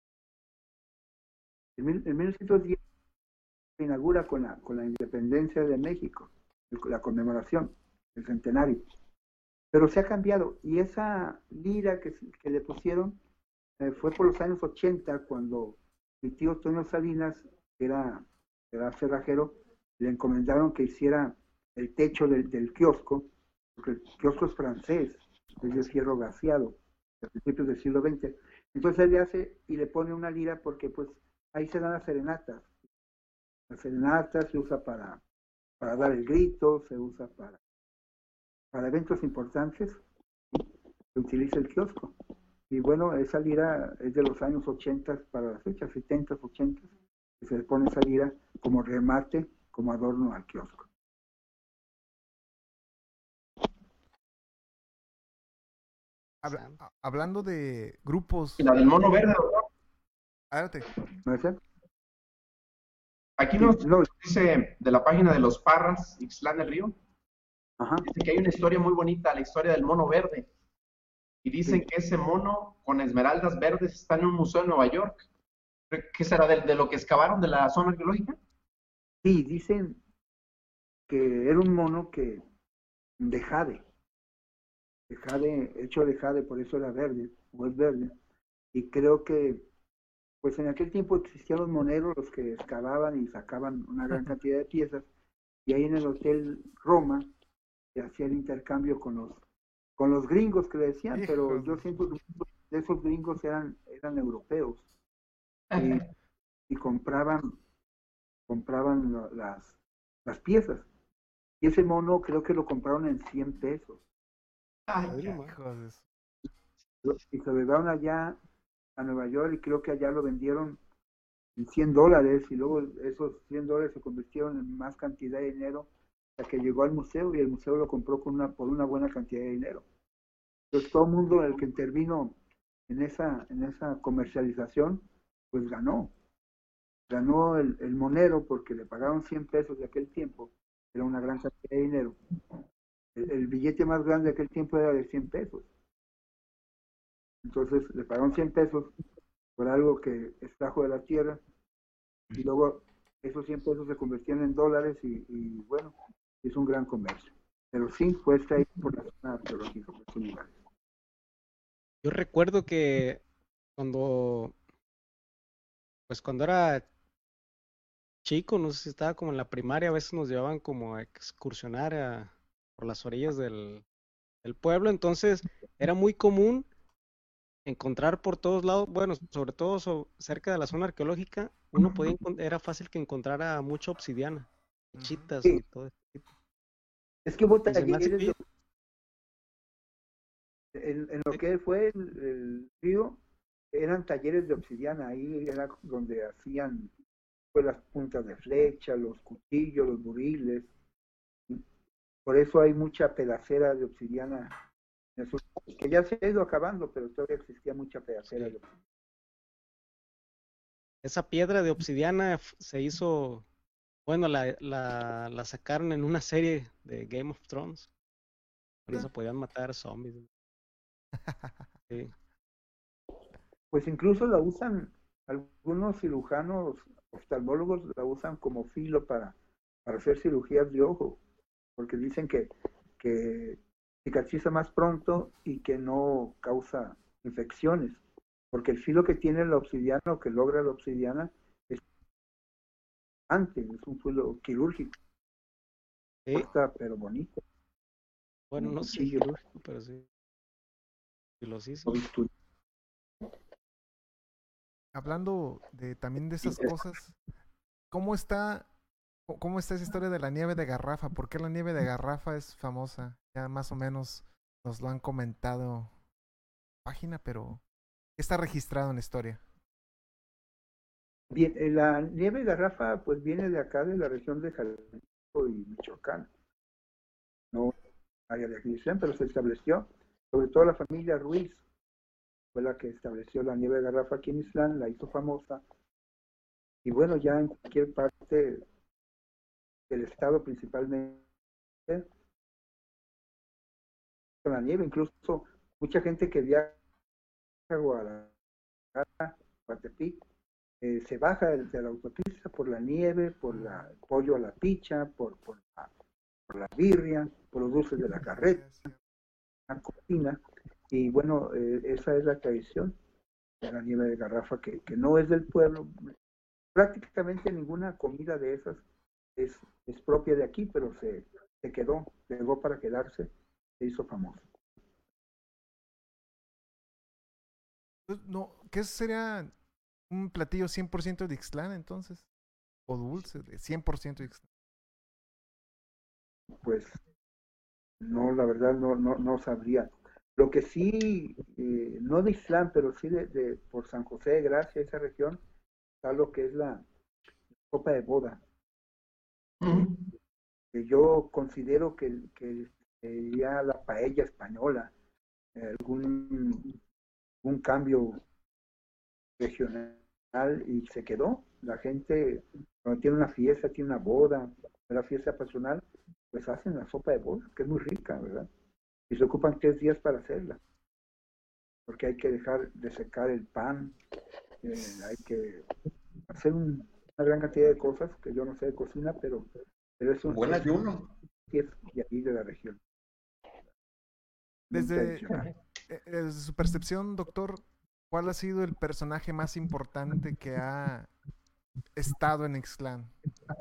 En 1910 se inaugura con la independencia de México, la conmemoración, el centenario. Pero se ha cambiado, y esa lira que le pusieron fue por los años 80, cuando mi tío Toño Salinas, que era cerrajero, le encomendaron que hiciera el techo del kiosco, porque el kiosco es francés, es de fierro gaseado, a principios del siglo XX. Entonces él le hace y le pone una lira, porque pues ahí se dan las serenatas. Las serenatas se usa para dar el grito, se usa para eventos importantes, se utiliza el kiosco. Y bueno, esa lira es de los años 80 para las fechas, 70, 80, y se le pone esa lira como remate, como adorno al kiosco. Hablando de grupos... Y la del mono verde, doctor. Adelante. ¿No es eso? Aquí nos dice de la página de los Parras, Ixtlán del Río, Ajá. dice que hay una historia muy bonita, la historia del mono verde. Y dicen que ese mono con esmeraldas verdes está en un museo en Nueva York. ¿Qué será de lo que excavaron de la zona arqueológica? Sí, dicen que era un mono de jade, hecho de jade, por eso era verde, o es verde. Y creo que, pues en aquel tiempo existían los moneros, los que excavaban y sacaban una gran cantidad de piezas, y ahí en el Hotel Roma se hacía el intercambio con los gringos que le decían, pero yo siento que esos gringos eran europeos, y compraban las piezas. Y ese mono creo que lo compraron en 100 pesos. Y se lo llevaron allá a Nueva York, y creo que allá lo vendieron en $100, y luego esos $100 se convirtieron en más cantidad de dinero hasta que llegó al museo, y el museo lo compró por una buena cantidad de dinero. Entonces todo el mundo, el que intervino en esa comercialización, pues ganó el monero, porque le pagaron 100 pesos de aquel tiempo, era una gran cantidad de dinero. El billete más grande de aquel tiempo era de 100 pesos. Entonces le pagaron 100 pesos por algo que extrajo de la tierra, y luego esos 100 pesos se convertían en dólares y bueno, es un gran comercio. Pero sí fue extraído por la zona arqueológica, por esos lugares. Yo recuerdo que cuando era chico, no sé si estaba como en la primaria, a veces nos llevaban como a excursionar por las orillas del pueblo, entonces era muy común encontrar por todos lados, bueno, sobre todo cerca de la zona arqueológica, era fácil que encontrara mucha obsidiana, chitas y todo eso. Es que hubo Y se me hace talleres que- en lo que fue el río, eran talleres de obsidiana, ahí era donde hacían pues las puntas de flecha, los cuchillos, los buriles. Por eso hay mucha pedacera de obsidiana en esos, que ya se ha ido acabando, pero todavía existía mucha pedacera de obsidiana. Esa piedra de obsidiana se hizo, bueno, la sacaron en una serie de Game of Thrones. Con eso podían matar zombies. Sí. Pues incluso la usan, algunos cirujanos oftalmólogos la usan como filo para hacer cirugías de ojo, porque dicen que cicatriza más pronto y que no causa infecciones, porque el filo que tiene la obsidiana o que logra la obsidiana es un filo quirúrgico. Sí. Corta, pero bonito. Bueno, Un no sé, cuchillo. quirúrgico, pero sí. Filosísimo. Hablando también de esas cosas, ¿cómo está esa historia de la nieve de Garrafa? ¿Por qué la nieve de Garrafa es famosa? Ya más o menos nos lo han comentado en la página, pero está registrado en la historia. Bien, la nieve de Garrafa pues viene de acá, de la región de Jalisco y Michoacán. No área de adquisición, pero se estableció, sobre todo la familia Ruiz, fue la que estableció la nieve de Garrafa aquí en Islán, la hizo famosa. Y bueno, ya en cualquier parte del estado principalmente, con la nieve, incluso mucha gente que viaja a Guadalajara, Guatepec, se baja de la autopista por la nieve, por el pollo a la picha, por la birria, por los dulces de la carreta, la cocina. Y bueno, esa es la tradición de la nieve de Garrafa, que no es del pueblo. Prácticamente ninguna comida de esas es propia de aquí, pero se quedó, llegó para quedarse, se hizo famoso. No, ¿qué sería un platillo 100% de Ixtlán entonces? ¿O dulce de 100% de Ixtlán? Pues no, la verdad no sabría. Lo que sí, no de Ixtlán, pero sí por San José de Gracia, esa región, está lo que es la copa de boda. Que yo considero que sería la paella española, algún cambio regional, y se quedó. La gente, cuando tiene una fiesta, tiene una boda, una fiesta personal, pues hacen la sopa de boda, que es muy rica, ¿verdad? Y se ocupan 3 días para hacerla, porque hay que dejar de secar el pan, hay que hacer una gran cantidad de cosas que yo no sé de cocina, pero es un buen ayuno. Y ahí de la región. Desde su percepción, doctor, ¿cuál ha sido el personaje más importante que ha estado en Ixtlán?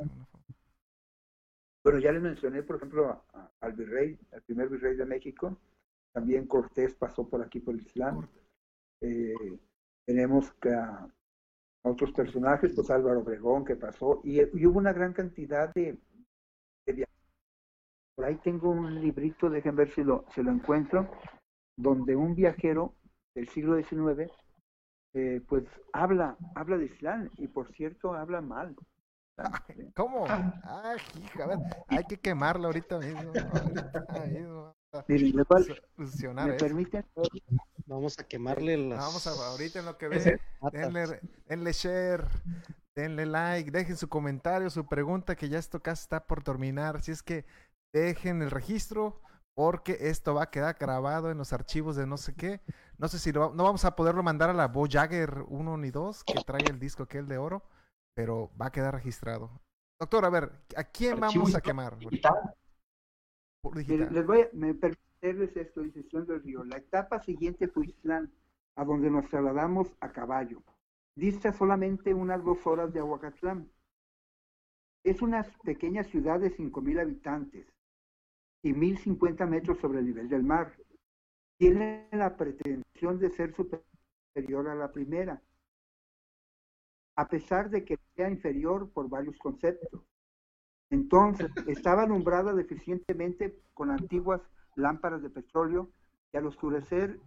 Bueno, ya les mencioné, por ejemplo, al virrey, al primer virrey de México. También Cortés pasó por aquí, por Ixtlán. Tenemos que a otros personajes, pues Álvaro Obregón, que pasó, y hubo una gran cantidad de viajes. Por ahí tengo un librito, déjenme ver si lo encuentro, donde un viajero del siglo XIX, pues habla de Ixtlán, y por cierto, habla mal. ¿Cómo? Ay, hija, a ver, hay que quemarlo ahorita mismo. Miren, ¿me permiten? Vamos a quemarle las... Vamos ahorita en lo que ve, denle share, denle like, dejen su comentario, su pregunta, que ya esto casi está por terminar. Así es que dejen el registro, porque esto va a quedar grabado en los archivos de no sé qué. No sé si no vamos a poderlo mandar a la Bo Jagger 1 ni 2, que trae el disco aquel de oro, pero va a quedar registrado. Doctor, a ver, ¿a quién vamos a quemar? Por digital. Me permitirles esto, dice Ixtlán del Río. La etapa siguiente fue Ixtlán, a donde nos trasladamos a caballo. Dista solamente unas 2 horas de Ahuacatlán. Es una pequeña ciudad de 5,000 habitantes y 1,050 metros sobre el nivel del mar. Tiene la pretensión de ser superior a la primera, a pesar de que sea inferior por varios conceptos. Entonces, estaba alumbrada deficientemente con antiguas lámparas de petróleo y al oscurecer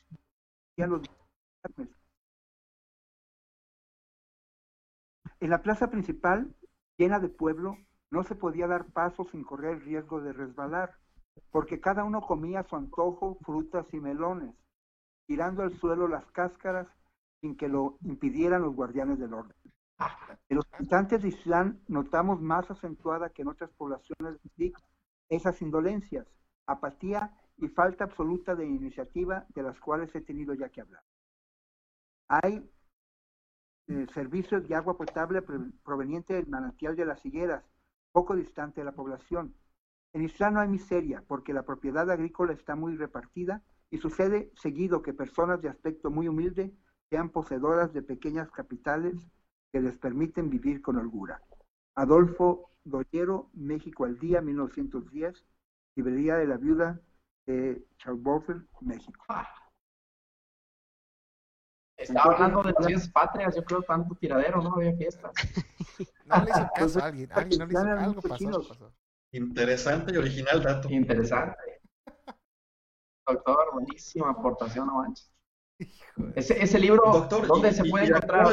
en la plaza principal, llena de pueblo, no se podía dar paso sin correr el riesgo de resbalar, porque cada uno comía a su antojo frutas y melones, tirando al suelo las cáscaras sin que lo impidieran los guardianes del orden. En los habitantes de Ixtlán notamos más acentuada que en otras poblaciones esas indolencias, apatía y falta absoluta de iniciativa de las cuales he tenido ya que hablar. Hay servicios de agua potable proveniente del manantial de las higueras, poco distante de la población. En Ixtlán no hay miseria, porque la propiedad agrícola está muy repartida y sucede seguido que personas de aspecto muy humilde sean poseedoras de pequeñas capitales que les permiten vivir con holgura. Adolfo Dollero, México al día, 1910, librería de la viuda de Charbofer, México. Estaba hablando de las fiestas patrias, yo creo tanto tiradero, no había fiestas. No le hizo caso a alguien no le hizo algo, pasó. Interesante y original dato. Interesante. Doctor, buenísima aportación, no manches. Ese libro, doctor, ¿dónde se puede encontrar?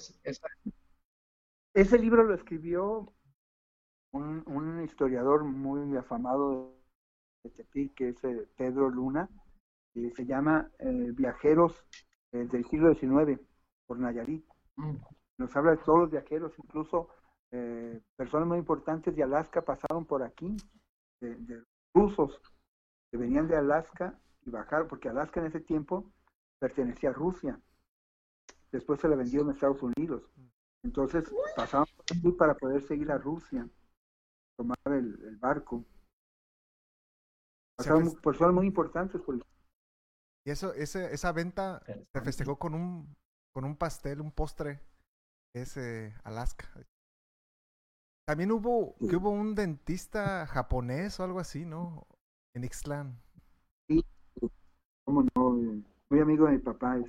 Ese libro lo escribió un historiador muy afamado de Tepic, que es Pedro Luna, y se llama Viajeros del siglo XIX, por Nayarit. Nos habla de todos los viajeros, incluso personas muy importantes de Alaska pasaron por aquí, de rusos que venían de Alaska y bajaron, porque Alaska en ese tiempo pertenecía a Rusia. Después se la vendieron a Estados Unidos. Entonces pasaron por aquí para poder seguir a Rusia, tomar el barco. Pasaron personas muy importantes por el... Y esa venta se festejó con un pastel, un postre, Alaska. También hubo un dentista japonés o algo así, ¿no? En Ixtlán. Sí, cómo no, muy amigo de mi papá,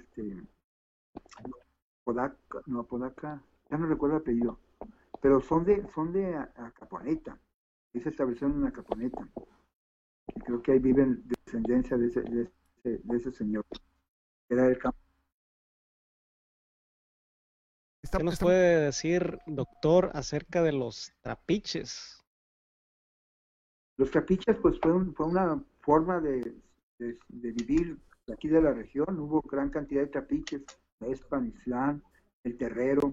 Podaca, ya no recuerdo el apellido, pero son de Acaponeta, y se establecieron en Acaponeta. Y creo que ahí viven descendencia de ese señor. Era el campo. ¿Qué nos puede decir, doctor, acerca de los trapiches? Los trapiches, pues fue una forma de vivir aquí de la región. Hubo gran cantidad de trapiches, Espan, Ixtlán, El Terrero,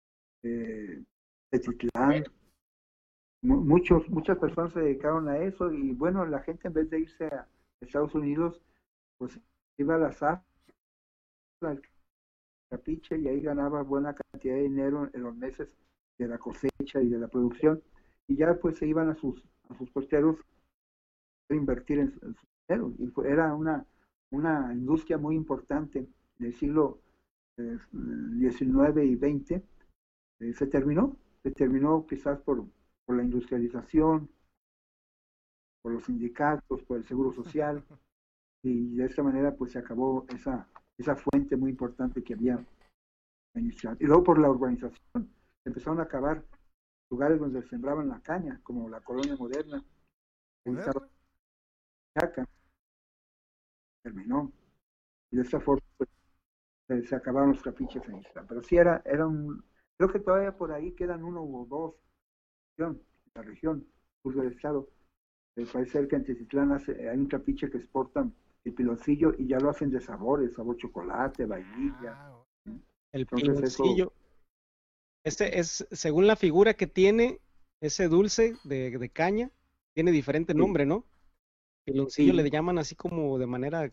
Tetitlán. Muchas personas se dedicaron a eso y bueno, la gente en vez de irse a Estados Unidos, pues iba a la zafra, al trapiche, y ahí ganaba buena cantidad de dinero en los meses de la cosecha y de la producción, y ya pues se iban a sus costeros a invertir en su dinero, y era una industria muy importante del siglo XIX y XX. Se terminó quizás por la industrialización, por los sindicatos, por el seguro social, y de esta manera pues se acabó esa fuente muy importante que había iniciado. Y luego por la urbanización empezaron a acabar lugares donde sembraban la caña, como la colonia moderna. Chaca, terminó. Y de esta forma pues, se acabaron los trapiches en Ixtlán. Pero sí era creo que todavía por ahí quedan uno o dos en la región, sur del estado. Parece ser que en Tecitlán hay un trapiche que exportan el piloncillo y ya lo hacen de sabores, sabor chocolate, vainilla. El piloncillo. Este es, según la figura que tiene, ese dulce de caña, tiene diferente nombre, ¿no? Piloncillo le llaman así como de manera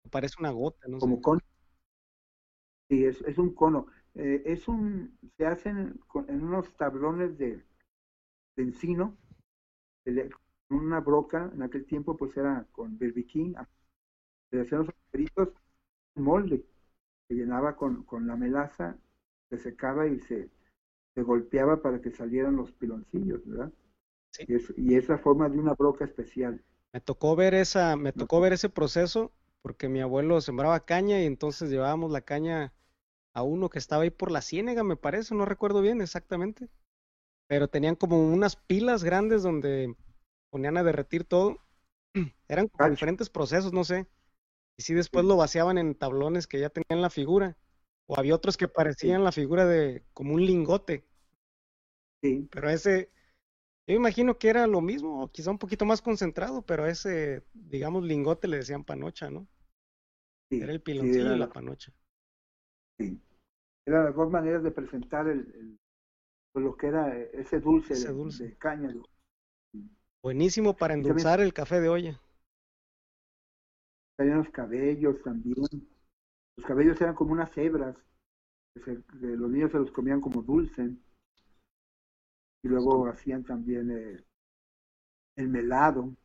Parece una gota, no como sé. cono. Sí, es un cono. Se hacen en unos tablones de encino, una broca, en aquel tiempo pues era con berbiquín, se hacían los agujeritos, un molde, se llenaba con la melaza, se secaba y se golpeaba para que salieran los piloncillos, ¿verdad? Sí. Y es la forma de una broca especial. Me tocó ver ese proceso porque mi abuelo sembraba caña y entonces llevábamos la caña a uno que estaba ahí por la ciénega, me parece, no recuerdo bien exactamente, pero tenían como unas pilas grandes donde ponían a derretir todo. Eran como diferentes procesos, no sé. Y sí, después lo vaciaban en tablones que ya tenían la figura. O había otros que parecían la figura de como un lingote. Sí. Pero ese, yo imagino que era lo mismo, o quizá un poquito más concentrado, pero a ese, digamos, lingote le decían panocha, ¿no? Sí, Era el piloncillo era y la panocha. Sí. Eran las dos maneras de presentar lo que era ese dulce, de caña. Buenísimo para endulzar el café de olla. Salían los cabellos también. Los cabellos eran como unas hebras. Que los niños se los comían como dulce. Y luego hacían también el melado.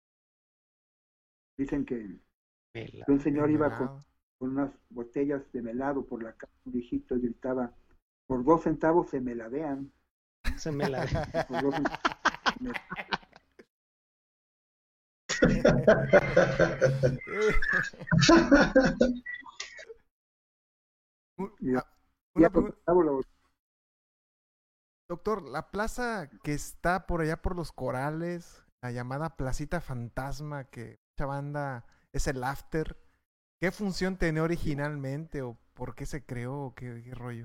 Dicen que un señor iba con unas botellas de melado por la calle, un viejito, y gritaba, por 2 centavos se meladean. Se meladean. Por 2 Doctor, la plaza que está por allá por los Corales, la llamada Placita Fantasma, que mucha banda es el After, ¿qué función tenía originalmente o por qué se creó o qué rollo?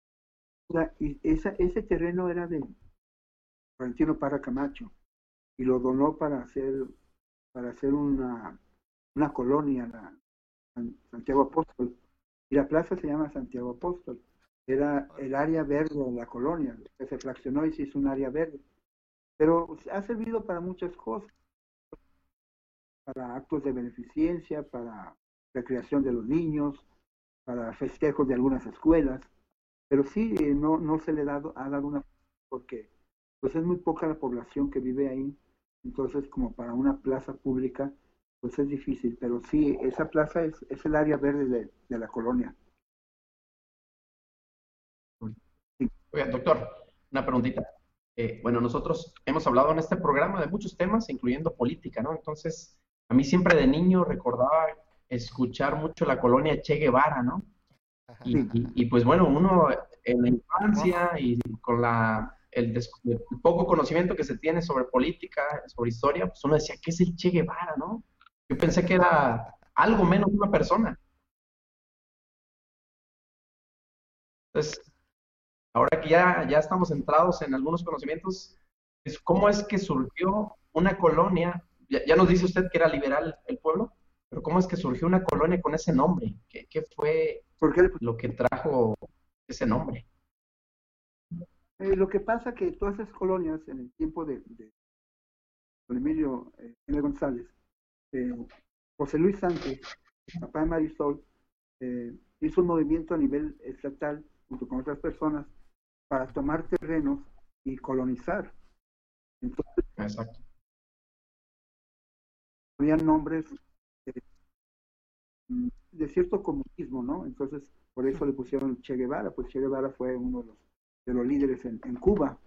Ese terreno era de Florentino Parra Camacho y lo donó para hacer una colonia, Santiago Apóstol, y la plaza se llama Santiago Apóstol. Era el área verde de la colonia, que se fraccionó y se hizo un área verde. Pero ha servido para muchas cosas, para actos de beneficencia, para recreación de los niños, para festejos de algunas escuelas. Pero sí, no se le ha dado una, porque pues es muy poca la población que vive ahí, entonces como para una plaza pública, pues es difícil, pero sí, esa plaza es el área verde de la colonia. Oiga, doctor, una preguntita. Bueno, nosotros hemos hablado en este programa de muchos temas, incluyendo política, ¿no? Entonces, a mí siempre de niño recordaba escuchar mucho la colonia Che Guevara, ¿no? Y pues bueno, uno en la infancia y con el poco conocimiento que se tiene sobre política, sobre historia, pues uno decía, ¿qué es el Che Guevara, no? Yo pensé que era algo menos una persona. Entonces, ahora que ya estamos centrados en algunos conocimientos, ¿cómo es que surgió una colonia? Ya nos dice usted que era liberal el pueblo, pero ¿cómo es que surgió una colonia con ese nombre? ¿Qué fue lo que trajo ese nombre? Lo que pasa que todas esas colonias, en el tiempo de don Emilio N. González, José Luis Sánchez, papá de Marisol, hizo un movimiento a nivel estatal, junto con otras personas, para tomar terrenos y colonizar. Entonces, exacto, ponían nombres de cierto comunismo, ¿no? Entonces, por eso le pusieron Che Guevara, pues Che Guevara fue uno de los líderes en Cuba.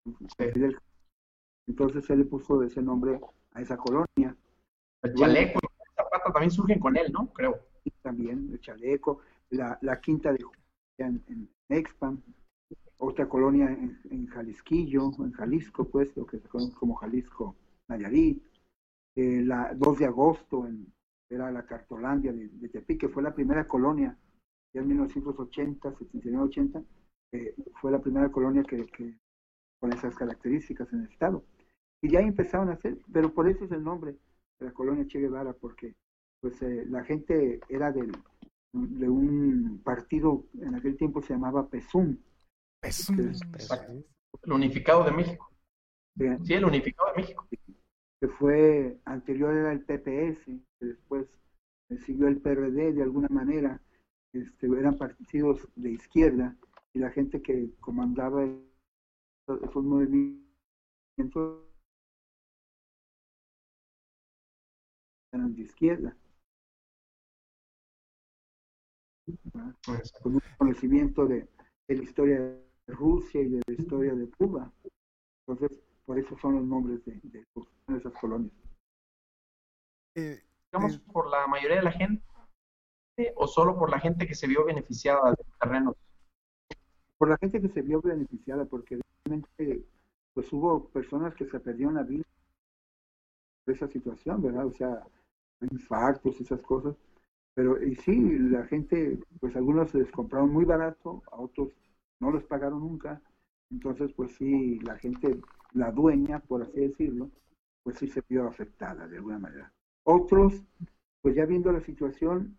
Entonces él le puso ese nombre a esa colonia. El chaleco y el zapato también surgen con él, ¿no? Creo. Sí, también, el chaleco, la quinta de en Expan, otra colonia en Jalisquillo, en Jalisco, pues, lo que se conoce como Jalisco Nayarit, la 2 de agosto, era la Cartolandia de Tepic, que fue la primera colonia, ya en 1980, 79-80, fue la primera colonia que con esas características en el estado. Y ya empezaron a hacer, pero por eso es el nombre de la colonia Che Guevara, porque pues la gente era de un partido, en aquel tiempo se llamaba PESUM. El Unificado de México. Sí, el Unificado de México. Que fue, anterior era el PPS, que después siguió el PRD de alguna manera, eran partidos de izquierda, y la gente que comandaba esos movimientos eran de izquierda, con un conocimiento de la historia de Rusia y de la historia de Cuba. Entonces, por eso son los nombres de esas colonias. Digamos, por la mayoría de la gente, o solo por la gente que se vio beneficiada de terrenos. Por la gente que se vio beneficiada, porque realmente pues hubo personas que se perdieron la vida por esa situación, ¿verdad? O sea, infartos, esas cosas. Pero y sí, la gente, pues algunos les compraron muy barato, a otros no les pagaron nunca. Entonces, pues sí, la gente, la dueña, por así decirlo, pues sí se vio afectada de alguna manera. Otros, pues ya viendo la situación,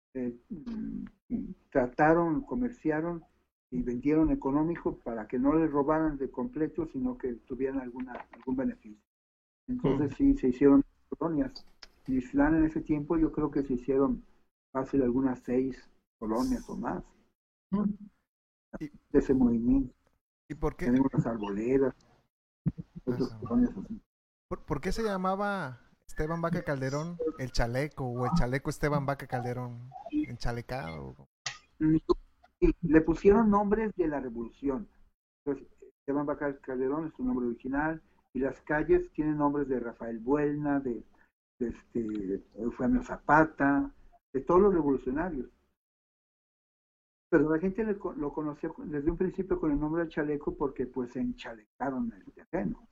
trataron, comerciaron y vendieron económico para que no les robaran de completo, sino que tuvieran algún beneficio. Entonces sí, se hicieron colonias. En Islán en ese tiempo yo creo que se hicieron fácil algunas 6 colonias o más de ese movimiento. ¿Y por qué? Tenemos las arboledas, otras colonias así. ¿Por qué se llamaba Esteban Vaca Calderón el chaleco, o el chaleco Esteban Vaca Calderón enchalecado? Le pusieron nombres de la revolución. Entonces, Esteban Vaca Calderón es su nombre original, y las calles tienen nombres de Rafael Buelna, de Eufemio Zapata, de todos los revolucionarios. Pero la gente lo conoció desde un principio con el nombre del chaleco porque pues se enchalecaron el terreno.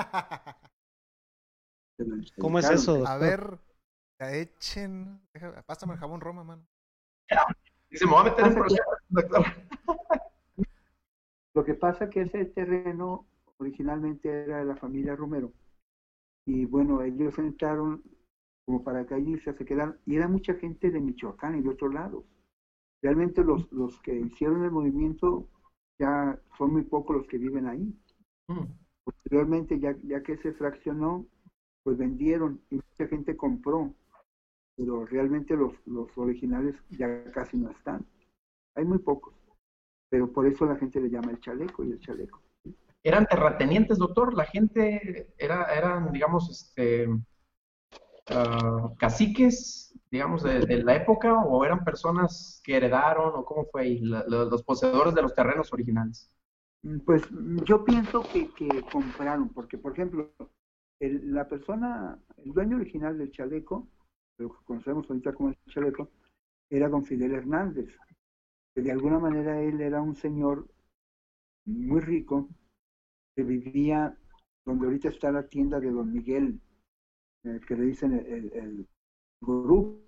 ¿Cómo es eso, doctor? A ver, pásame el jabón Roma, mano. Dice, me voy a meter en proceso, doctor. Lo que pasa es que ese terreno originalmente era de la familia Romero. Y bueno, ellos entraron como paracaidistas, se quedaron, y era mucha gente de Michoacán y de otros lados. Realmente los que hicieron el movimiento ya son muy pocos los que viven ahí. Posteriormente, ya que se fraccionó, pues vendieron y mucha gente compró, pero realmente los originales ya casi no están. Hay muy pocos, pero por eso la gente le llama el chaleco y el chaleco. ¿Eran terratenientes, doctor? ¿La gente eran, digamos, caciques, digamos, de la época, o eran personas que heredaron, o cómo fue ahí, los poseedores de los terrenos originales? Pues yo pienso que compraron, porque por ejemplo, el dueño original del chaleco, lo que conocemos ahorita como el chaleco, era don Fidel Hernández, que de alguna manera él era un señor muy rico, que vivía donde ahorita está la tienda de don Miguel, que le dicen el grupo,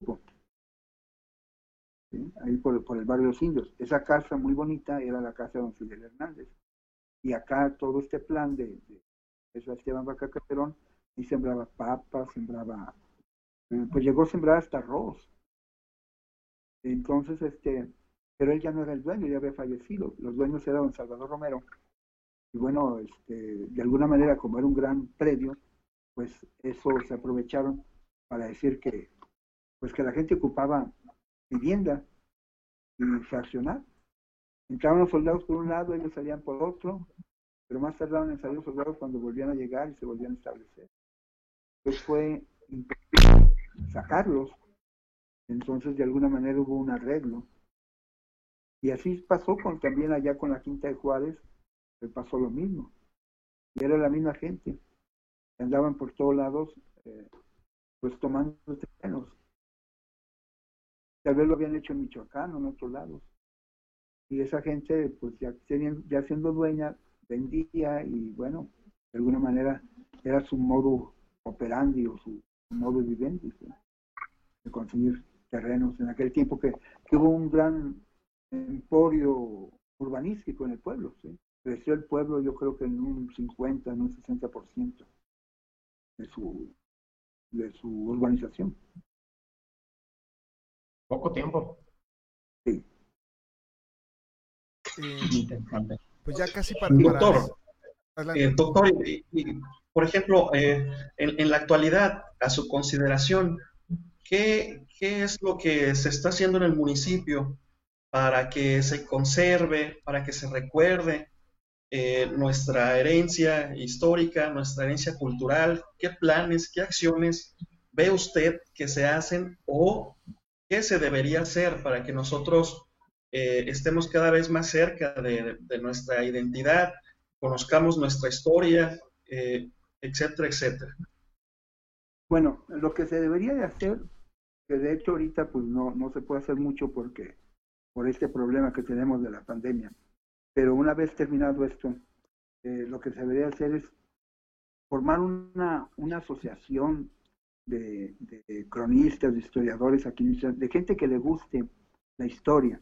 ¿sí? Ahí por el barrio de los Indios. Esa casa muy bonita era la casa de don Fidel Hernández. Y acá todo este plan de Esteban Vaca Calderón, y sembraba papas, pues llegó a sembrar hasta arroz. Entonces, pero él ya no era el dueño, ya había fallecido. Los dueños eran don Salvador Romero. Y bueno, de alguna manera, como era un gran predio, pues eso se aprovecharon para decir que la gente ocupaba vivienda y fraccionar. Entraron los soldados por un lado, ellos salían por otro, pero más tardaron en salir los soldados cuando volvían a llegar y se volvían a establecer. Entonces fue imposible sacarlos. Entonces de alguna manera hubo un arreglo. Y así pasó también allá con la Quinta de Juárez, pasó lo mismo. Y era la misma gente. Andaban por todos lados, pues tomando terrenos. Tal vez lo habían hecho en Michoacán o en otros lados. Y esa gente, pues ya siendo dueña, vendía y bueno, de alguna manera era su modo operandi o su modo vivendi, ¿sí? De conseguir terrenos en aquel tiempo que hubo un gran emporio urbanístico en el pueblo, ¿sí? Creció el pueblo, yo creo que en un 50, en un 60% de su urbanización. Poco tiempo. Sí. Pues ya casi para... Doctor, por ejemplo, en la actualidad, a su consideración, ¿qué es lo que se está haciendo en el municipio para que se conserve, para que se recuerde nuestra herencia histórica, nuestra herencia cultural? ¿Qué planes, qué acciones ve usted que se hacen o qué se debería hacer para que nosotros estemos cada vez más cerca de nuestra identidad, conozcamos nuestra historia, etcétera, etcétera? Bueno, lo que se debería de hacer, que de hecho ahorita pues no se puede hacer mucho por este problema que tenemos de la pandemia, pero una vez terminado esto, lo que se debería hacer es formar una asociación de cronistas, de historiadores aquí, de gente que le guste la historia.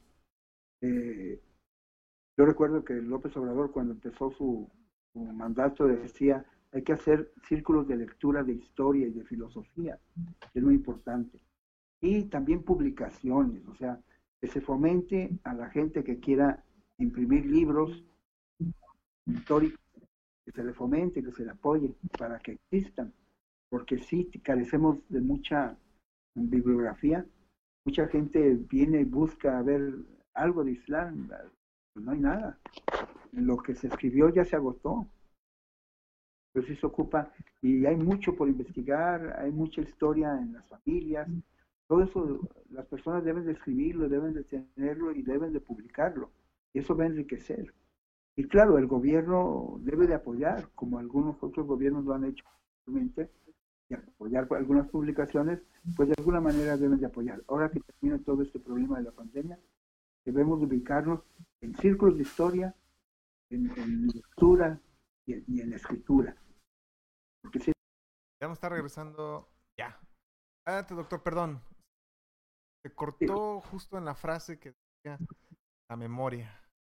Yo recuerdo que López Obrador, cuando empezó su mandato, decía: hay que hacer círculos de lectura de historia y de filosofía, que es muy importante. Y también publicaciones, o sea, que se fomente a la gente que quiera imprimir libros históricos, que se le fomente, que se le apoye para que existan, porque sí carecemos de mucha bibliografía. Mucha gente viene y busca ver algo de Islam, pues no hay nada. Lo que se escribió ya se agotó. Pero sí se ocupa, y hay mucho por investigar, hay mucha historia en las familias. Todo eso las personas deben de escribirlo, deben de tenerlo y deben de publicarlo. Y eso va a enriquecer. Y claro, el gobierno debe de apoyar, como algunos otros gobiernos lo han hecho actualmente, y apoyar algunas publicaciones, pues de alguna manera deben de apoyar. Ahora que termina todo este problema de la pandemia, debemos ubicarnos en círculos de historia, en lectura y en escritura. Porque si... Ya nos está regresando. Ya. Adelante, doctor, perdón. Se cortó justo en la frase que decía la memoria.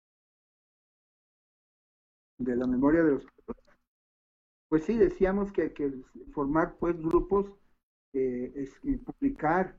De la memoria de los... Pues sí, decíamos que formar pues grupos, y publicar,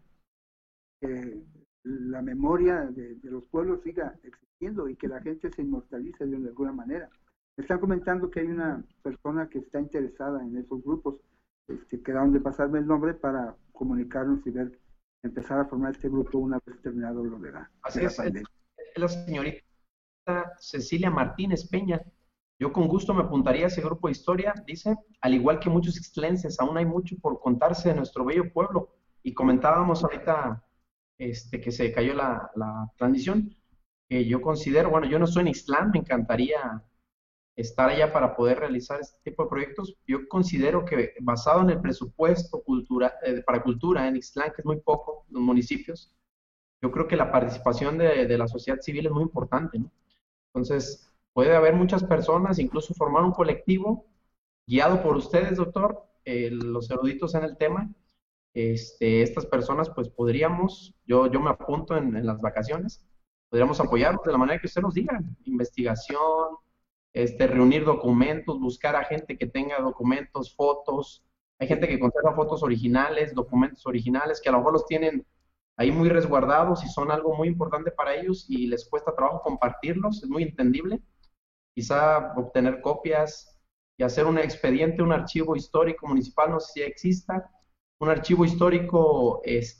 la memoria de los pueblos siga existiendo y que la gente se inmortalice de alguna manera. Me están comentando que hay una persona que está interesada en esos grupos, quedaron de pasarme el nombre para comunicarnos y empezar a formar este grupo una vez terminado lo de la pandemia. Es la señorita Cecilia Martínez Peña. Yo con gusto me apuntaría a ese grupo de historia, dice, al igual que muchos ixtlenses, aún hay mucho por contarse de nuestro bello pueblo. Y comentábamos ahorita que se cayó la transmisión, que yo considero, bueno, yo no soy en Ixtlán, me encantaría estar allá para poder realizar este tipo de proyectos. Yo considero que basado en el presupuesto para cultura en Ixtlán, que es muy poco, los municipios, yo creo que la participación de la sociedad civil es muy importante, ¿no? Entonces, puede haber muchas personas, incluso formar un colectivo guiado por ustedes, doctor, los eruditos en el tema. Estas personas, pues podríamos, yo me apunto en las vacaciones, podríamos apoyarlos de la manera que usted nos diga, investigación, reunir documentos, buscar a gente que tenga documentos, fotos. Hay gente que conserva fotos originales, documentos originales, que a lo mejor los tienen ahí muy resguardados y son algo muy importante para ellos y les cuesta trabajo compartirlos, es muy entendible. Quizá obtener copias y hacer un expediente, un archivo histórico municipal, no sé si exista, un archivo histórico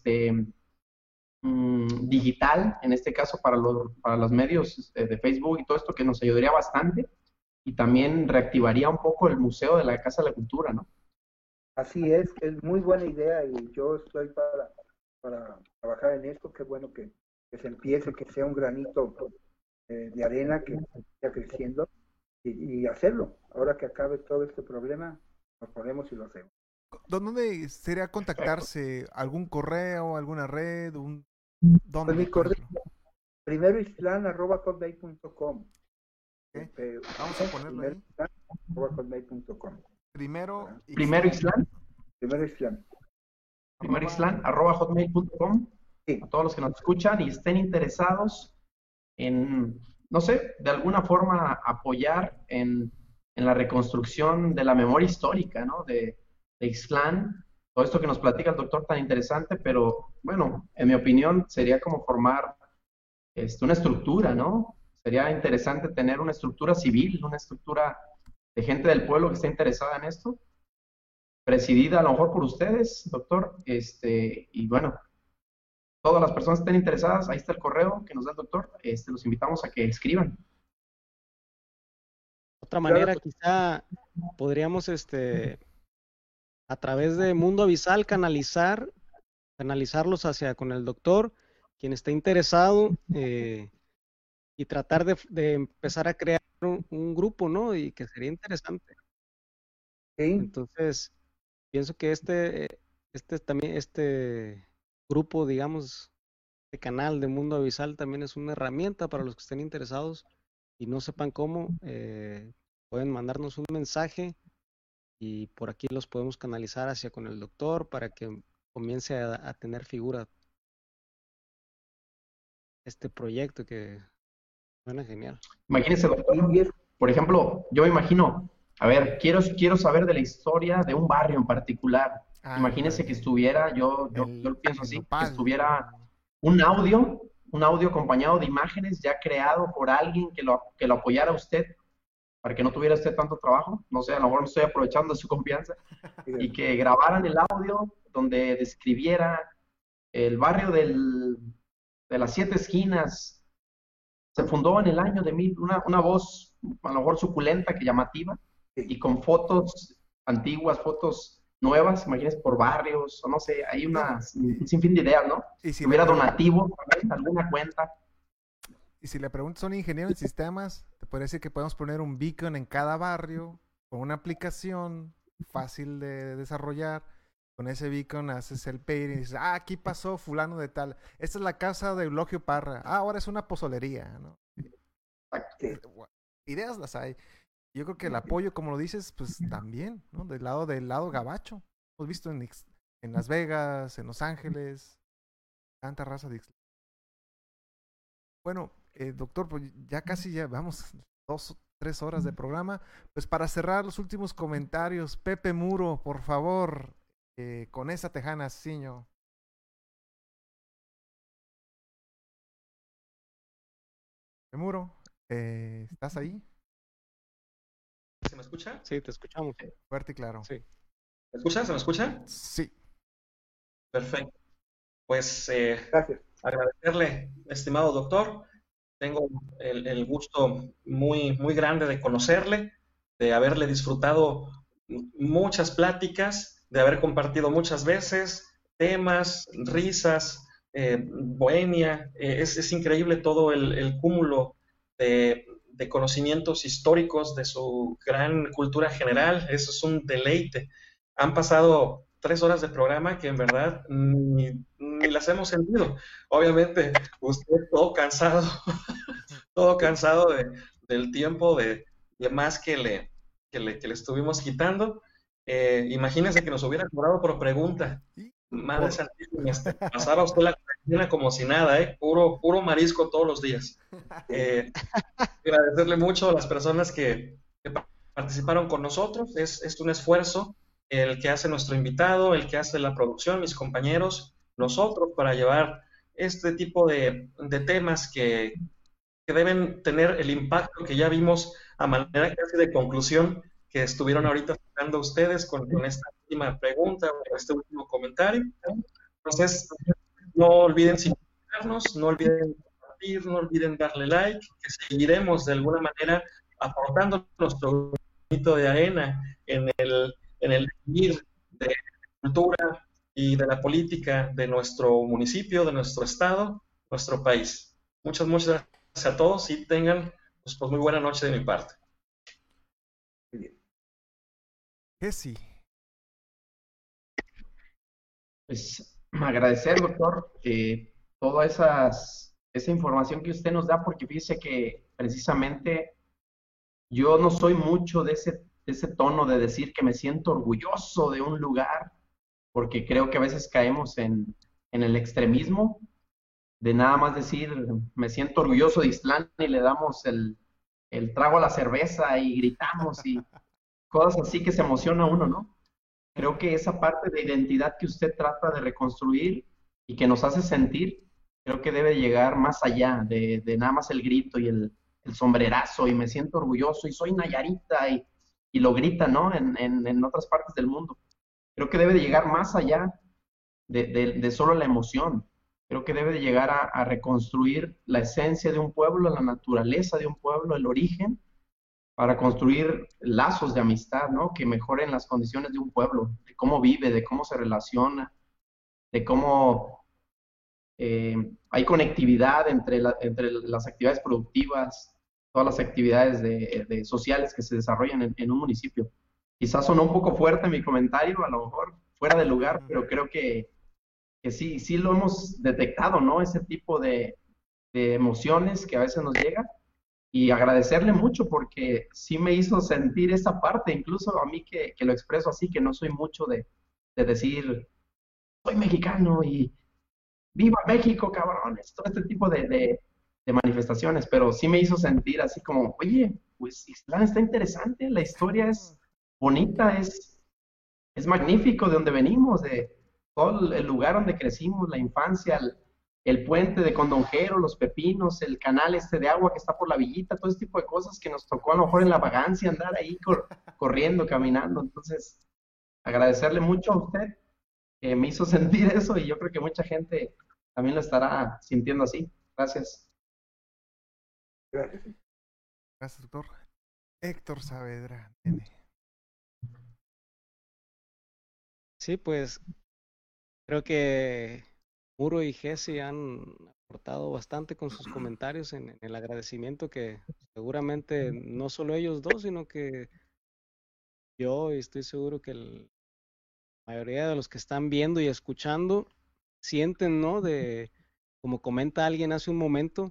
digital, en este caso para los medios de Facebook y todo esto, que nos ayudaría bastante y también reactivaría un poco el Museo de la Casa de la Cultura, ¿no? Así es muy buena idea y yo estoy para trabajar en esto. Qué bueno que se empiece, que sea un granito de arena que vaya creciendo y hacerlo. Ahora que acabe todo este problema, nos ponemos y lo hacemos. ¿Dónde sería contactarse? ¿Algún correo, alguna red? ¿Dónde? Pues mi correo, primeroislan@hotmail.com. Okay. Vamos a ponerlo ahí. @hotmail.com. Primero Islan. @hotmail.com. Sí. A todos los que nos escuchan y estén interesados en, no sé, de alguna forma apoyar en la reconstrucción de la memoria histórica, ¿no? De Ixtlán, todo esto que nos platica el doctor tan interesante, pero bueno, en mi opinión sería como formar una estructura, ¿no? Sería interesante tener una estructura civil, una estructura de gente del pueblo que esté interesada en esto presidida a lo mejor por ustedes, doctor. Y bueno, todas las personas que estén interesadas, ahí está el correo que nos da el doctor. Los invitamos a que escriban. Otra manera, quizá podríamos, a través de Mundo Avisal, canalizarlos hacia con el doctor, quien esté interesado, y tratar de empezar a crear un grupo, ¿no? Y que sería interesante. Sí. Entonces, pienso que este grupo, digamos, este canal de Mundo Avisal también es una herramienta para los que estén interesados y no sepan cómo, pueden mandarnos un mensaje y por aquí los podemos canalizar hacia con el doctor para que comience a tener figura este proyecto que suena genial. Imagínese, doctor, por ejemplo, yo me imagino, a ver, quiero saber de la historia de un barrio en particular. Imagínese que estuviera, yo lo pienso así, que estuviera un audio acompañado de imágenes ya creado por alguien que lo apoyara a usted, para que no tuviera usted tanto trabajo. No sé, a lo mejor me estoy aprovechando de su confianza, y que grabaran el audio donde describiera el barrio de las 7 esquinas. Se fundó en el año de una voz a lo mejor suculenta, que llamativa, y con fotos antiguas, fotos nuevas, imagínense, por barrios, o no sé, hay un sinfín de ideas, ¿no? Y si hubiera donativos, alguna cuenta. Y si le preguntas a un ingeniero en sistemas, te podría decir que podemos poner un beacon en cada barrio, con una aplicación fácil de desarrollar. Con ese beacon haces el pairing y dices, aquí pasó fulano de tal. Esta es la casa de Eulogio Parra. Ahora es una pozolería, ¿no? Ideas las hay. Yo creo que el apoyo, como lo dices, pues también, ¿no? Del lado gabacho. Hemos visto en Las Vegas, en Los Ángeles, tanta raza de... Bueno, doctor, pues ya casi vamos 2 3 horas de programa. Pues para cerrar los últimos comentarios, Pepe Muro, por favor, con esa tejana, señor. Pepe Muro, ¿estás ahí? ¿Se me escucha? Sí, te escuchamos. Fuerte y claro. Sí. ¿Me escucha? ¿Se me escucha? Sí. Perfecto. Pues Gracias. agradecerle, estimado doctor. Tengo el gusto muy, muy grande de conocerle, de haberle disfrutado muchas pláticas, de haber compartido muchas veces temas, risas, bohemia. Es increíble todo el cúmulo de conocimientos históricos, de su gran cultura general. Eso es un deleite. Han pasado 3 horas de programa que en verdad ni las hemos sentido. Obviamente, usted todo cansado, todo cansado del tiempo de más que le estuvimos quitando. Imagínese que nos hubiera cobrado por pregunta. Madre santísima, pasaba usted la cuarentena como si nada, puro marisco todos los días. Agradecerle mucho a las personas que participaron con nosotros. Es un esfuerzo el que hace nuestro invitado, el que hace la producción, mis compañeros, nosotros, para llevar este tipo de temas que deben tener el impacto que ya vimos a manera casi de conclusión que estuvieron ahorita tocando ustedes con esta última pregunta o este último comentario. Entonces, no olviden sintonizarnos, no olviden compartir, no olviden darle like, que seguiremos de alguna manera aportando nuestro granito de arena en el vivir de cultura y de la política de nuestro municipio, de nuestro estado, nuestro país. Muchas gracias a todos y tengan pues muy buena noche de mi parte. Muy bien. Jesse. Pues agradecer, doctor, toda esa información que usted nos da, porque fíjese que precisamente yo no soy mucho de ese tono de decir que me siento orgulloso de un lugar, porque creo que a veces caemos en el extremismo de nada más decir me siento orgulloso de Ixtlán y le damos el trago a la cerveza y gritamos y cosas así que se emociona uno, ¿no? Creo que esa parte de identidad que usted trata de reconstruir y que nos hace sentir, creo que debe llegar más allá de nada más el grito y el sombrerazo y me siento orgulloso y soy Nayarita y lo grita, ¿no? En otras partes del mundo. creo que debe de llegar más allá de solo la emoción. Creo que debe de llegar a reconstruir la esencia de un pueblo, la naturaleza de un pueblo, el origen, para construir lazos de amistad, ¿no? Que mejoren las condiciones de un pueblo, de cómo vive, de cómo se relaciona, de cómo hay conectividad entre las actividades productivas, todas las actividades sociales que se desarrollan en un municipio. Quizás sonó un poco fuerte mi comentario, a lo mejor fuera de lugar, pero creo que sí lo hemos detectado, ¿no? Ese tipo de emociones que a veces nos llegan, y agradecerle mucho porque sí me hizo sentir esa parte, incluso a mí que lo expreso así, que no soy mucho de decir, soy mexicano y ¡viva México, cabrones! Todo este tipo de manifestaciones, pero sí me hizo sentir así como, oye, pues Ixtlán está interesante, la historia es bonita, es magnífico de donde venimos, de todo el lugar donde crecimos, la infancia, el puente de Condonjero, los pepinos, el canal de agua que está por la villita, todo ese tipo de cosas que nos tocó a lo mejor en la vagancia andar ahí corriendo, caminando. Entonces, agradecerle mucho a usted que me hizo sentir eso, y yo creo que mucha gente también lo estará sintiendo así. Gracias. Gracias. Gracias, doctor. Héctor Saavedra, N. Sí, pues creo que Muro y Jesse han aportado bastante con sus comentarios en el agradecimiento, que seguramente no solo ellos dos, sino que yo estoy seguro que la mayoría de los que están viendo y escuchando sienten, ¿no? Como comenta alguien hace un momento,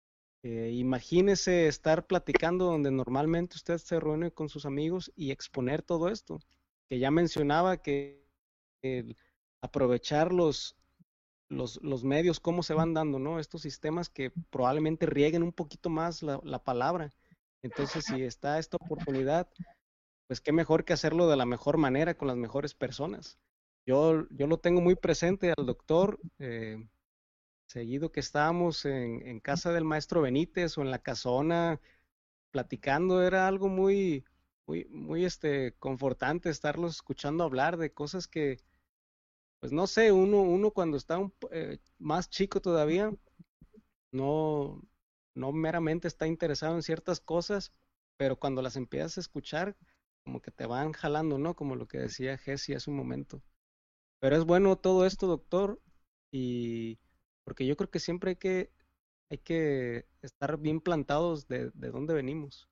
imagínese estar platicando donde normalmente usted se reúne con sus amigos y exponer todo esto, que ya mencionaba que aprovechar los medios, cómo se van dando, ¿no? Estos sistemas que probablemente rieguen un poquito más la palabra. Entonces, si está esta oportunidad, pues qué mejor que hacerlo de la mejor manera, con las mejores personas. Yo lo tengo muy presente al doctor, seguido que estábamos en casa del maestro Benítez o en la casona platicando, era algo muy confortante estarlos escuchando hablar de cosas que, pues no sé, uno cuando está más chico todavía, no meramente está interesado en ciertas cosas, pero cuando las empiezas a escuchar, como que te van jalando, ¿no? Como lo que decía Jesse hace un momento. Pero es bueno todo esto, doctor, y porque yo creo que siempre hay que estar bien plantados de dónde venimos,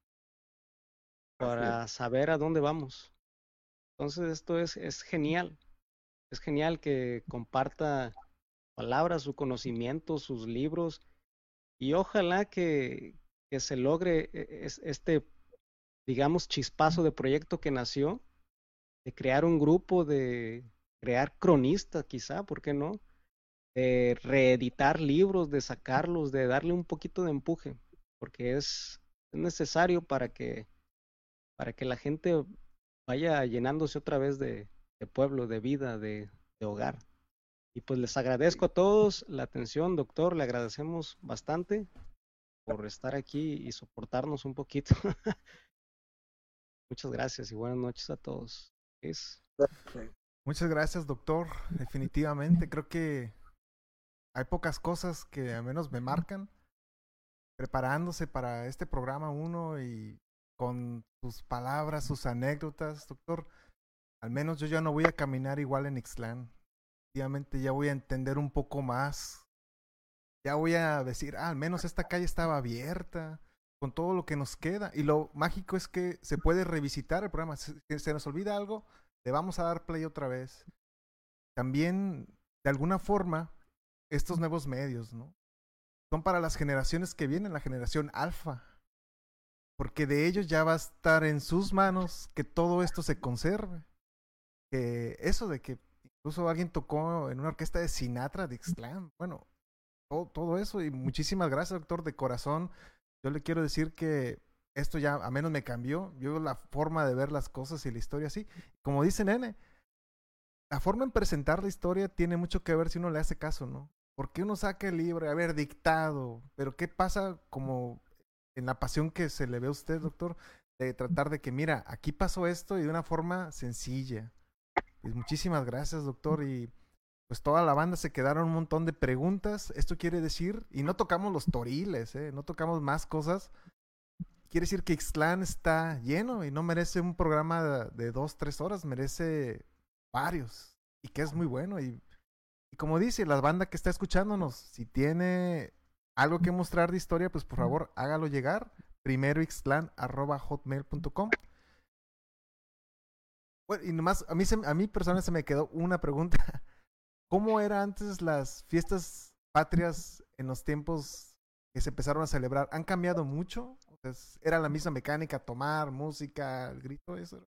para saber a dónde vamos. Entonces esto es genial. Es genial que comparta palabras, su conocimiento, sus libros, y ojalá que se logre este, digamos, chispazo de proyecto que nació, de crear un grupo, de crear cronistas quizá, ¿por qué no? De reeditar libros, de sacarlos, de darle un poquito de empuje, porque es necesario para que la gente vaya llenándose otra vez de pueblo, de vida, de hogar. Y pues les agradezco a todos la atención, doctor, le agradecemos bastante por estar aquí y soportarnos un poquito. Muchas gracias y buenas noches a todos. Muchas gracias, doctor. Definitivamente creo que hay pocas cosas que al menos me marcan preparándose para este programa uno, y con sus palabras, sus anécdotas, doctor. Al menos yo ya no voy a caminar igual en Ixtlán. Definitivamente ya voy a entender un poco más. Ya voy a decir, al menos esta calle estaba abierta, con todo lo que nos queda. Y lo mágico es que se puede revisitar el programa. Si se nos olvida algo, le vamos a dar play otra vez. También, de alguna forma, estos nuevos medios, ¿no? Son para las generaciones que vienen, la generación alfa. Porque de ellos ya va a estar en sus manos que todo esto se conserve. Que eso de que incluso alguien tocó en una orquesta de Sinatra, de Ixtlán, bueno, todo eso. Y muchísimas gracias, doctor, de corazón. Yo le quiero decir que esto ya a menos me cambió. Yo la forma de ver las cosas y la historia así. Como dice Nene, la forma en presentar la historia tiene mucho que ver si uno le hace caso, ¿no? Porque uno saca el libro, haber dictado, pero ¿qué pasa como en la pasión que se le ve a usted, doctor? De tratar de que, mira, aquí pasó esto y de una forma sencilla. Pues muchísimas gracias, doctor, y pues toda la banda se quedaron un montón de preguntas. Esto quiere decir, y no tocamos los toriles, no tocamos más cosas. Quiere decir que Ixtlán está lleno y no merece un programa de 2-3 horas, merece varios, y que es muy bueno. Y como dice, la banda que está escuchándonos, si tiene algo que mostrar de historia, pues por favor hágalo llegar. Primero ixtlan@hotmail.com. Bueno, y nomás, a mí personalmente se me quedó una pregunta. ¿Cómo eran antes las fiestas patrias en los tiempos que se empezaron a celebrar? ¿Han cambiado mucho? ¿Era la misma mecánica, tomar, música, el grito, eso?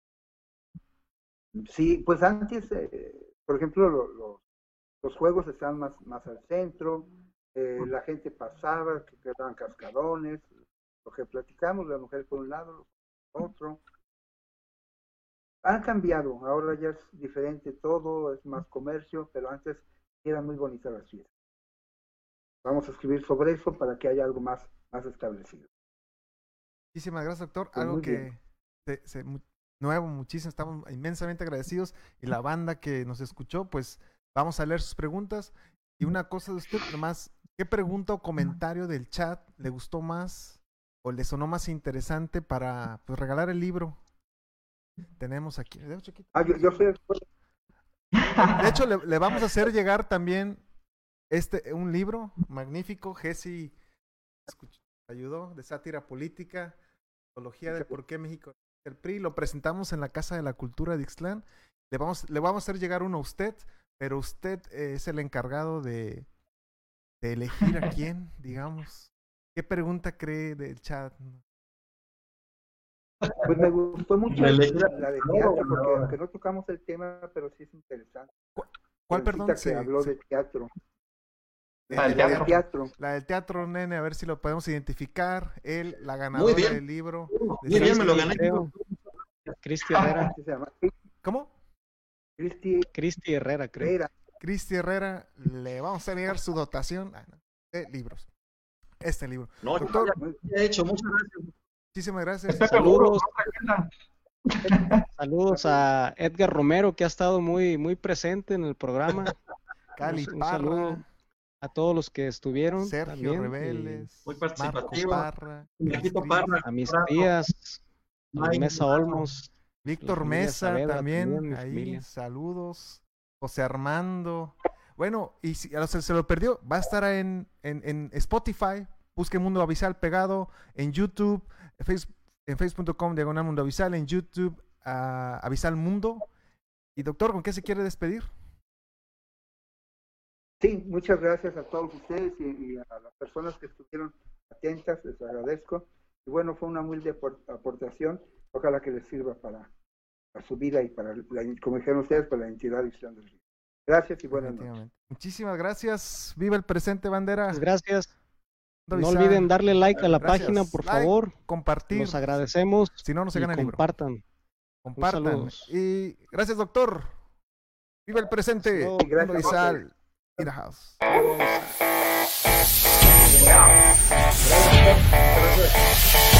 Sí, pues antes, por ejemplo, los juegos estaban más al centro, la gente pasaba, que quedaban cascarones, lo que platicamos, la mujer por un lado, por otro. Han cambiado, ahora ya es diferente todo, es más comercio, pero antes eran muy bonitas las fiestas. Vamos a escribir sobre eso para que haya algo más establecido. Muchísimas gracias, doctor. Pues algo que nuevo, muchísimo, estamos inmensamente agradecidos. Y la banda que nos escuchó, pues vamos a leer sus preguntas. Y una cosa de usted, nomás, ¿qué pregunta o comentario del chat le gustó más o le sonó más interesante para pues regalar el libro? Tenemos aquí. De hecho, le vamos a hacer llegar también un libro magnífico. Jesse ayudó, de sátira política, antología de por qué México el PRI. Lo presentamos en la Casa de la Cultura de Ixtlán. Le vamos a hacer llegar uno a usted, pero usted es el encargado de elegir a quién, digamos. ¿Qué pregunta cree del chat? Pues me gustó mucho la de teatro, porque aunque no tocamos el tema, pero sí es interesante. ¿Cuál, perdón? Que habló de teatro. La del teatro, nene, a ver si lo podemos identificar. La ganadora del libro. Muy bien, me lo gané. Cristi Herrera. ¿Cómo? Cristi Herrera, creo. Cristi Herrera, le vamos a negar su dotación de libros. Este libro. No, doctor, ya he hecho, muchas gracias. Muchísimas gracias. Saludos a Edgar Romero, que ha estado muy presente en el programa. Cali Un Parra. saludo a todos los que estuvieron. Sergio también, Reveles. Muy participativo. Parra, a mis tías, a Mesa Olmos. Víctor Mesa también, ahí, familia. Saludos. José Armando. Bueno, y si se lo perdió, va a estar en Spotify. Busque Mundo Abisal pegado, en YouTube, en facebook.com/Mundo Abisal, en YouTube, Abisal Mundo. Y doctor, ¿con qué se quiere despedir? Sí, muchas gracias a todos ustedes y a las personas que estuvieron atentas, les agradezco. Y bueno, fue una humilde aportación, ojalá que les sirva para su vida y para, como dijeron ustedes, para la entidad de Ixtlán del Río. Gracias y buenas noches. Muchísimas gracias. Viva el presente, bandera. Muchas gracias. No olviden darle like a la página, por favor. Compartir. Los agradecemos. Si no, no se gana el libro. Compartan. Y gracias, doctor. Viva el presente. Gracias, Abisal. In the house. Gracias.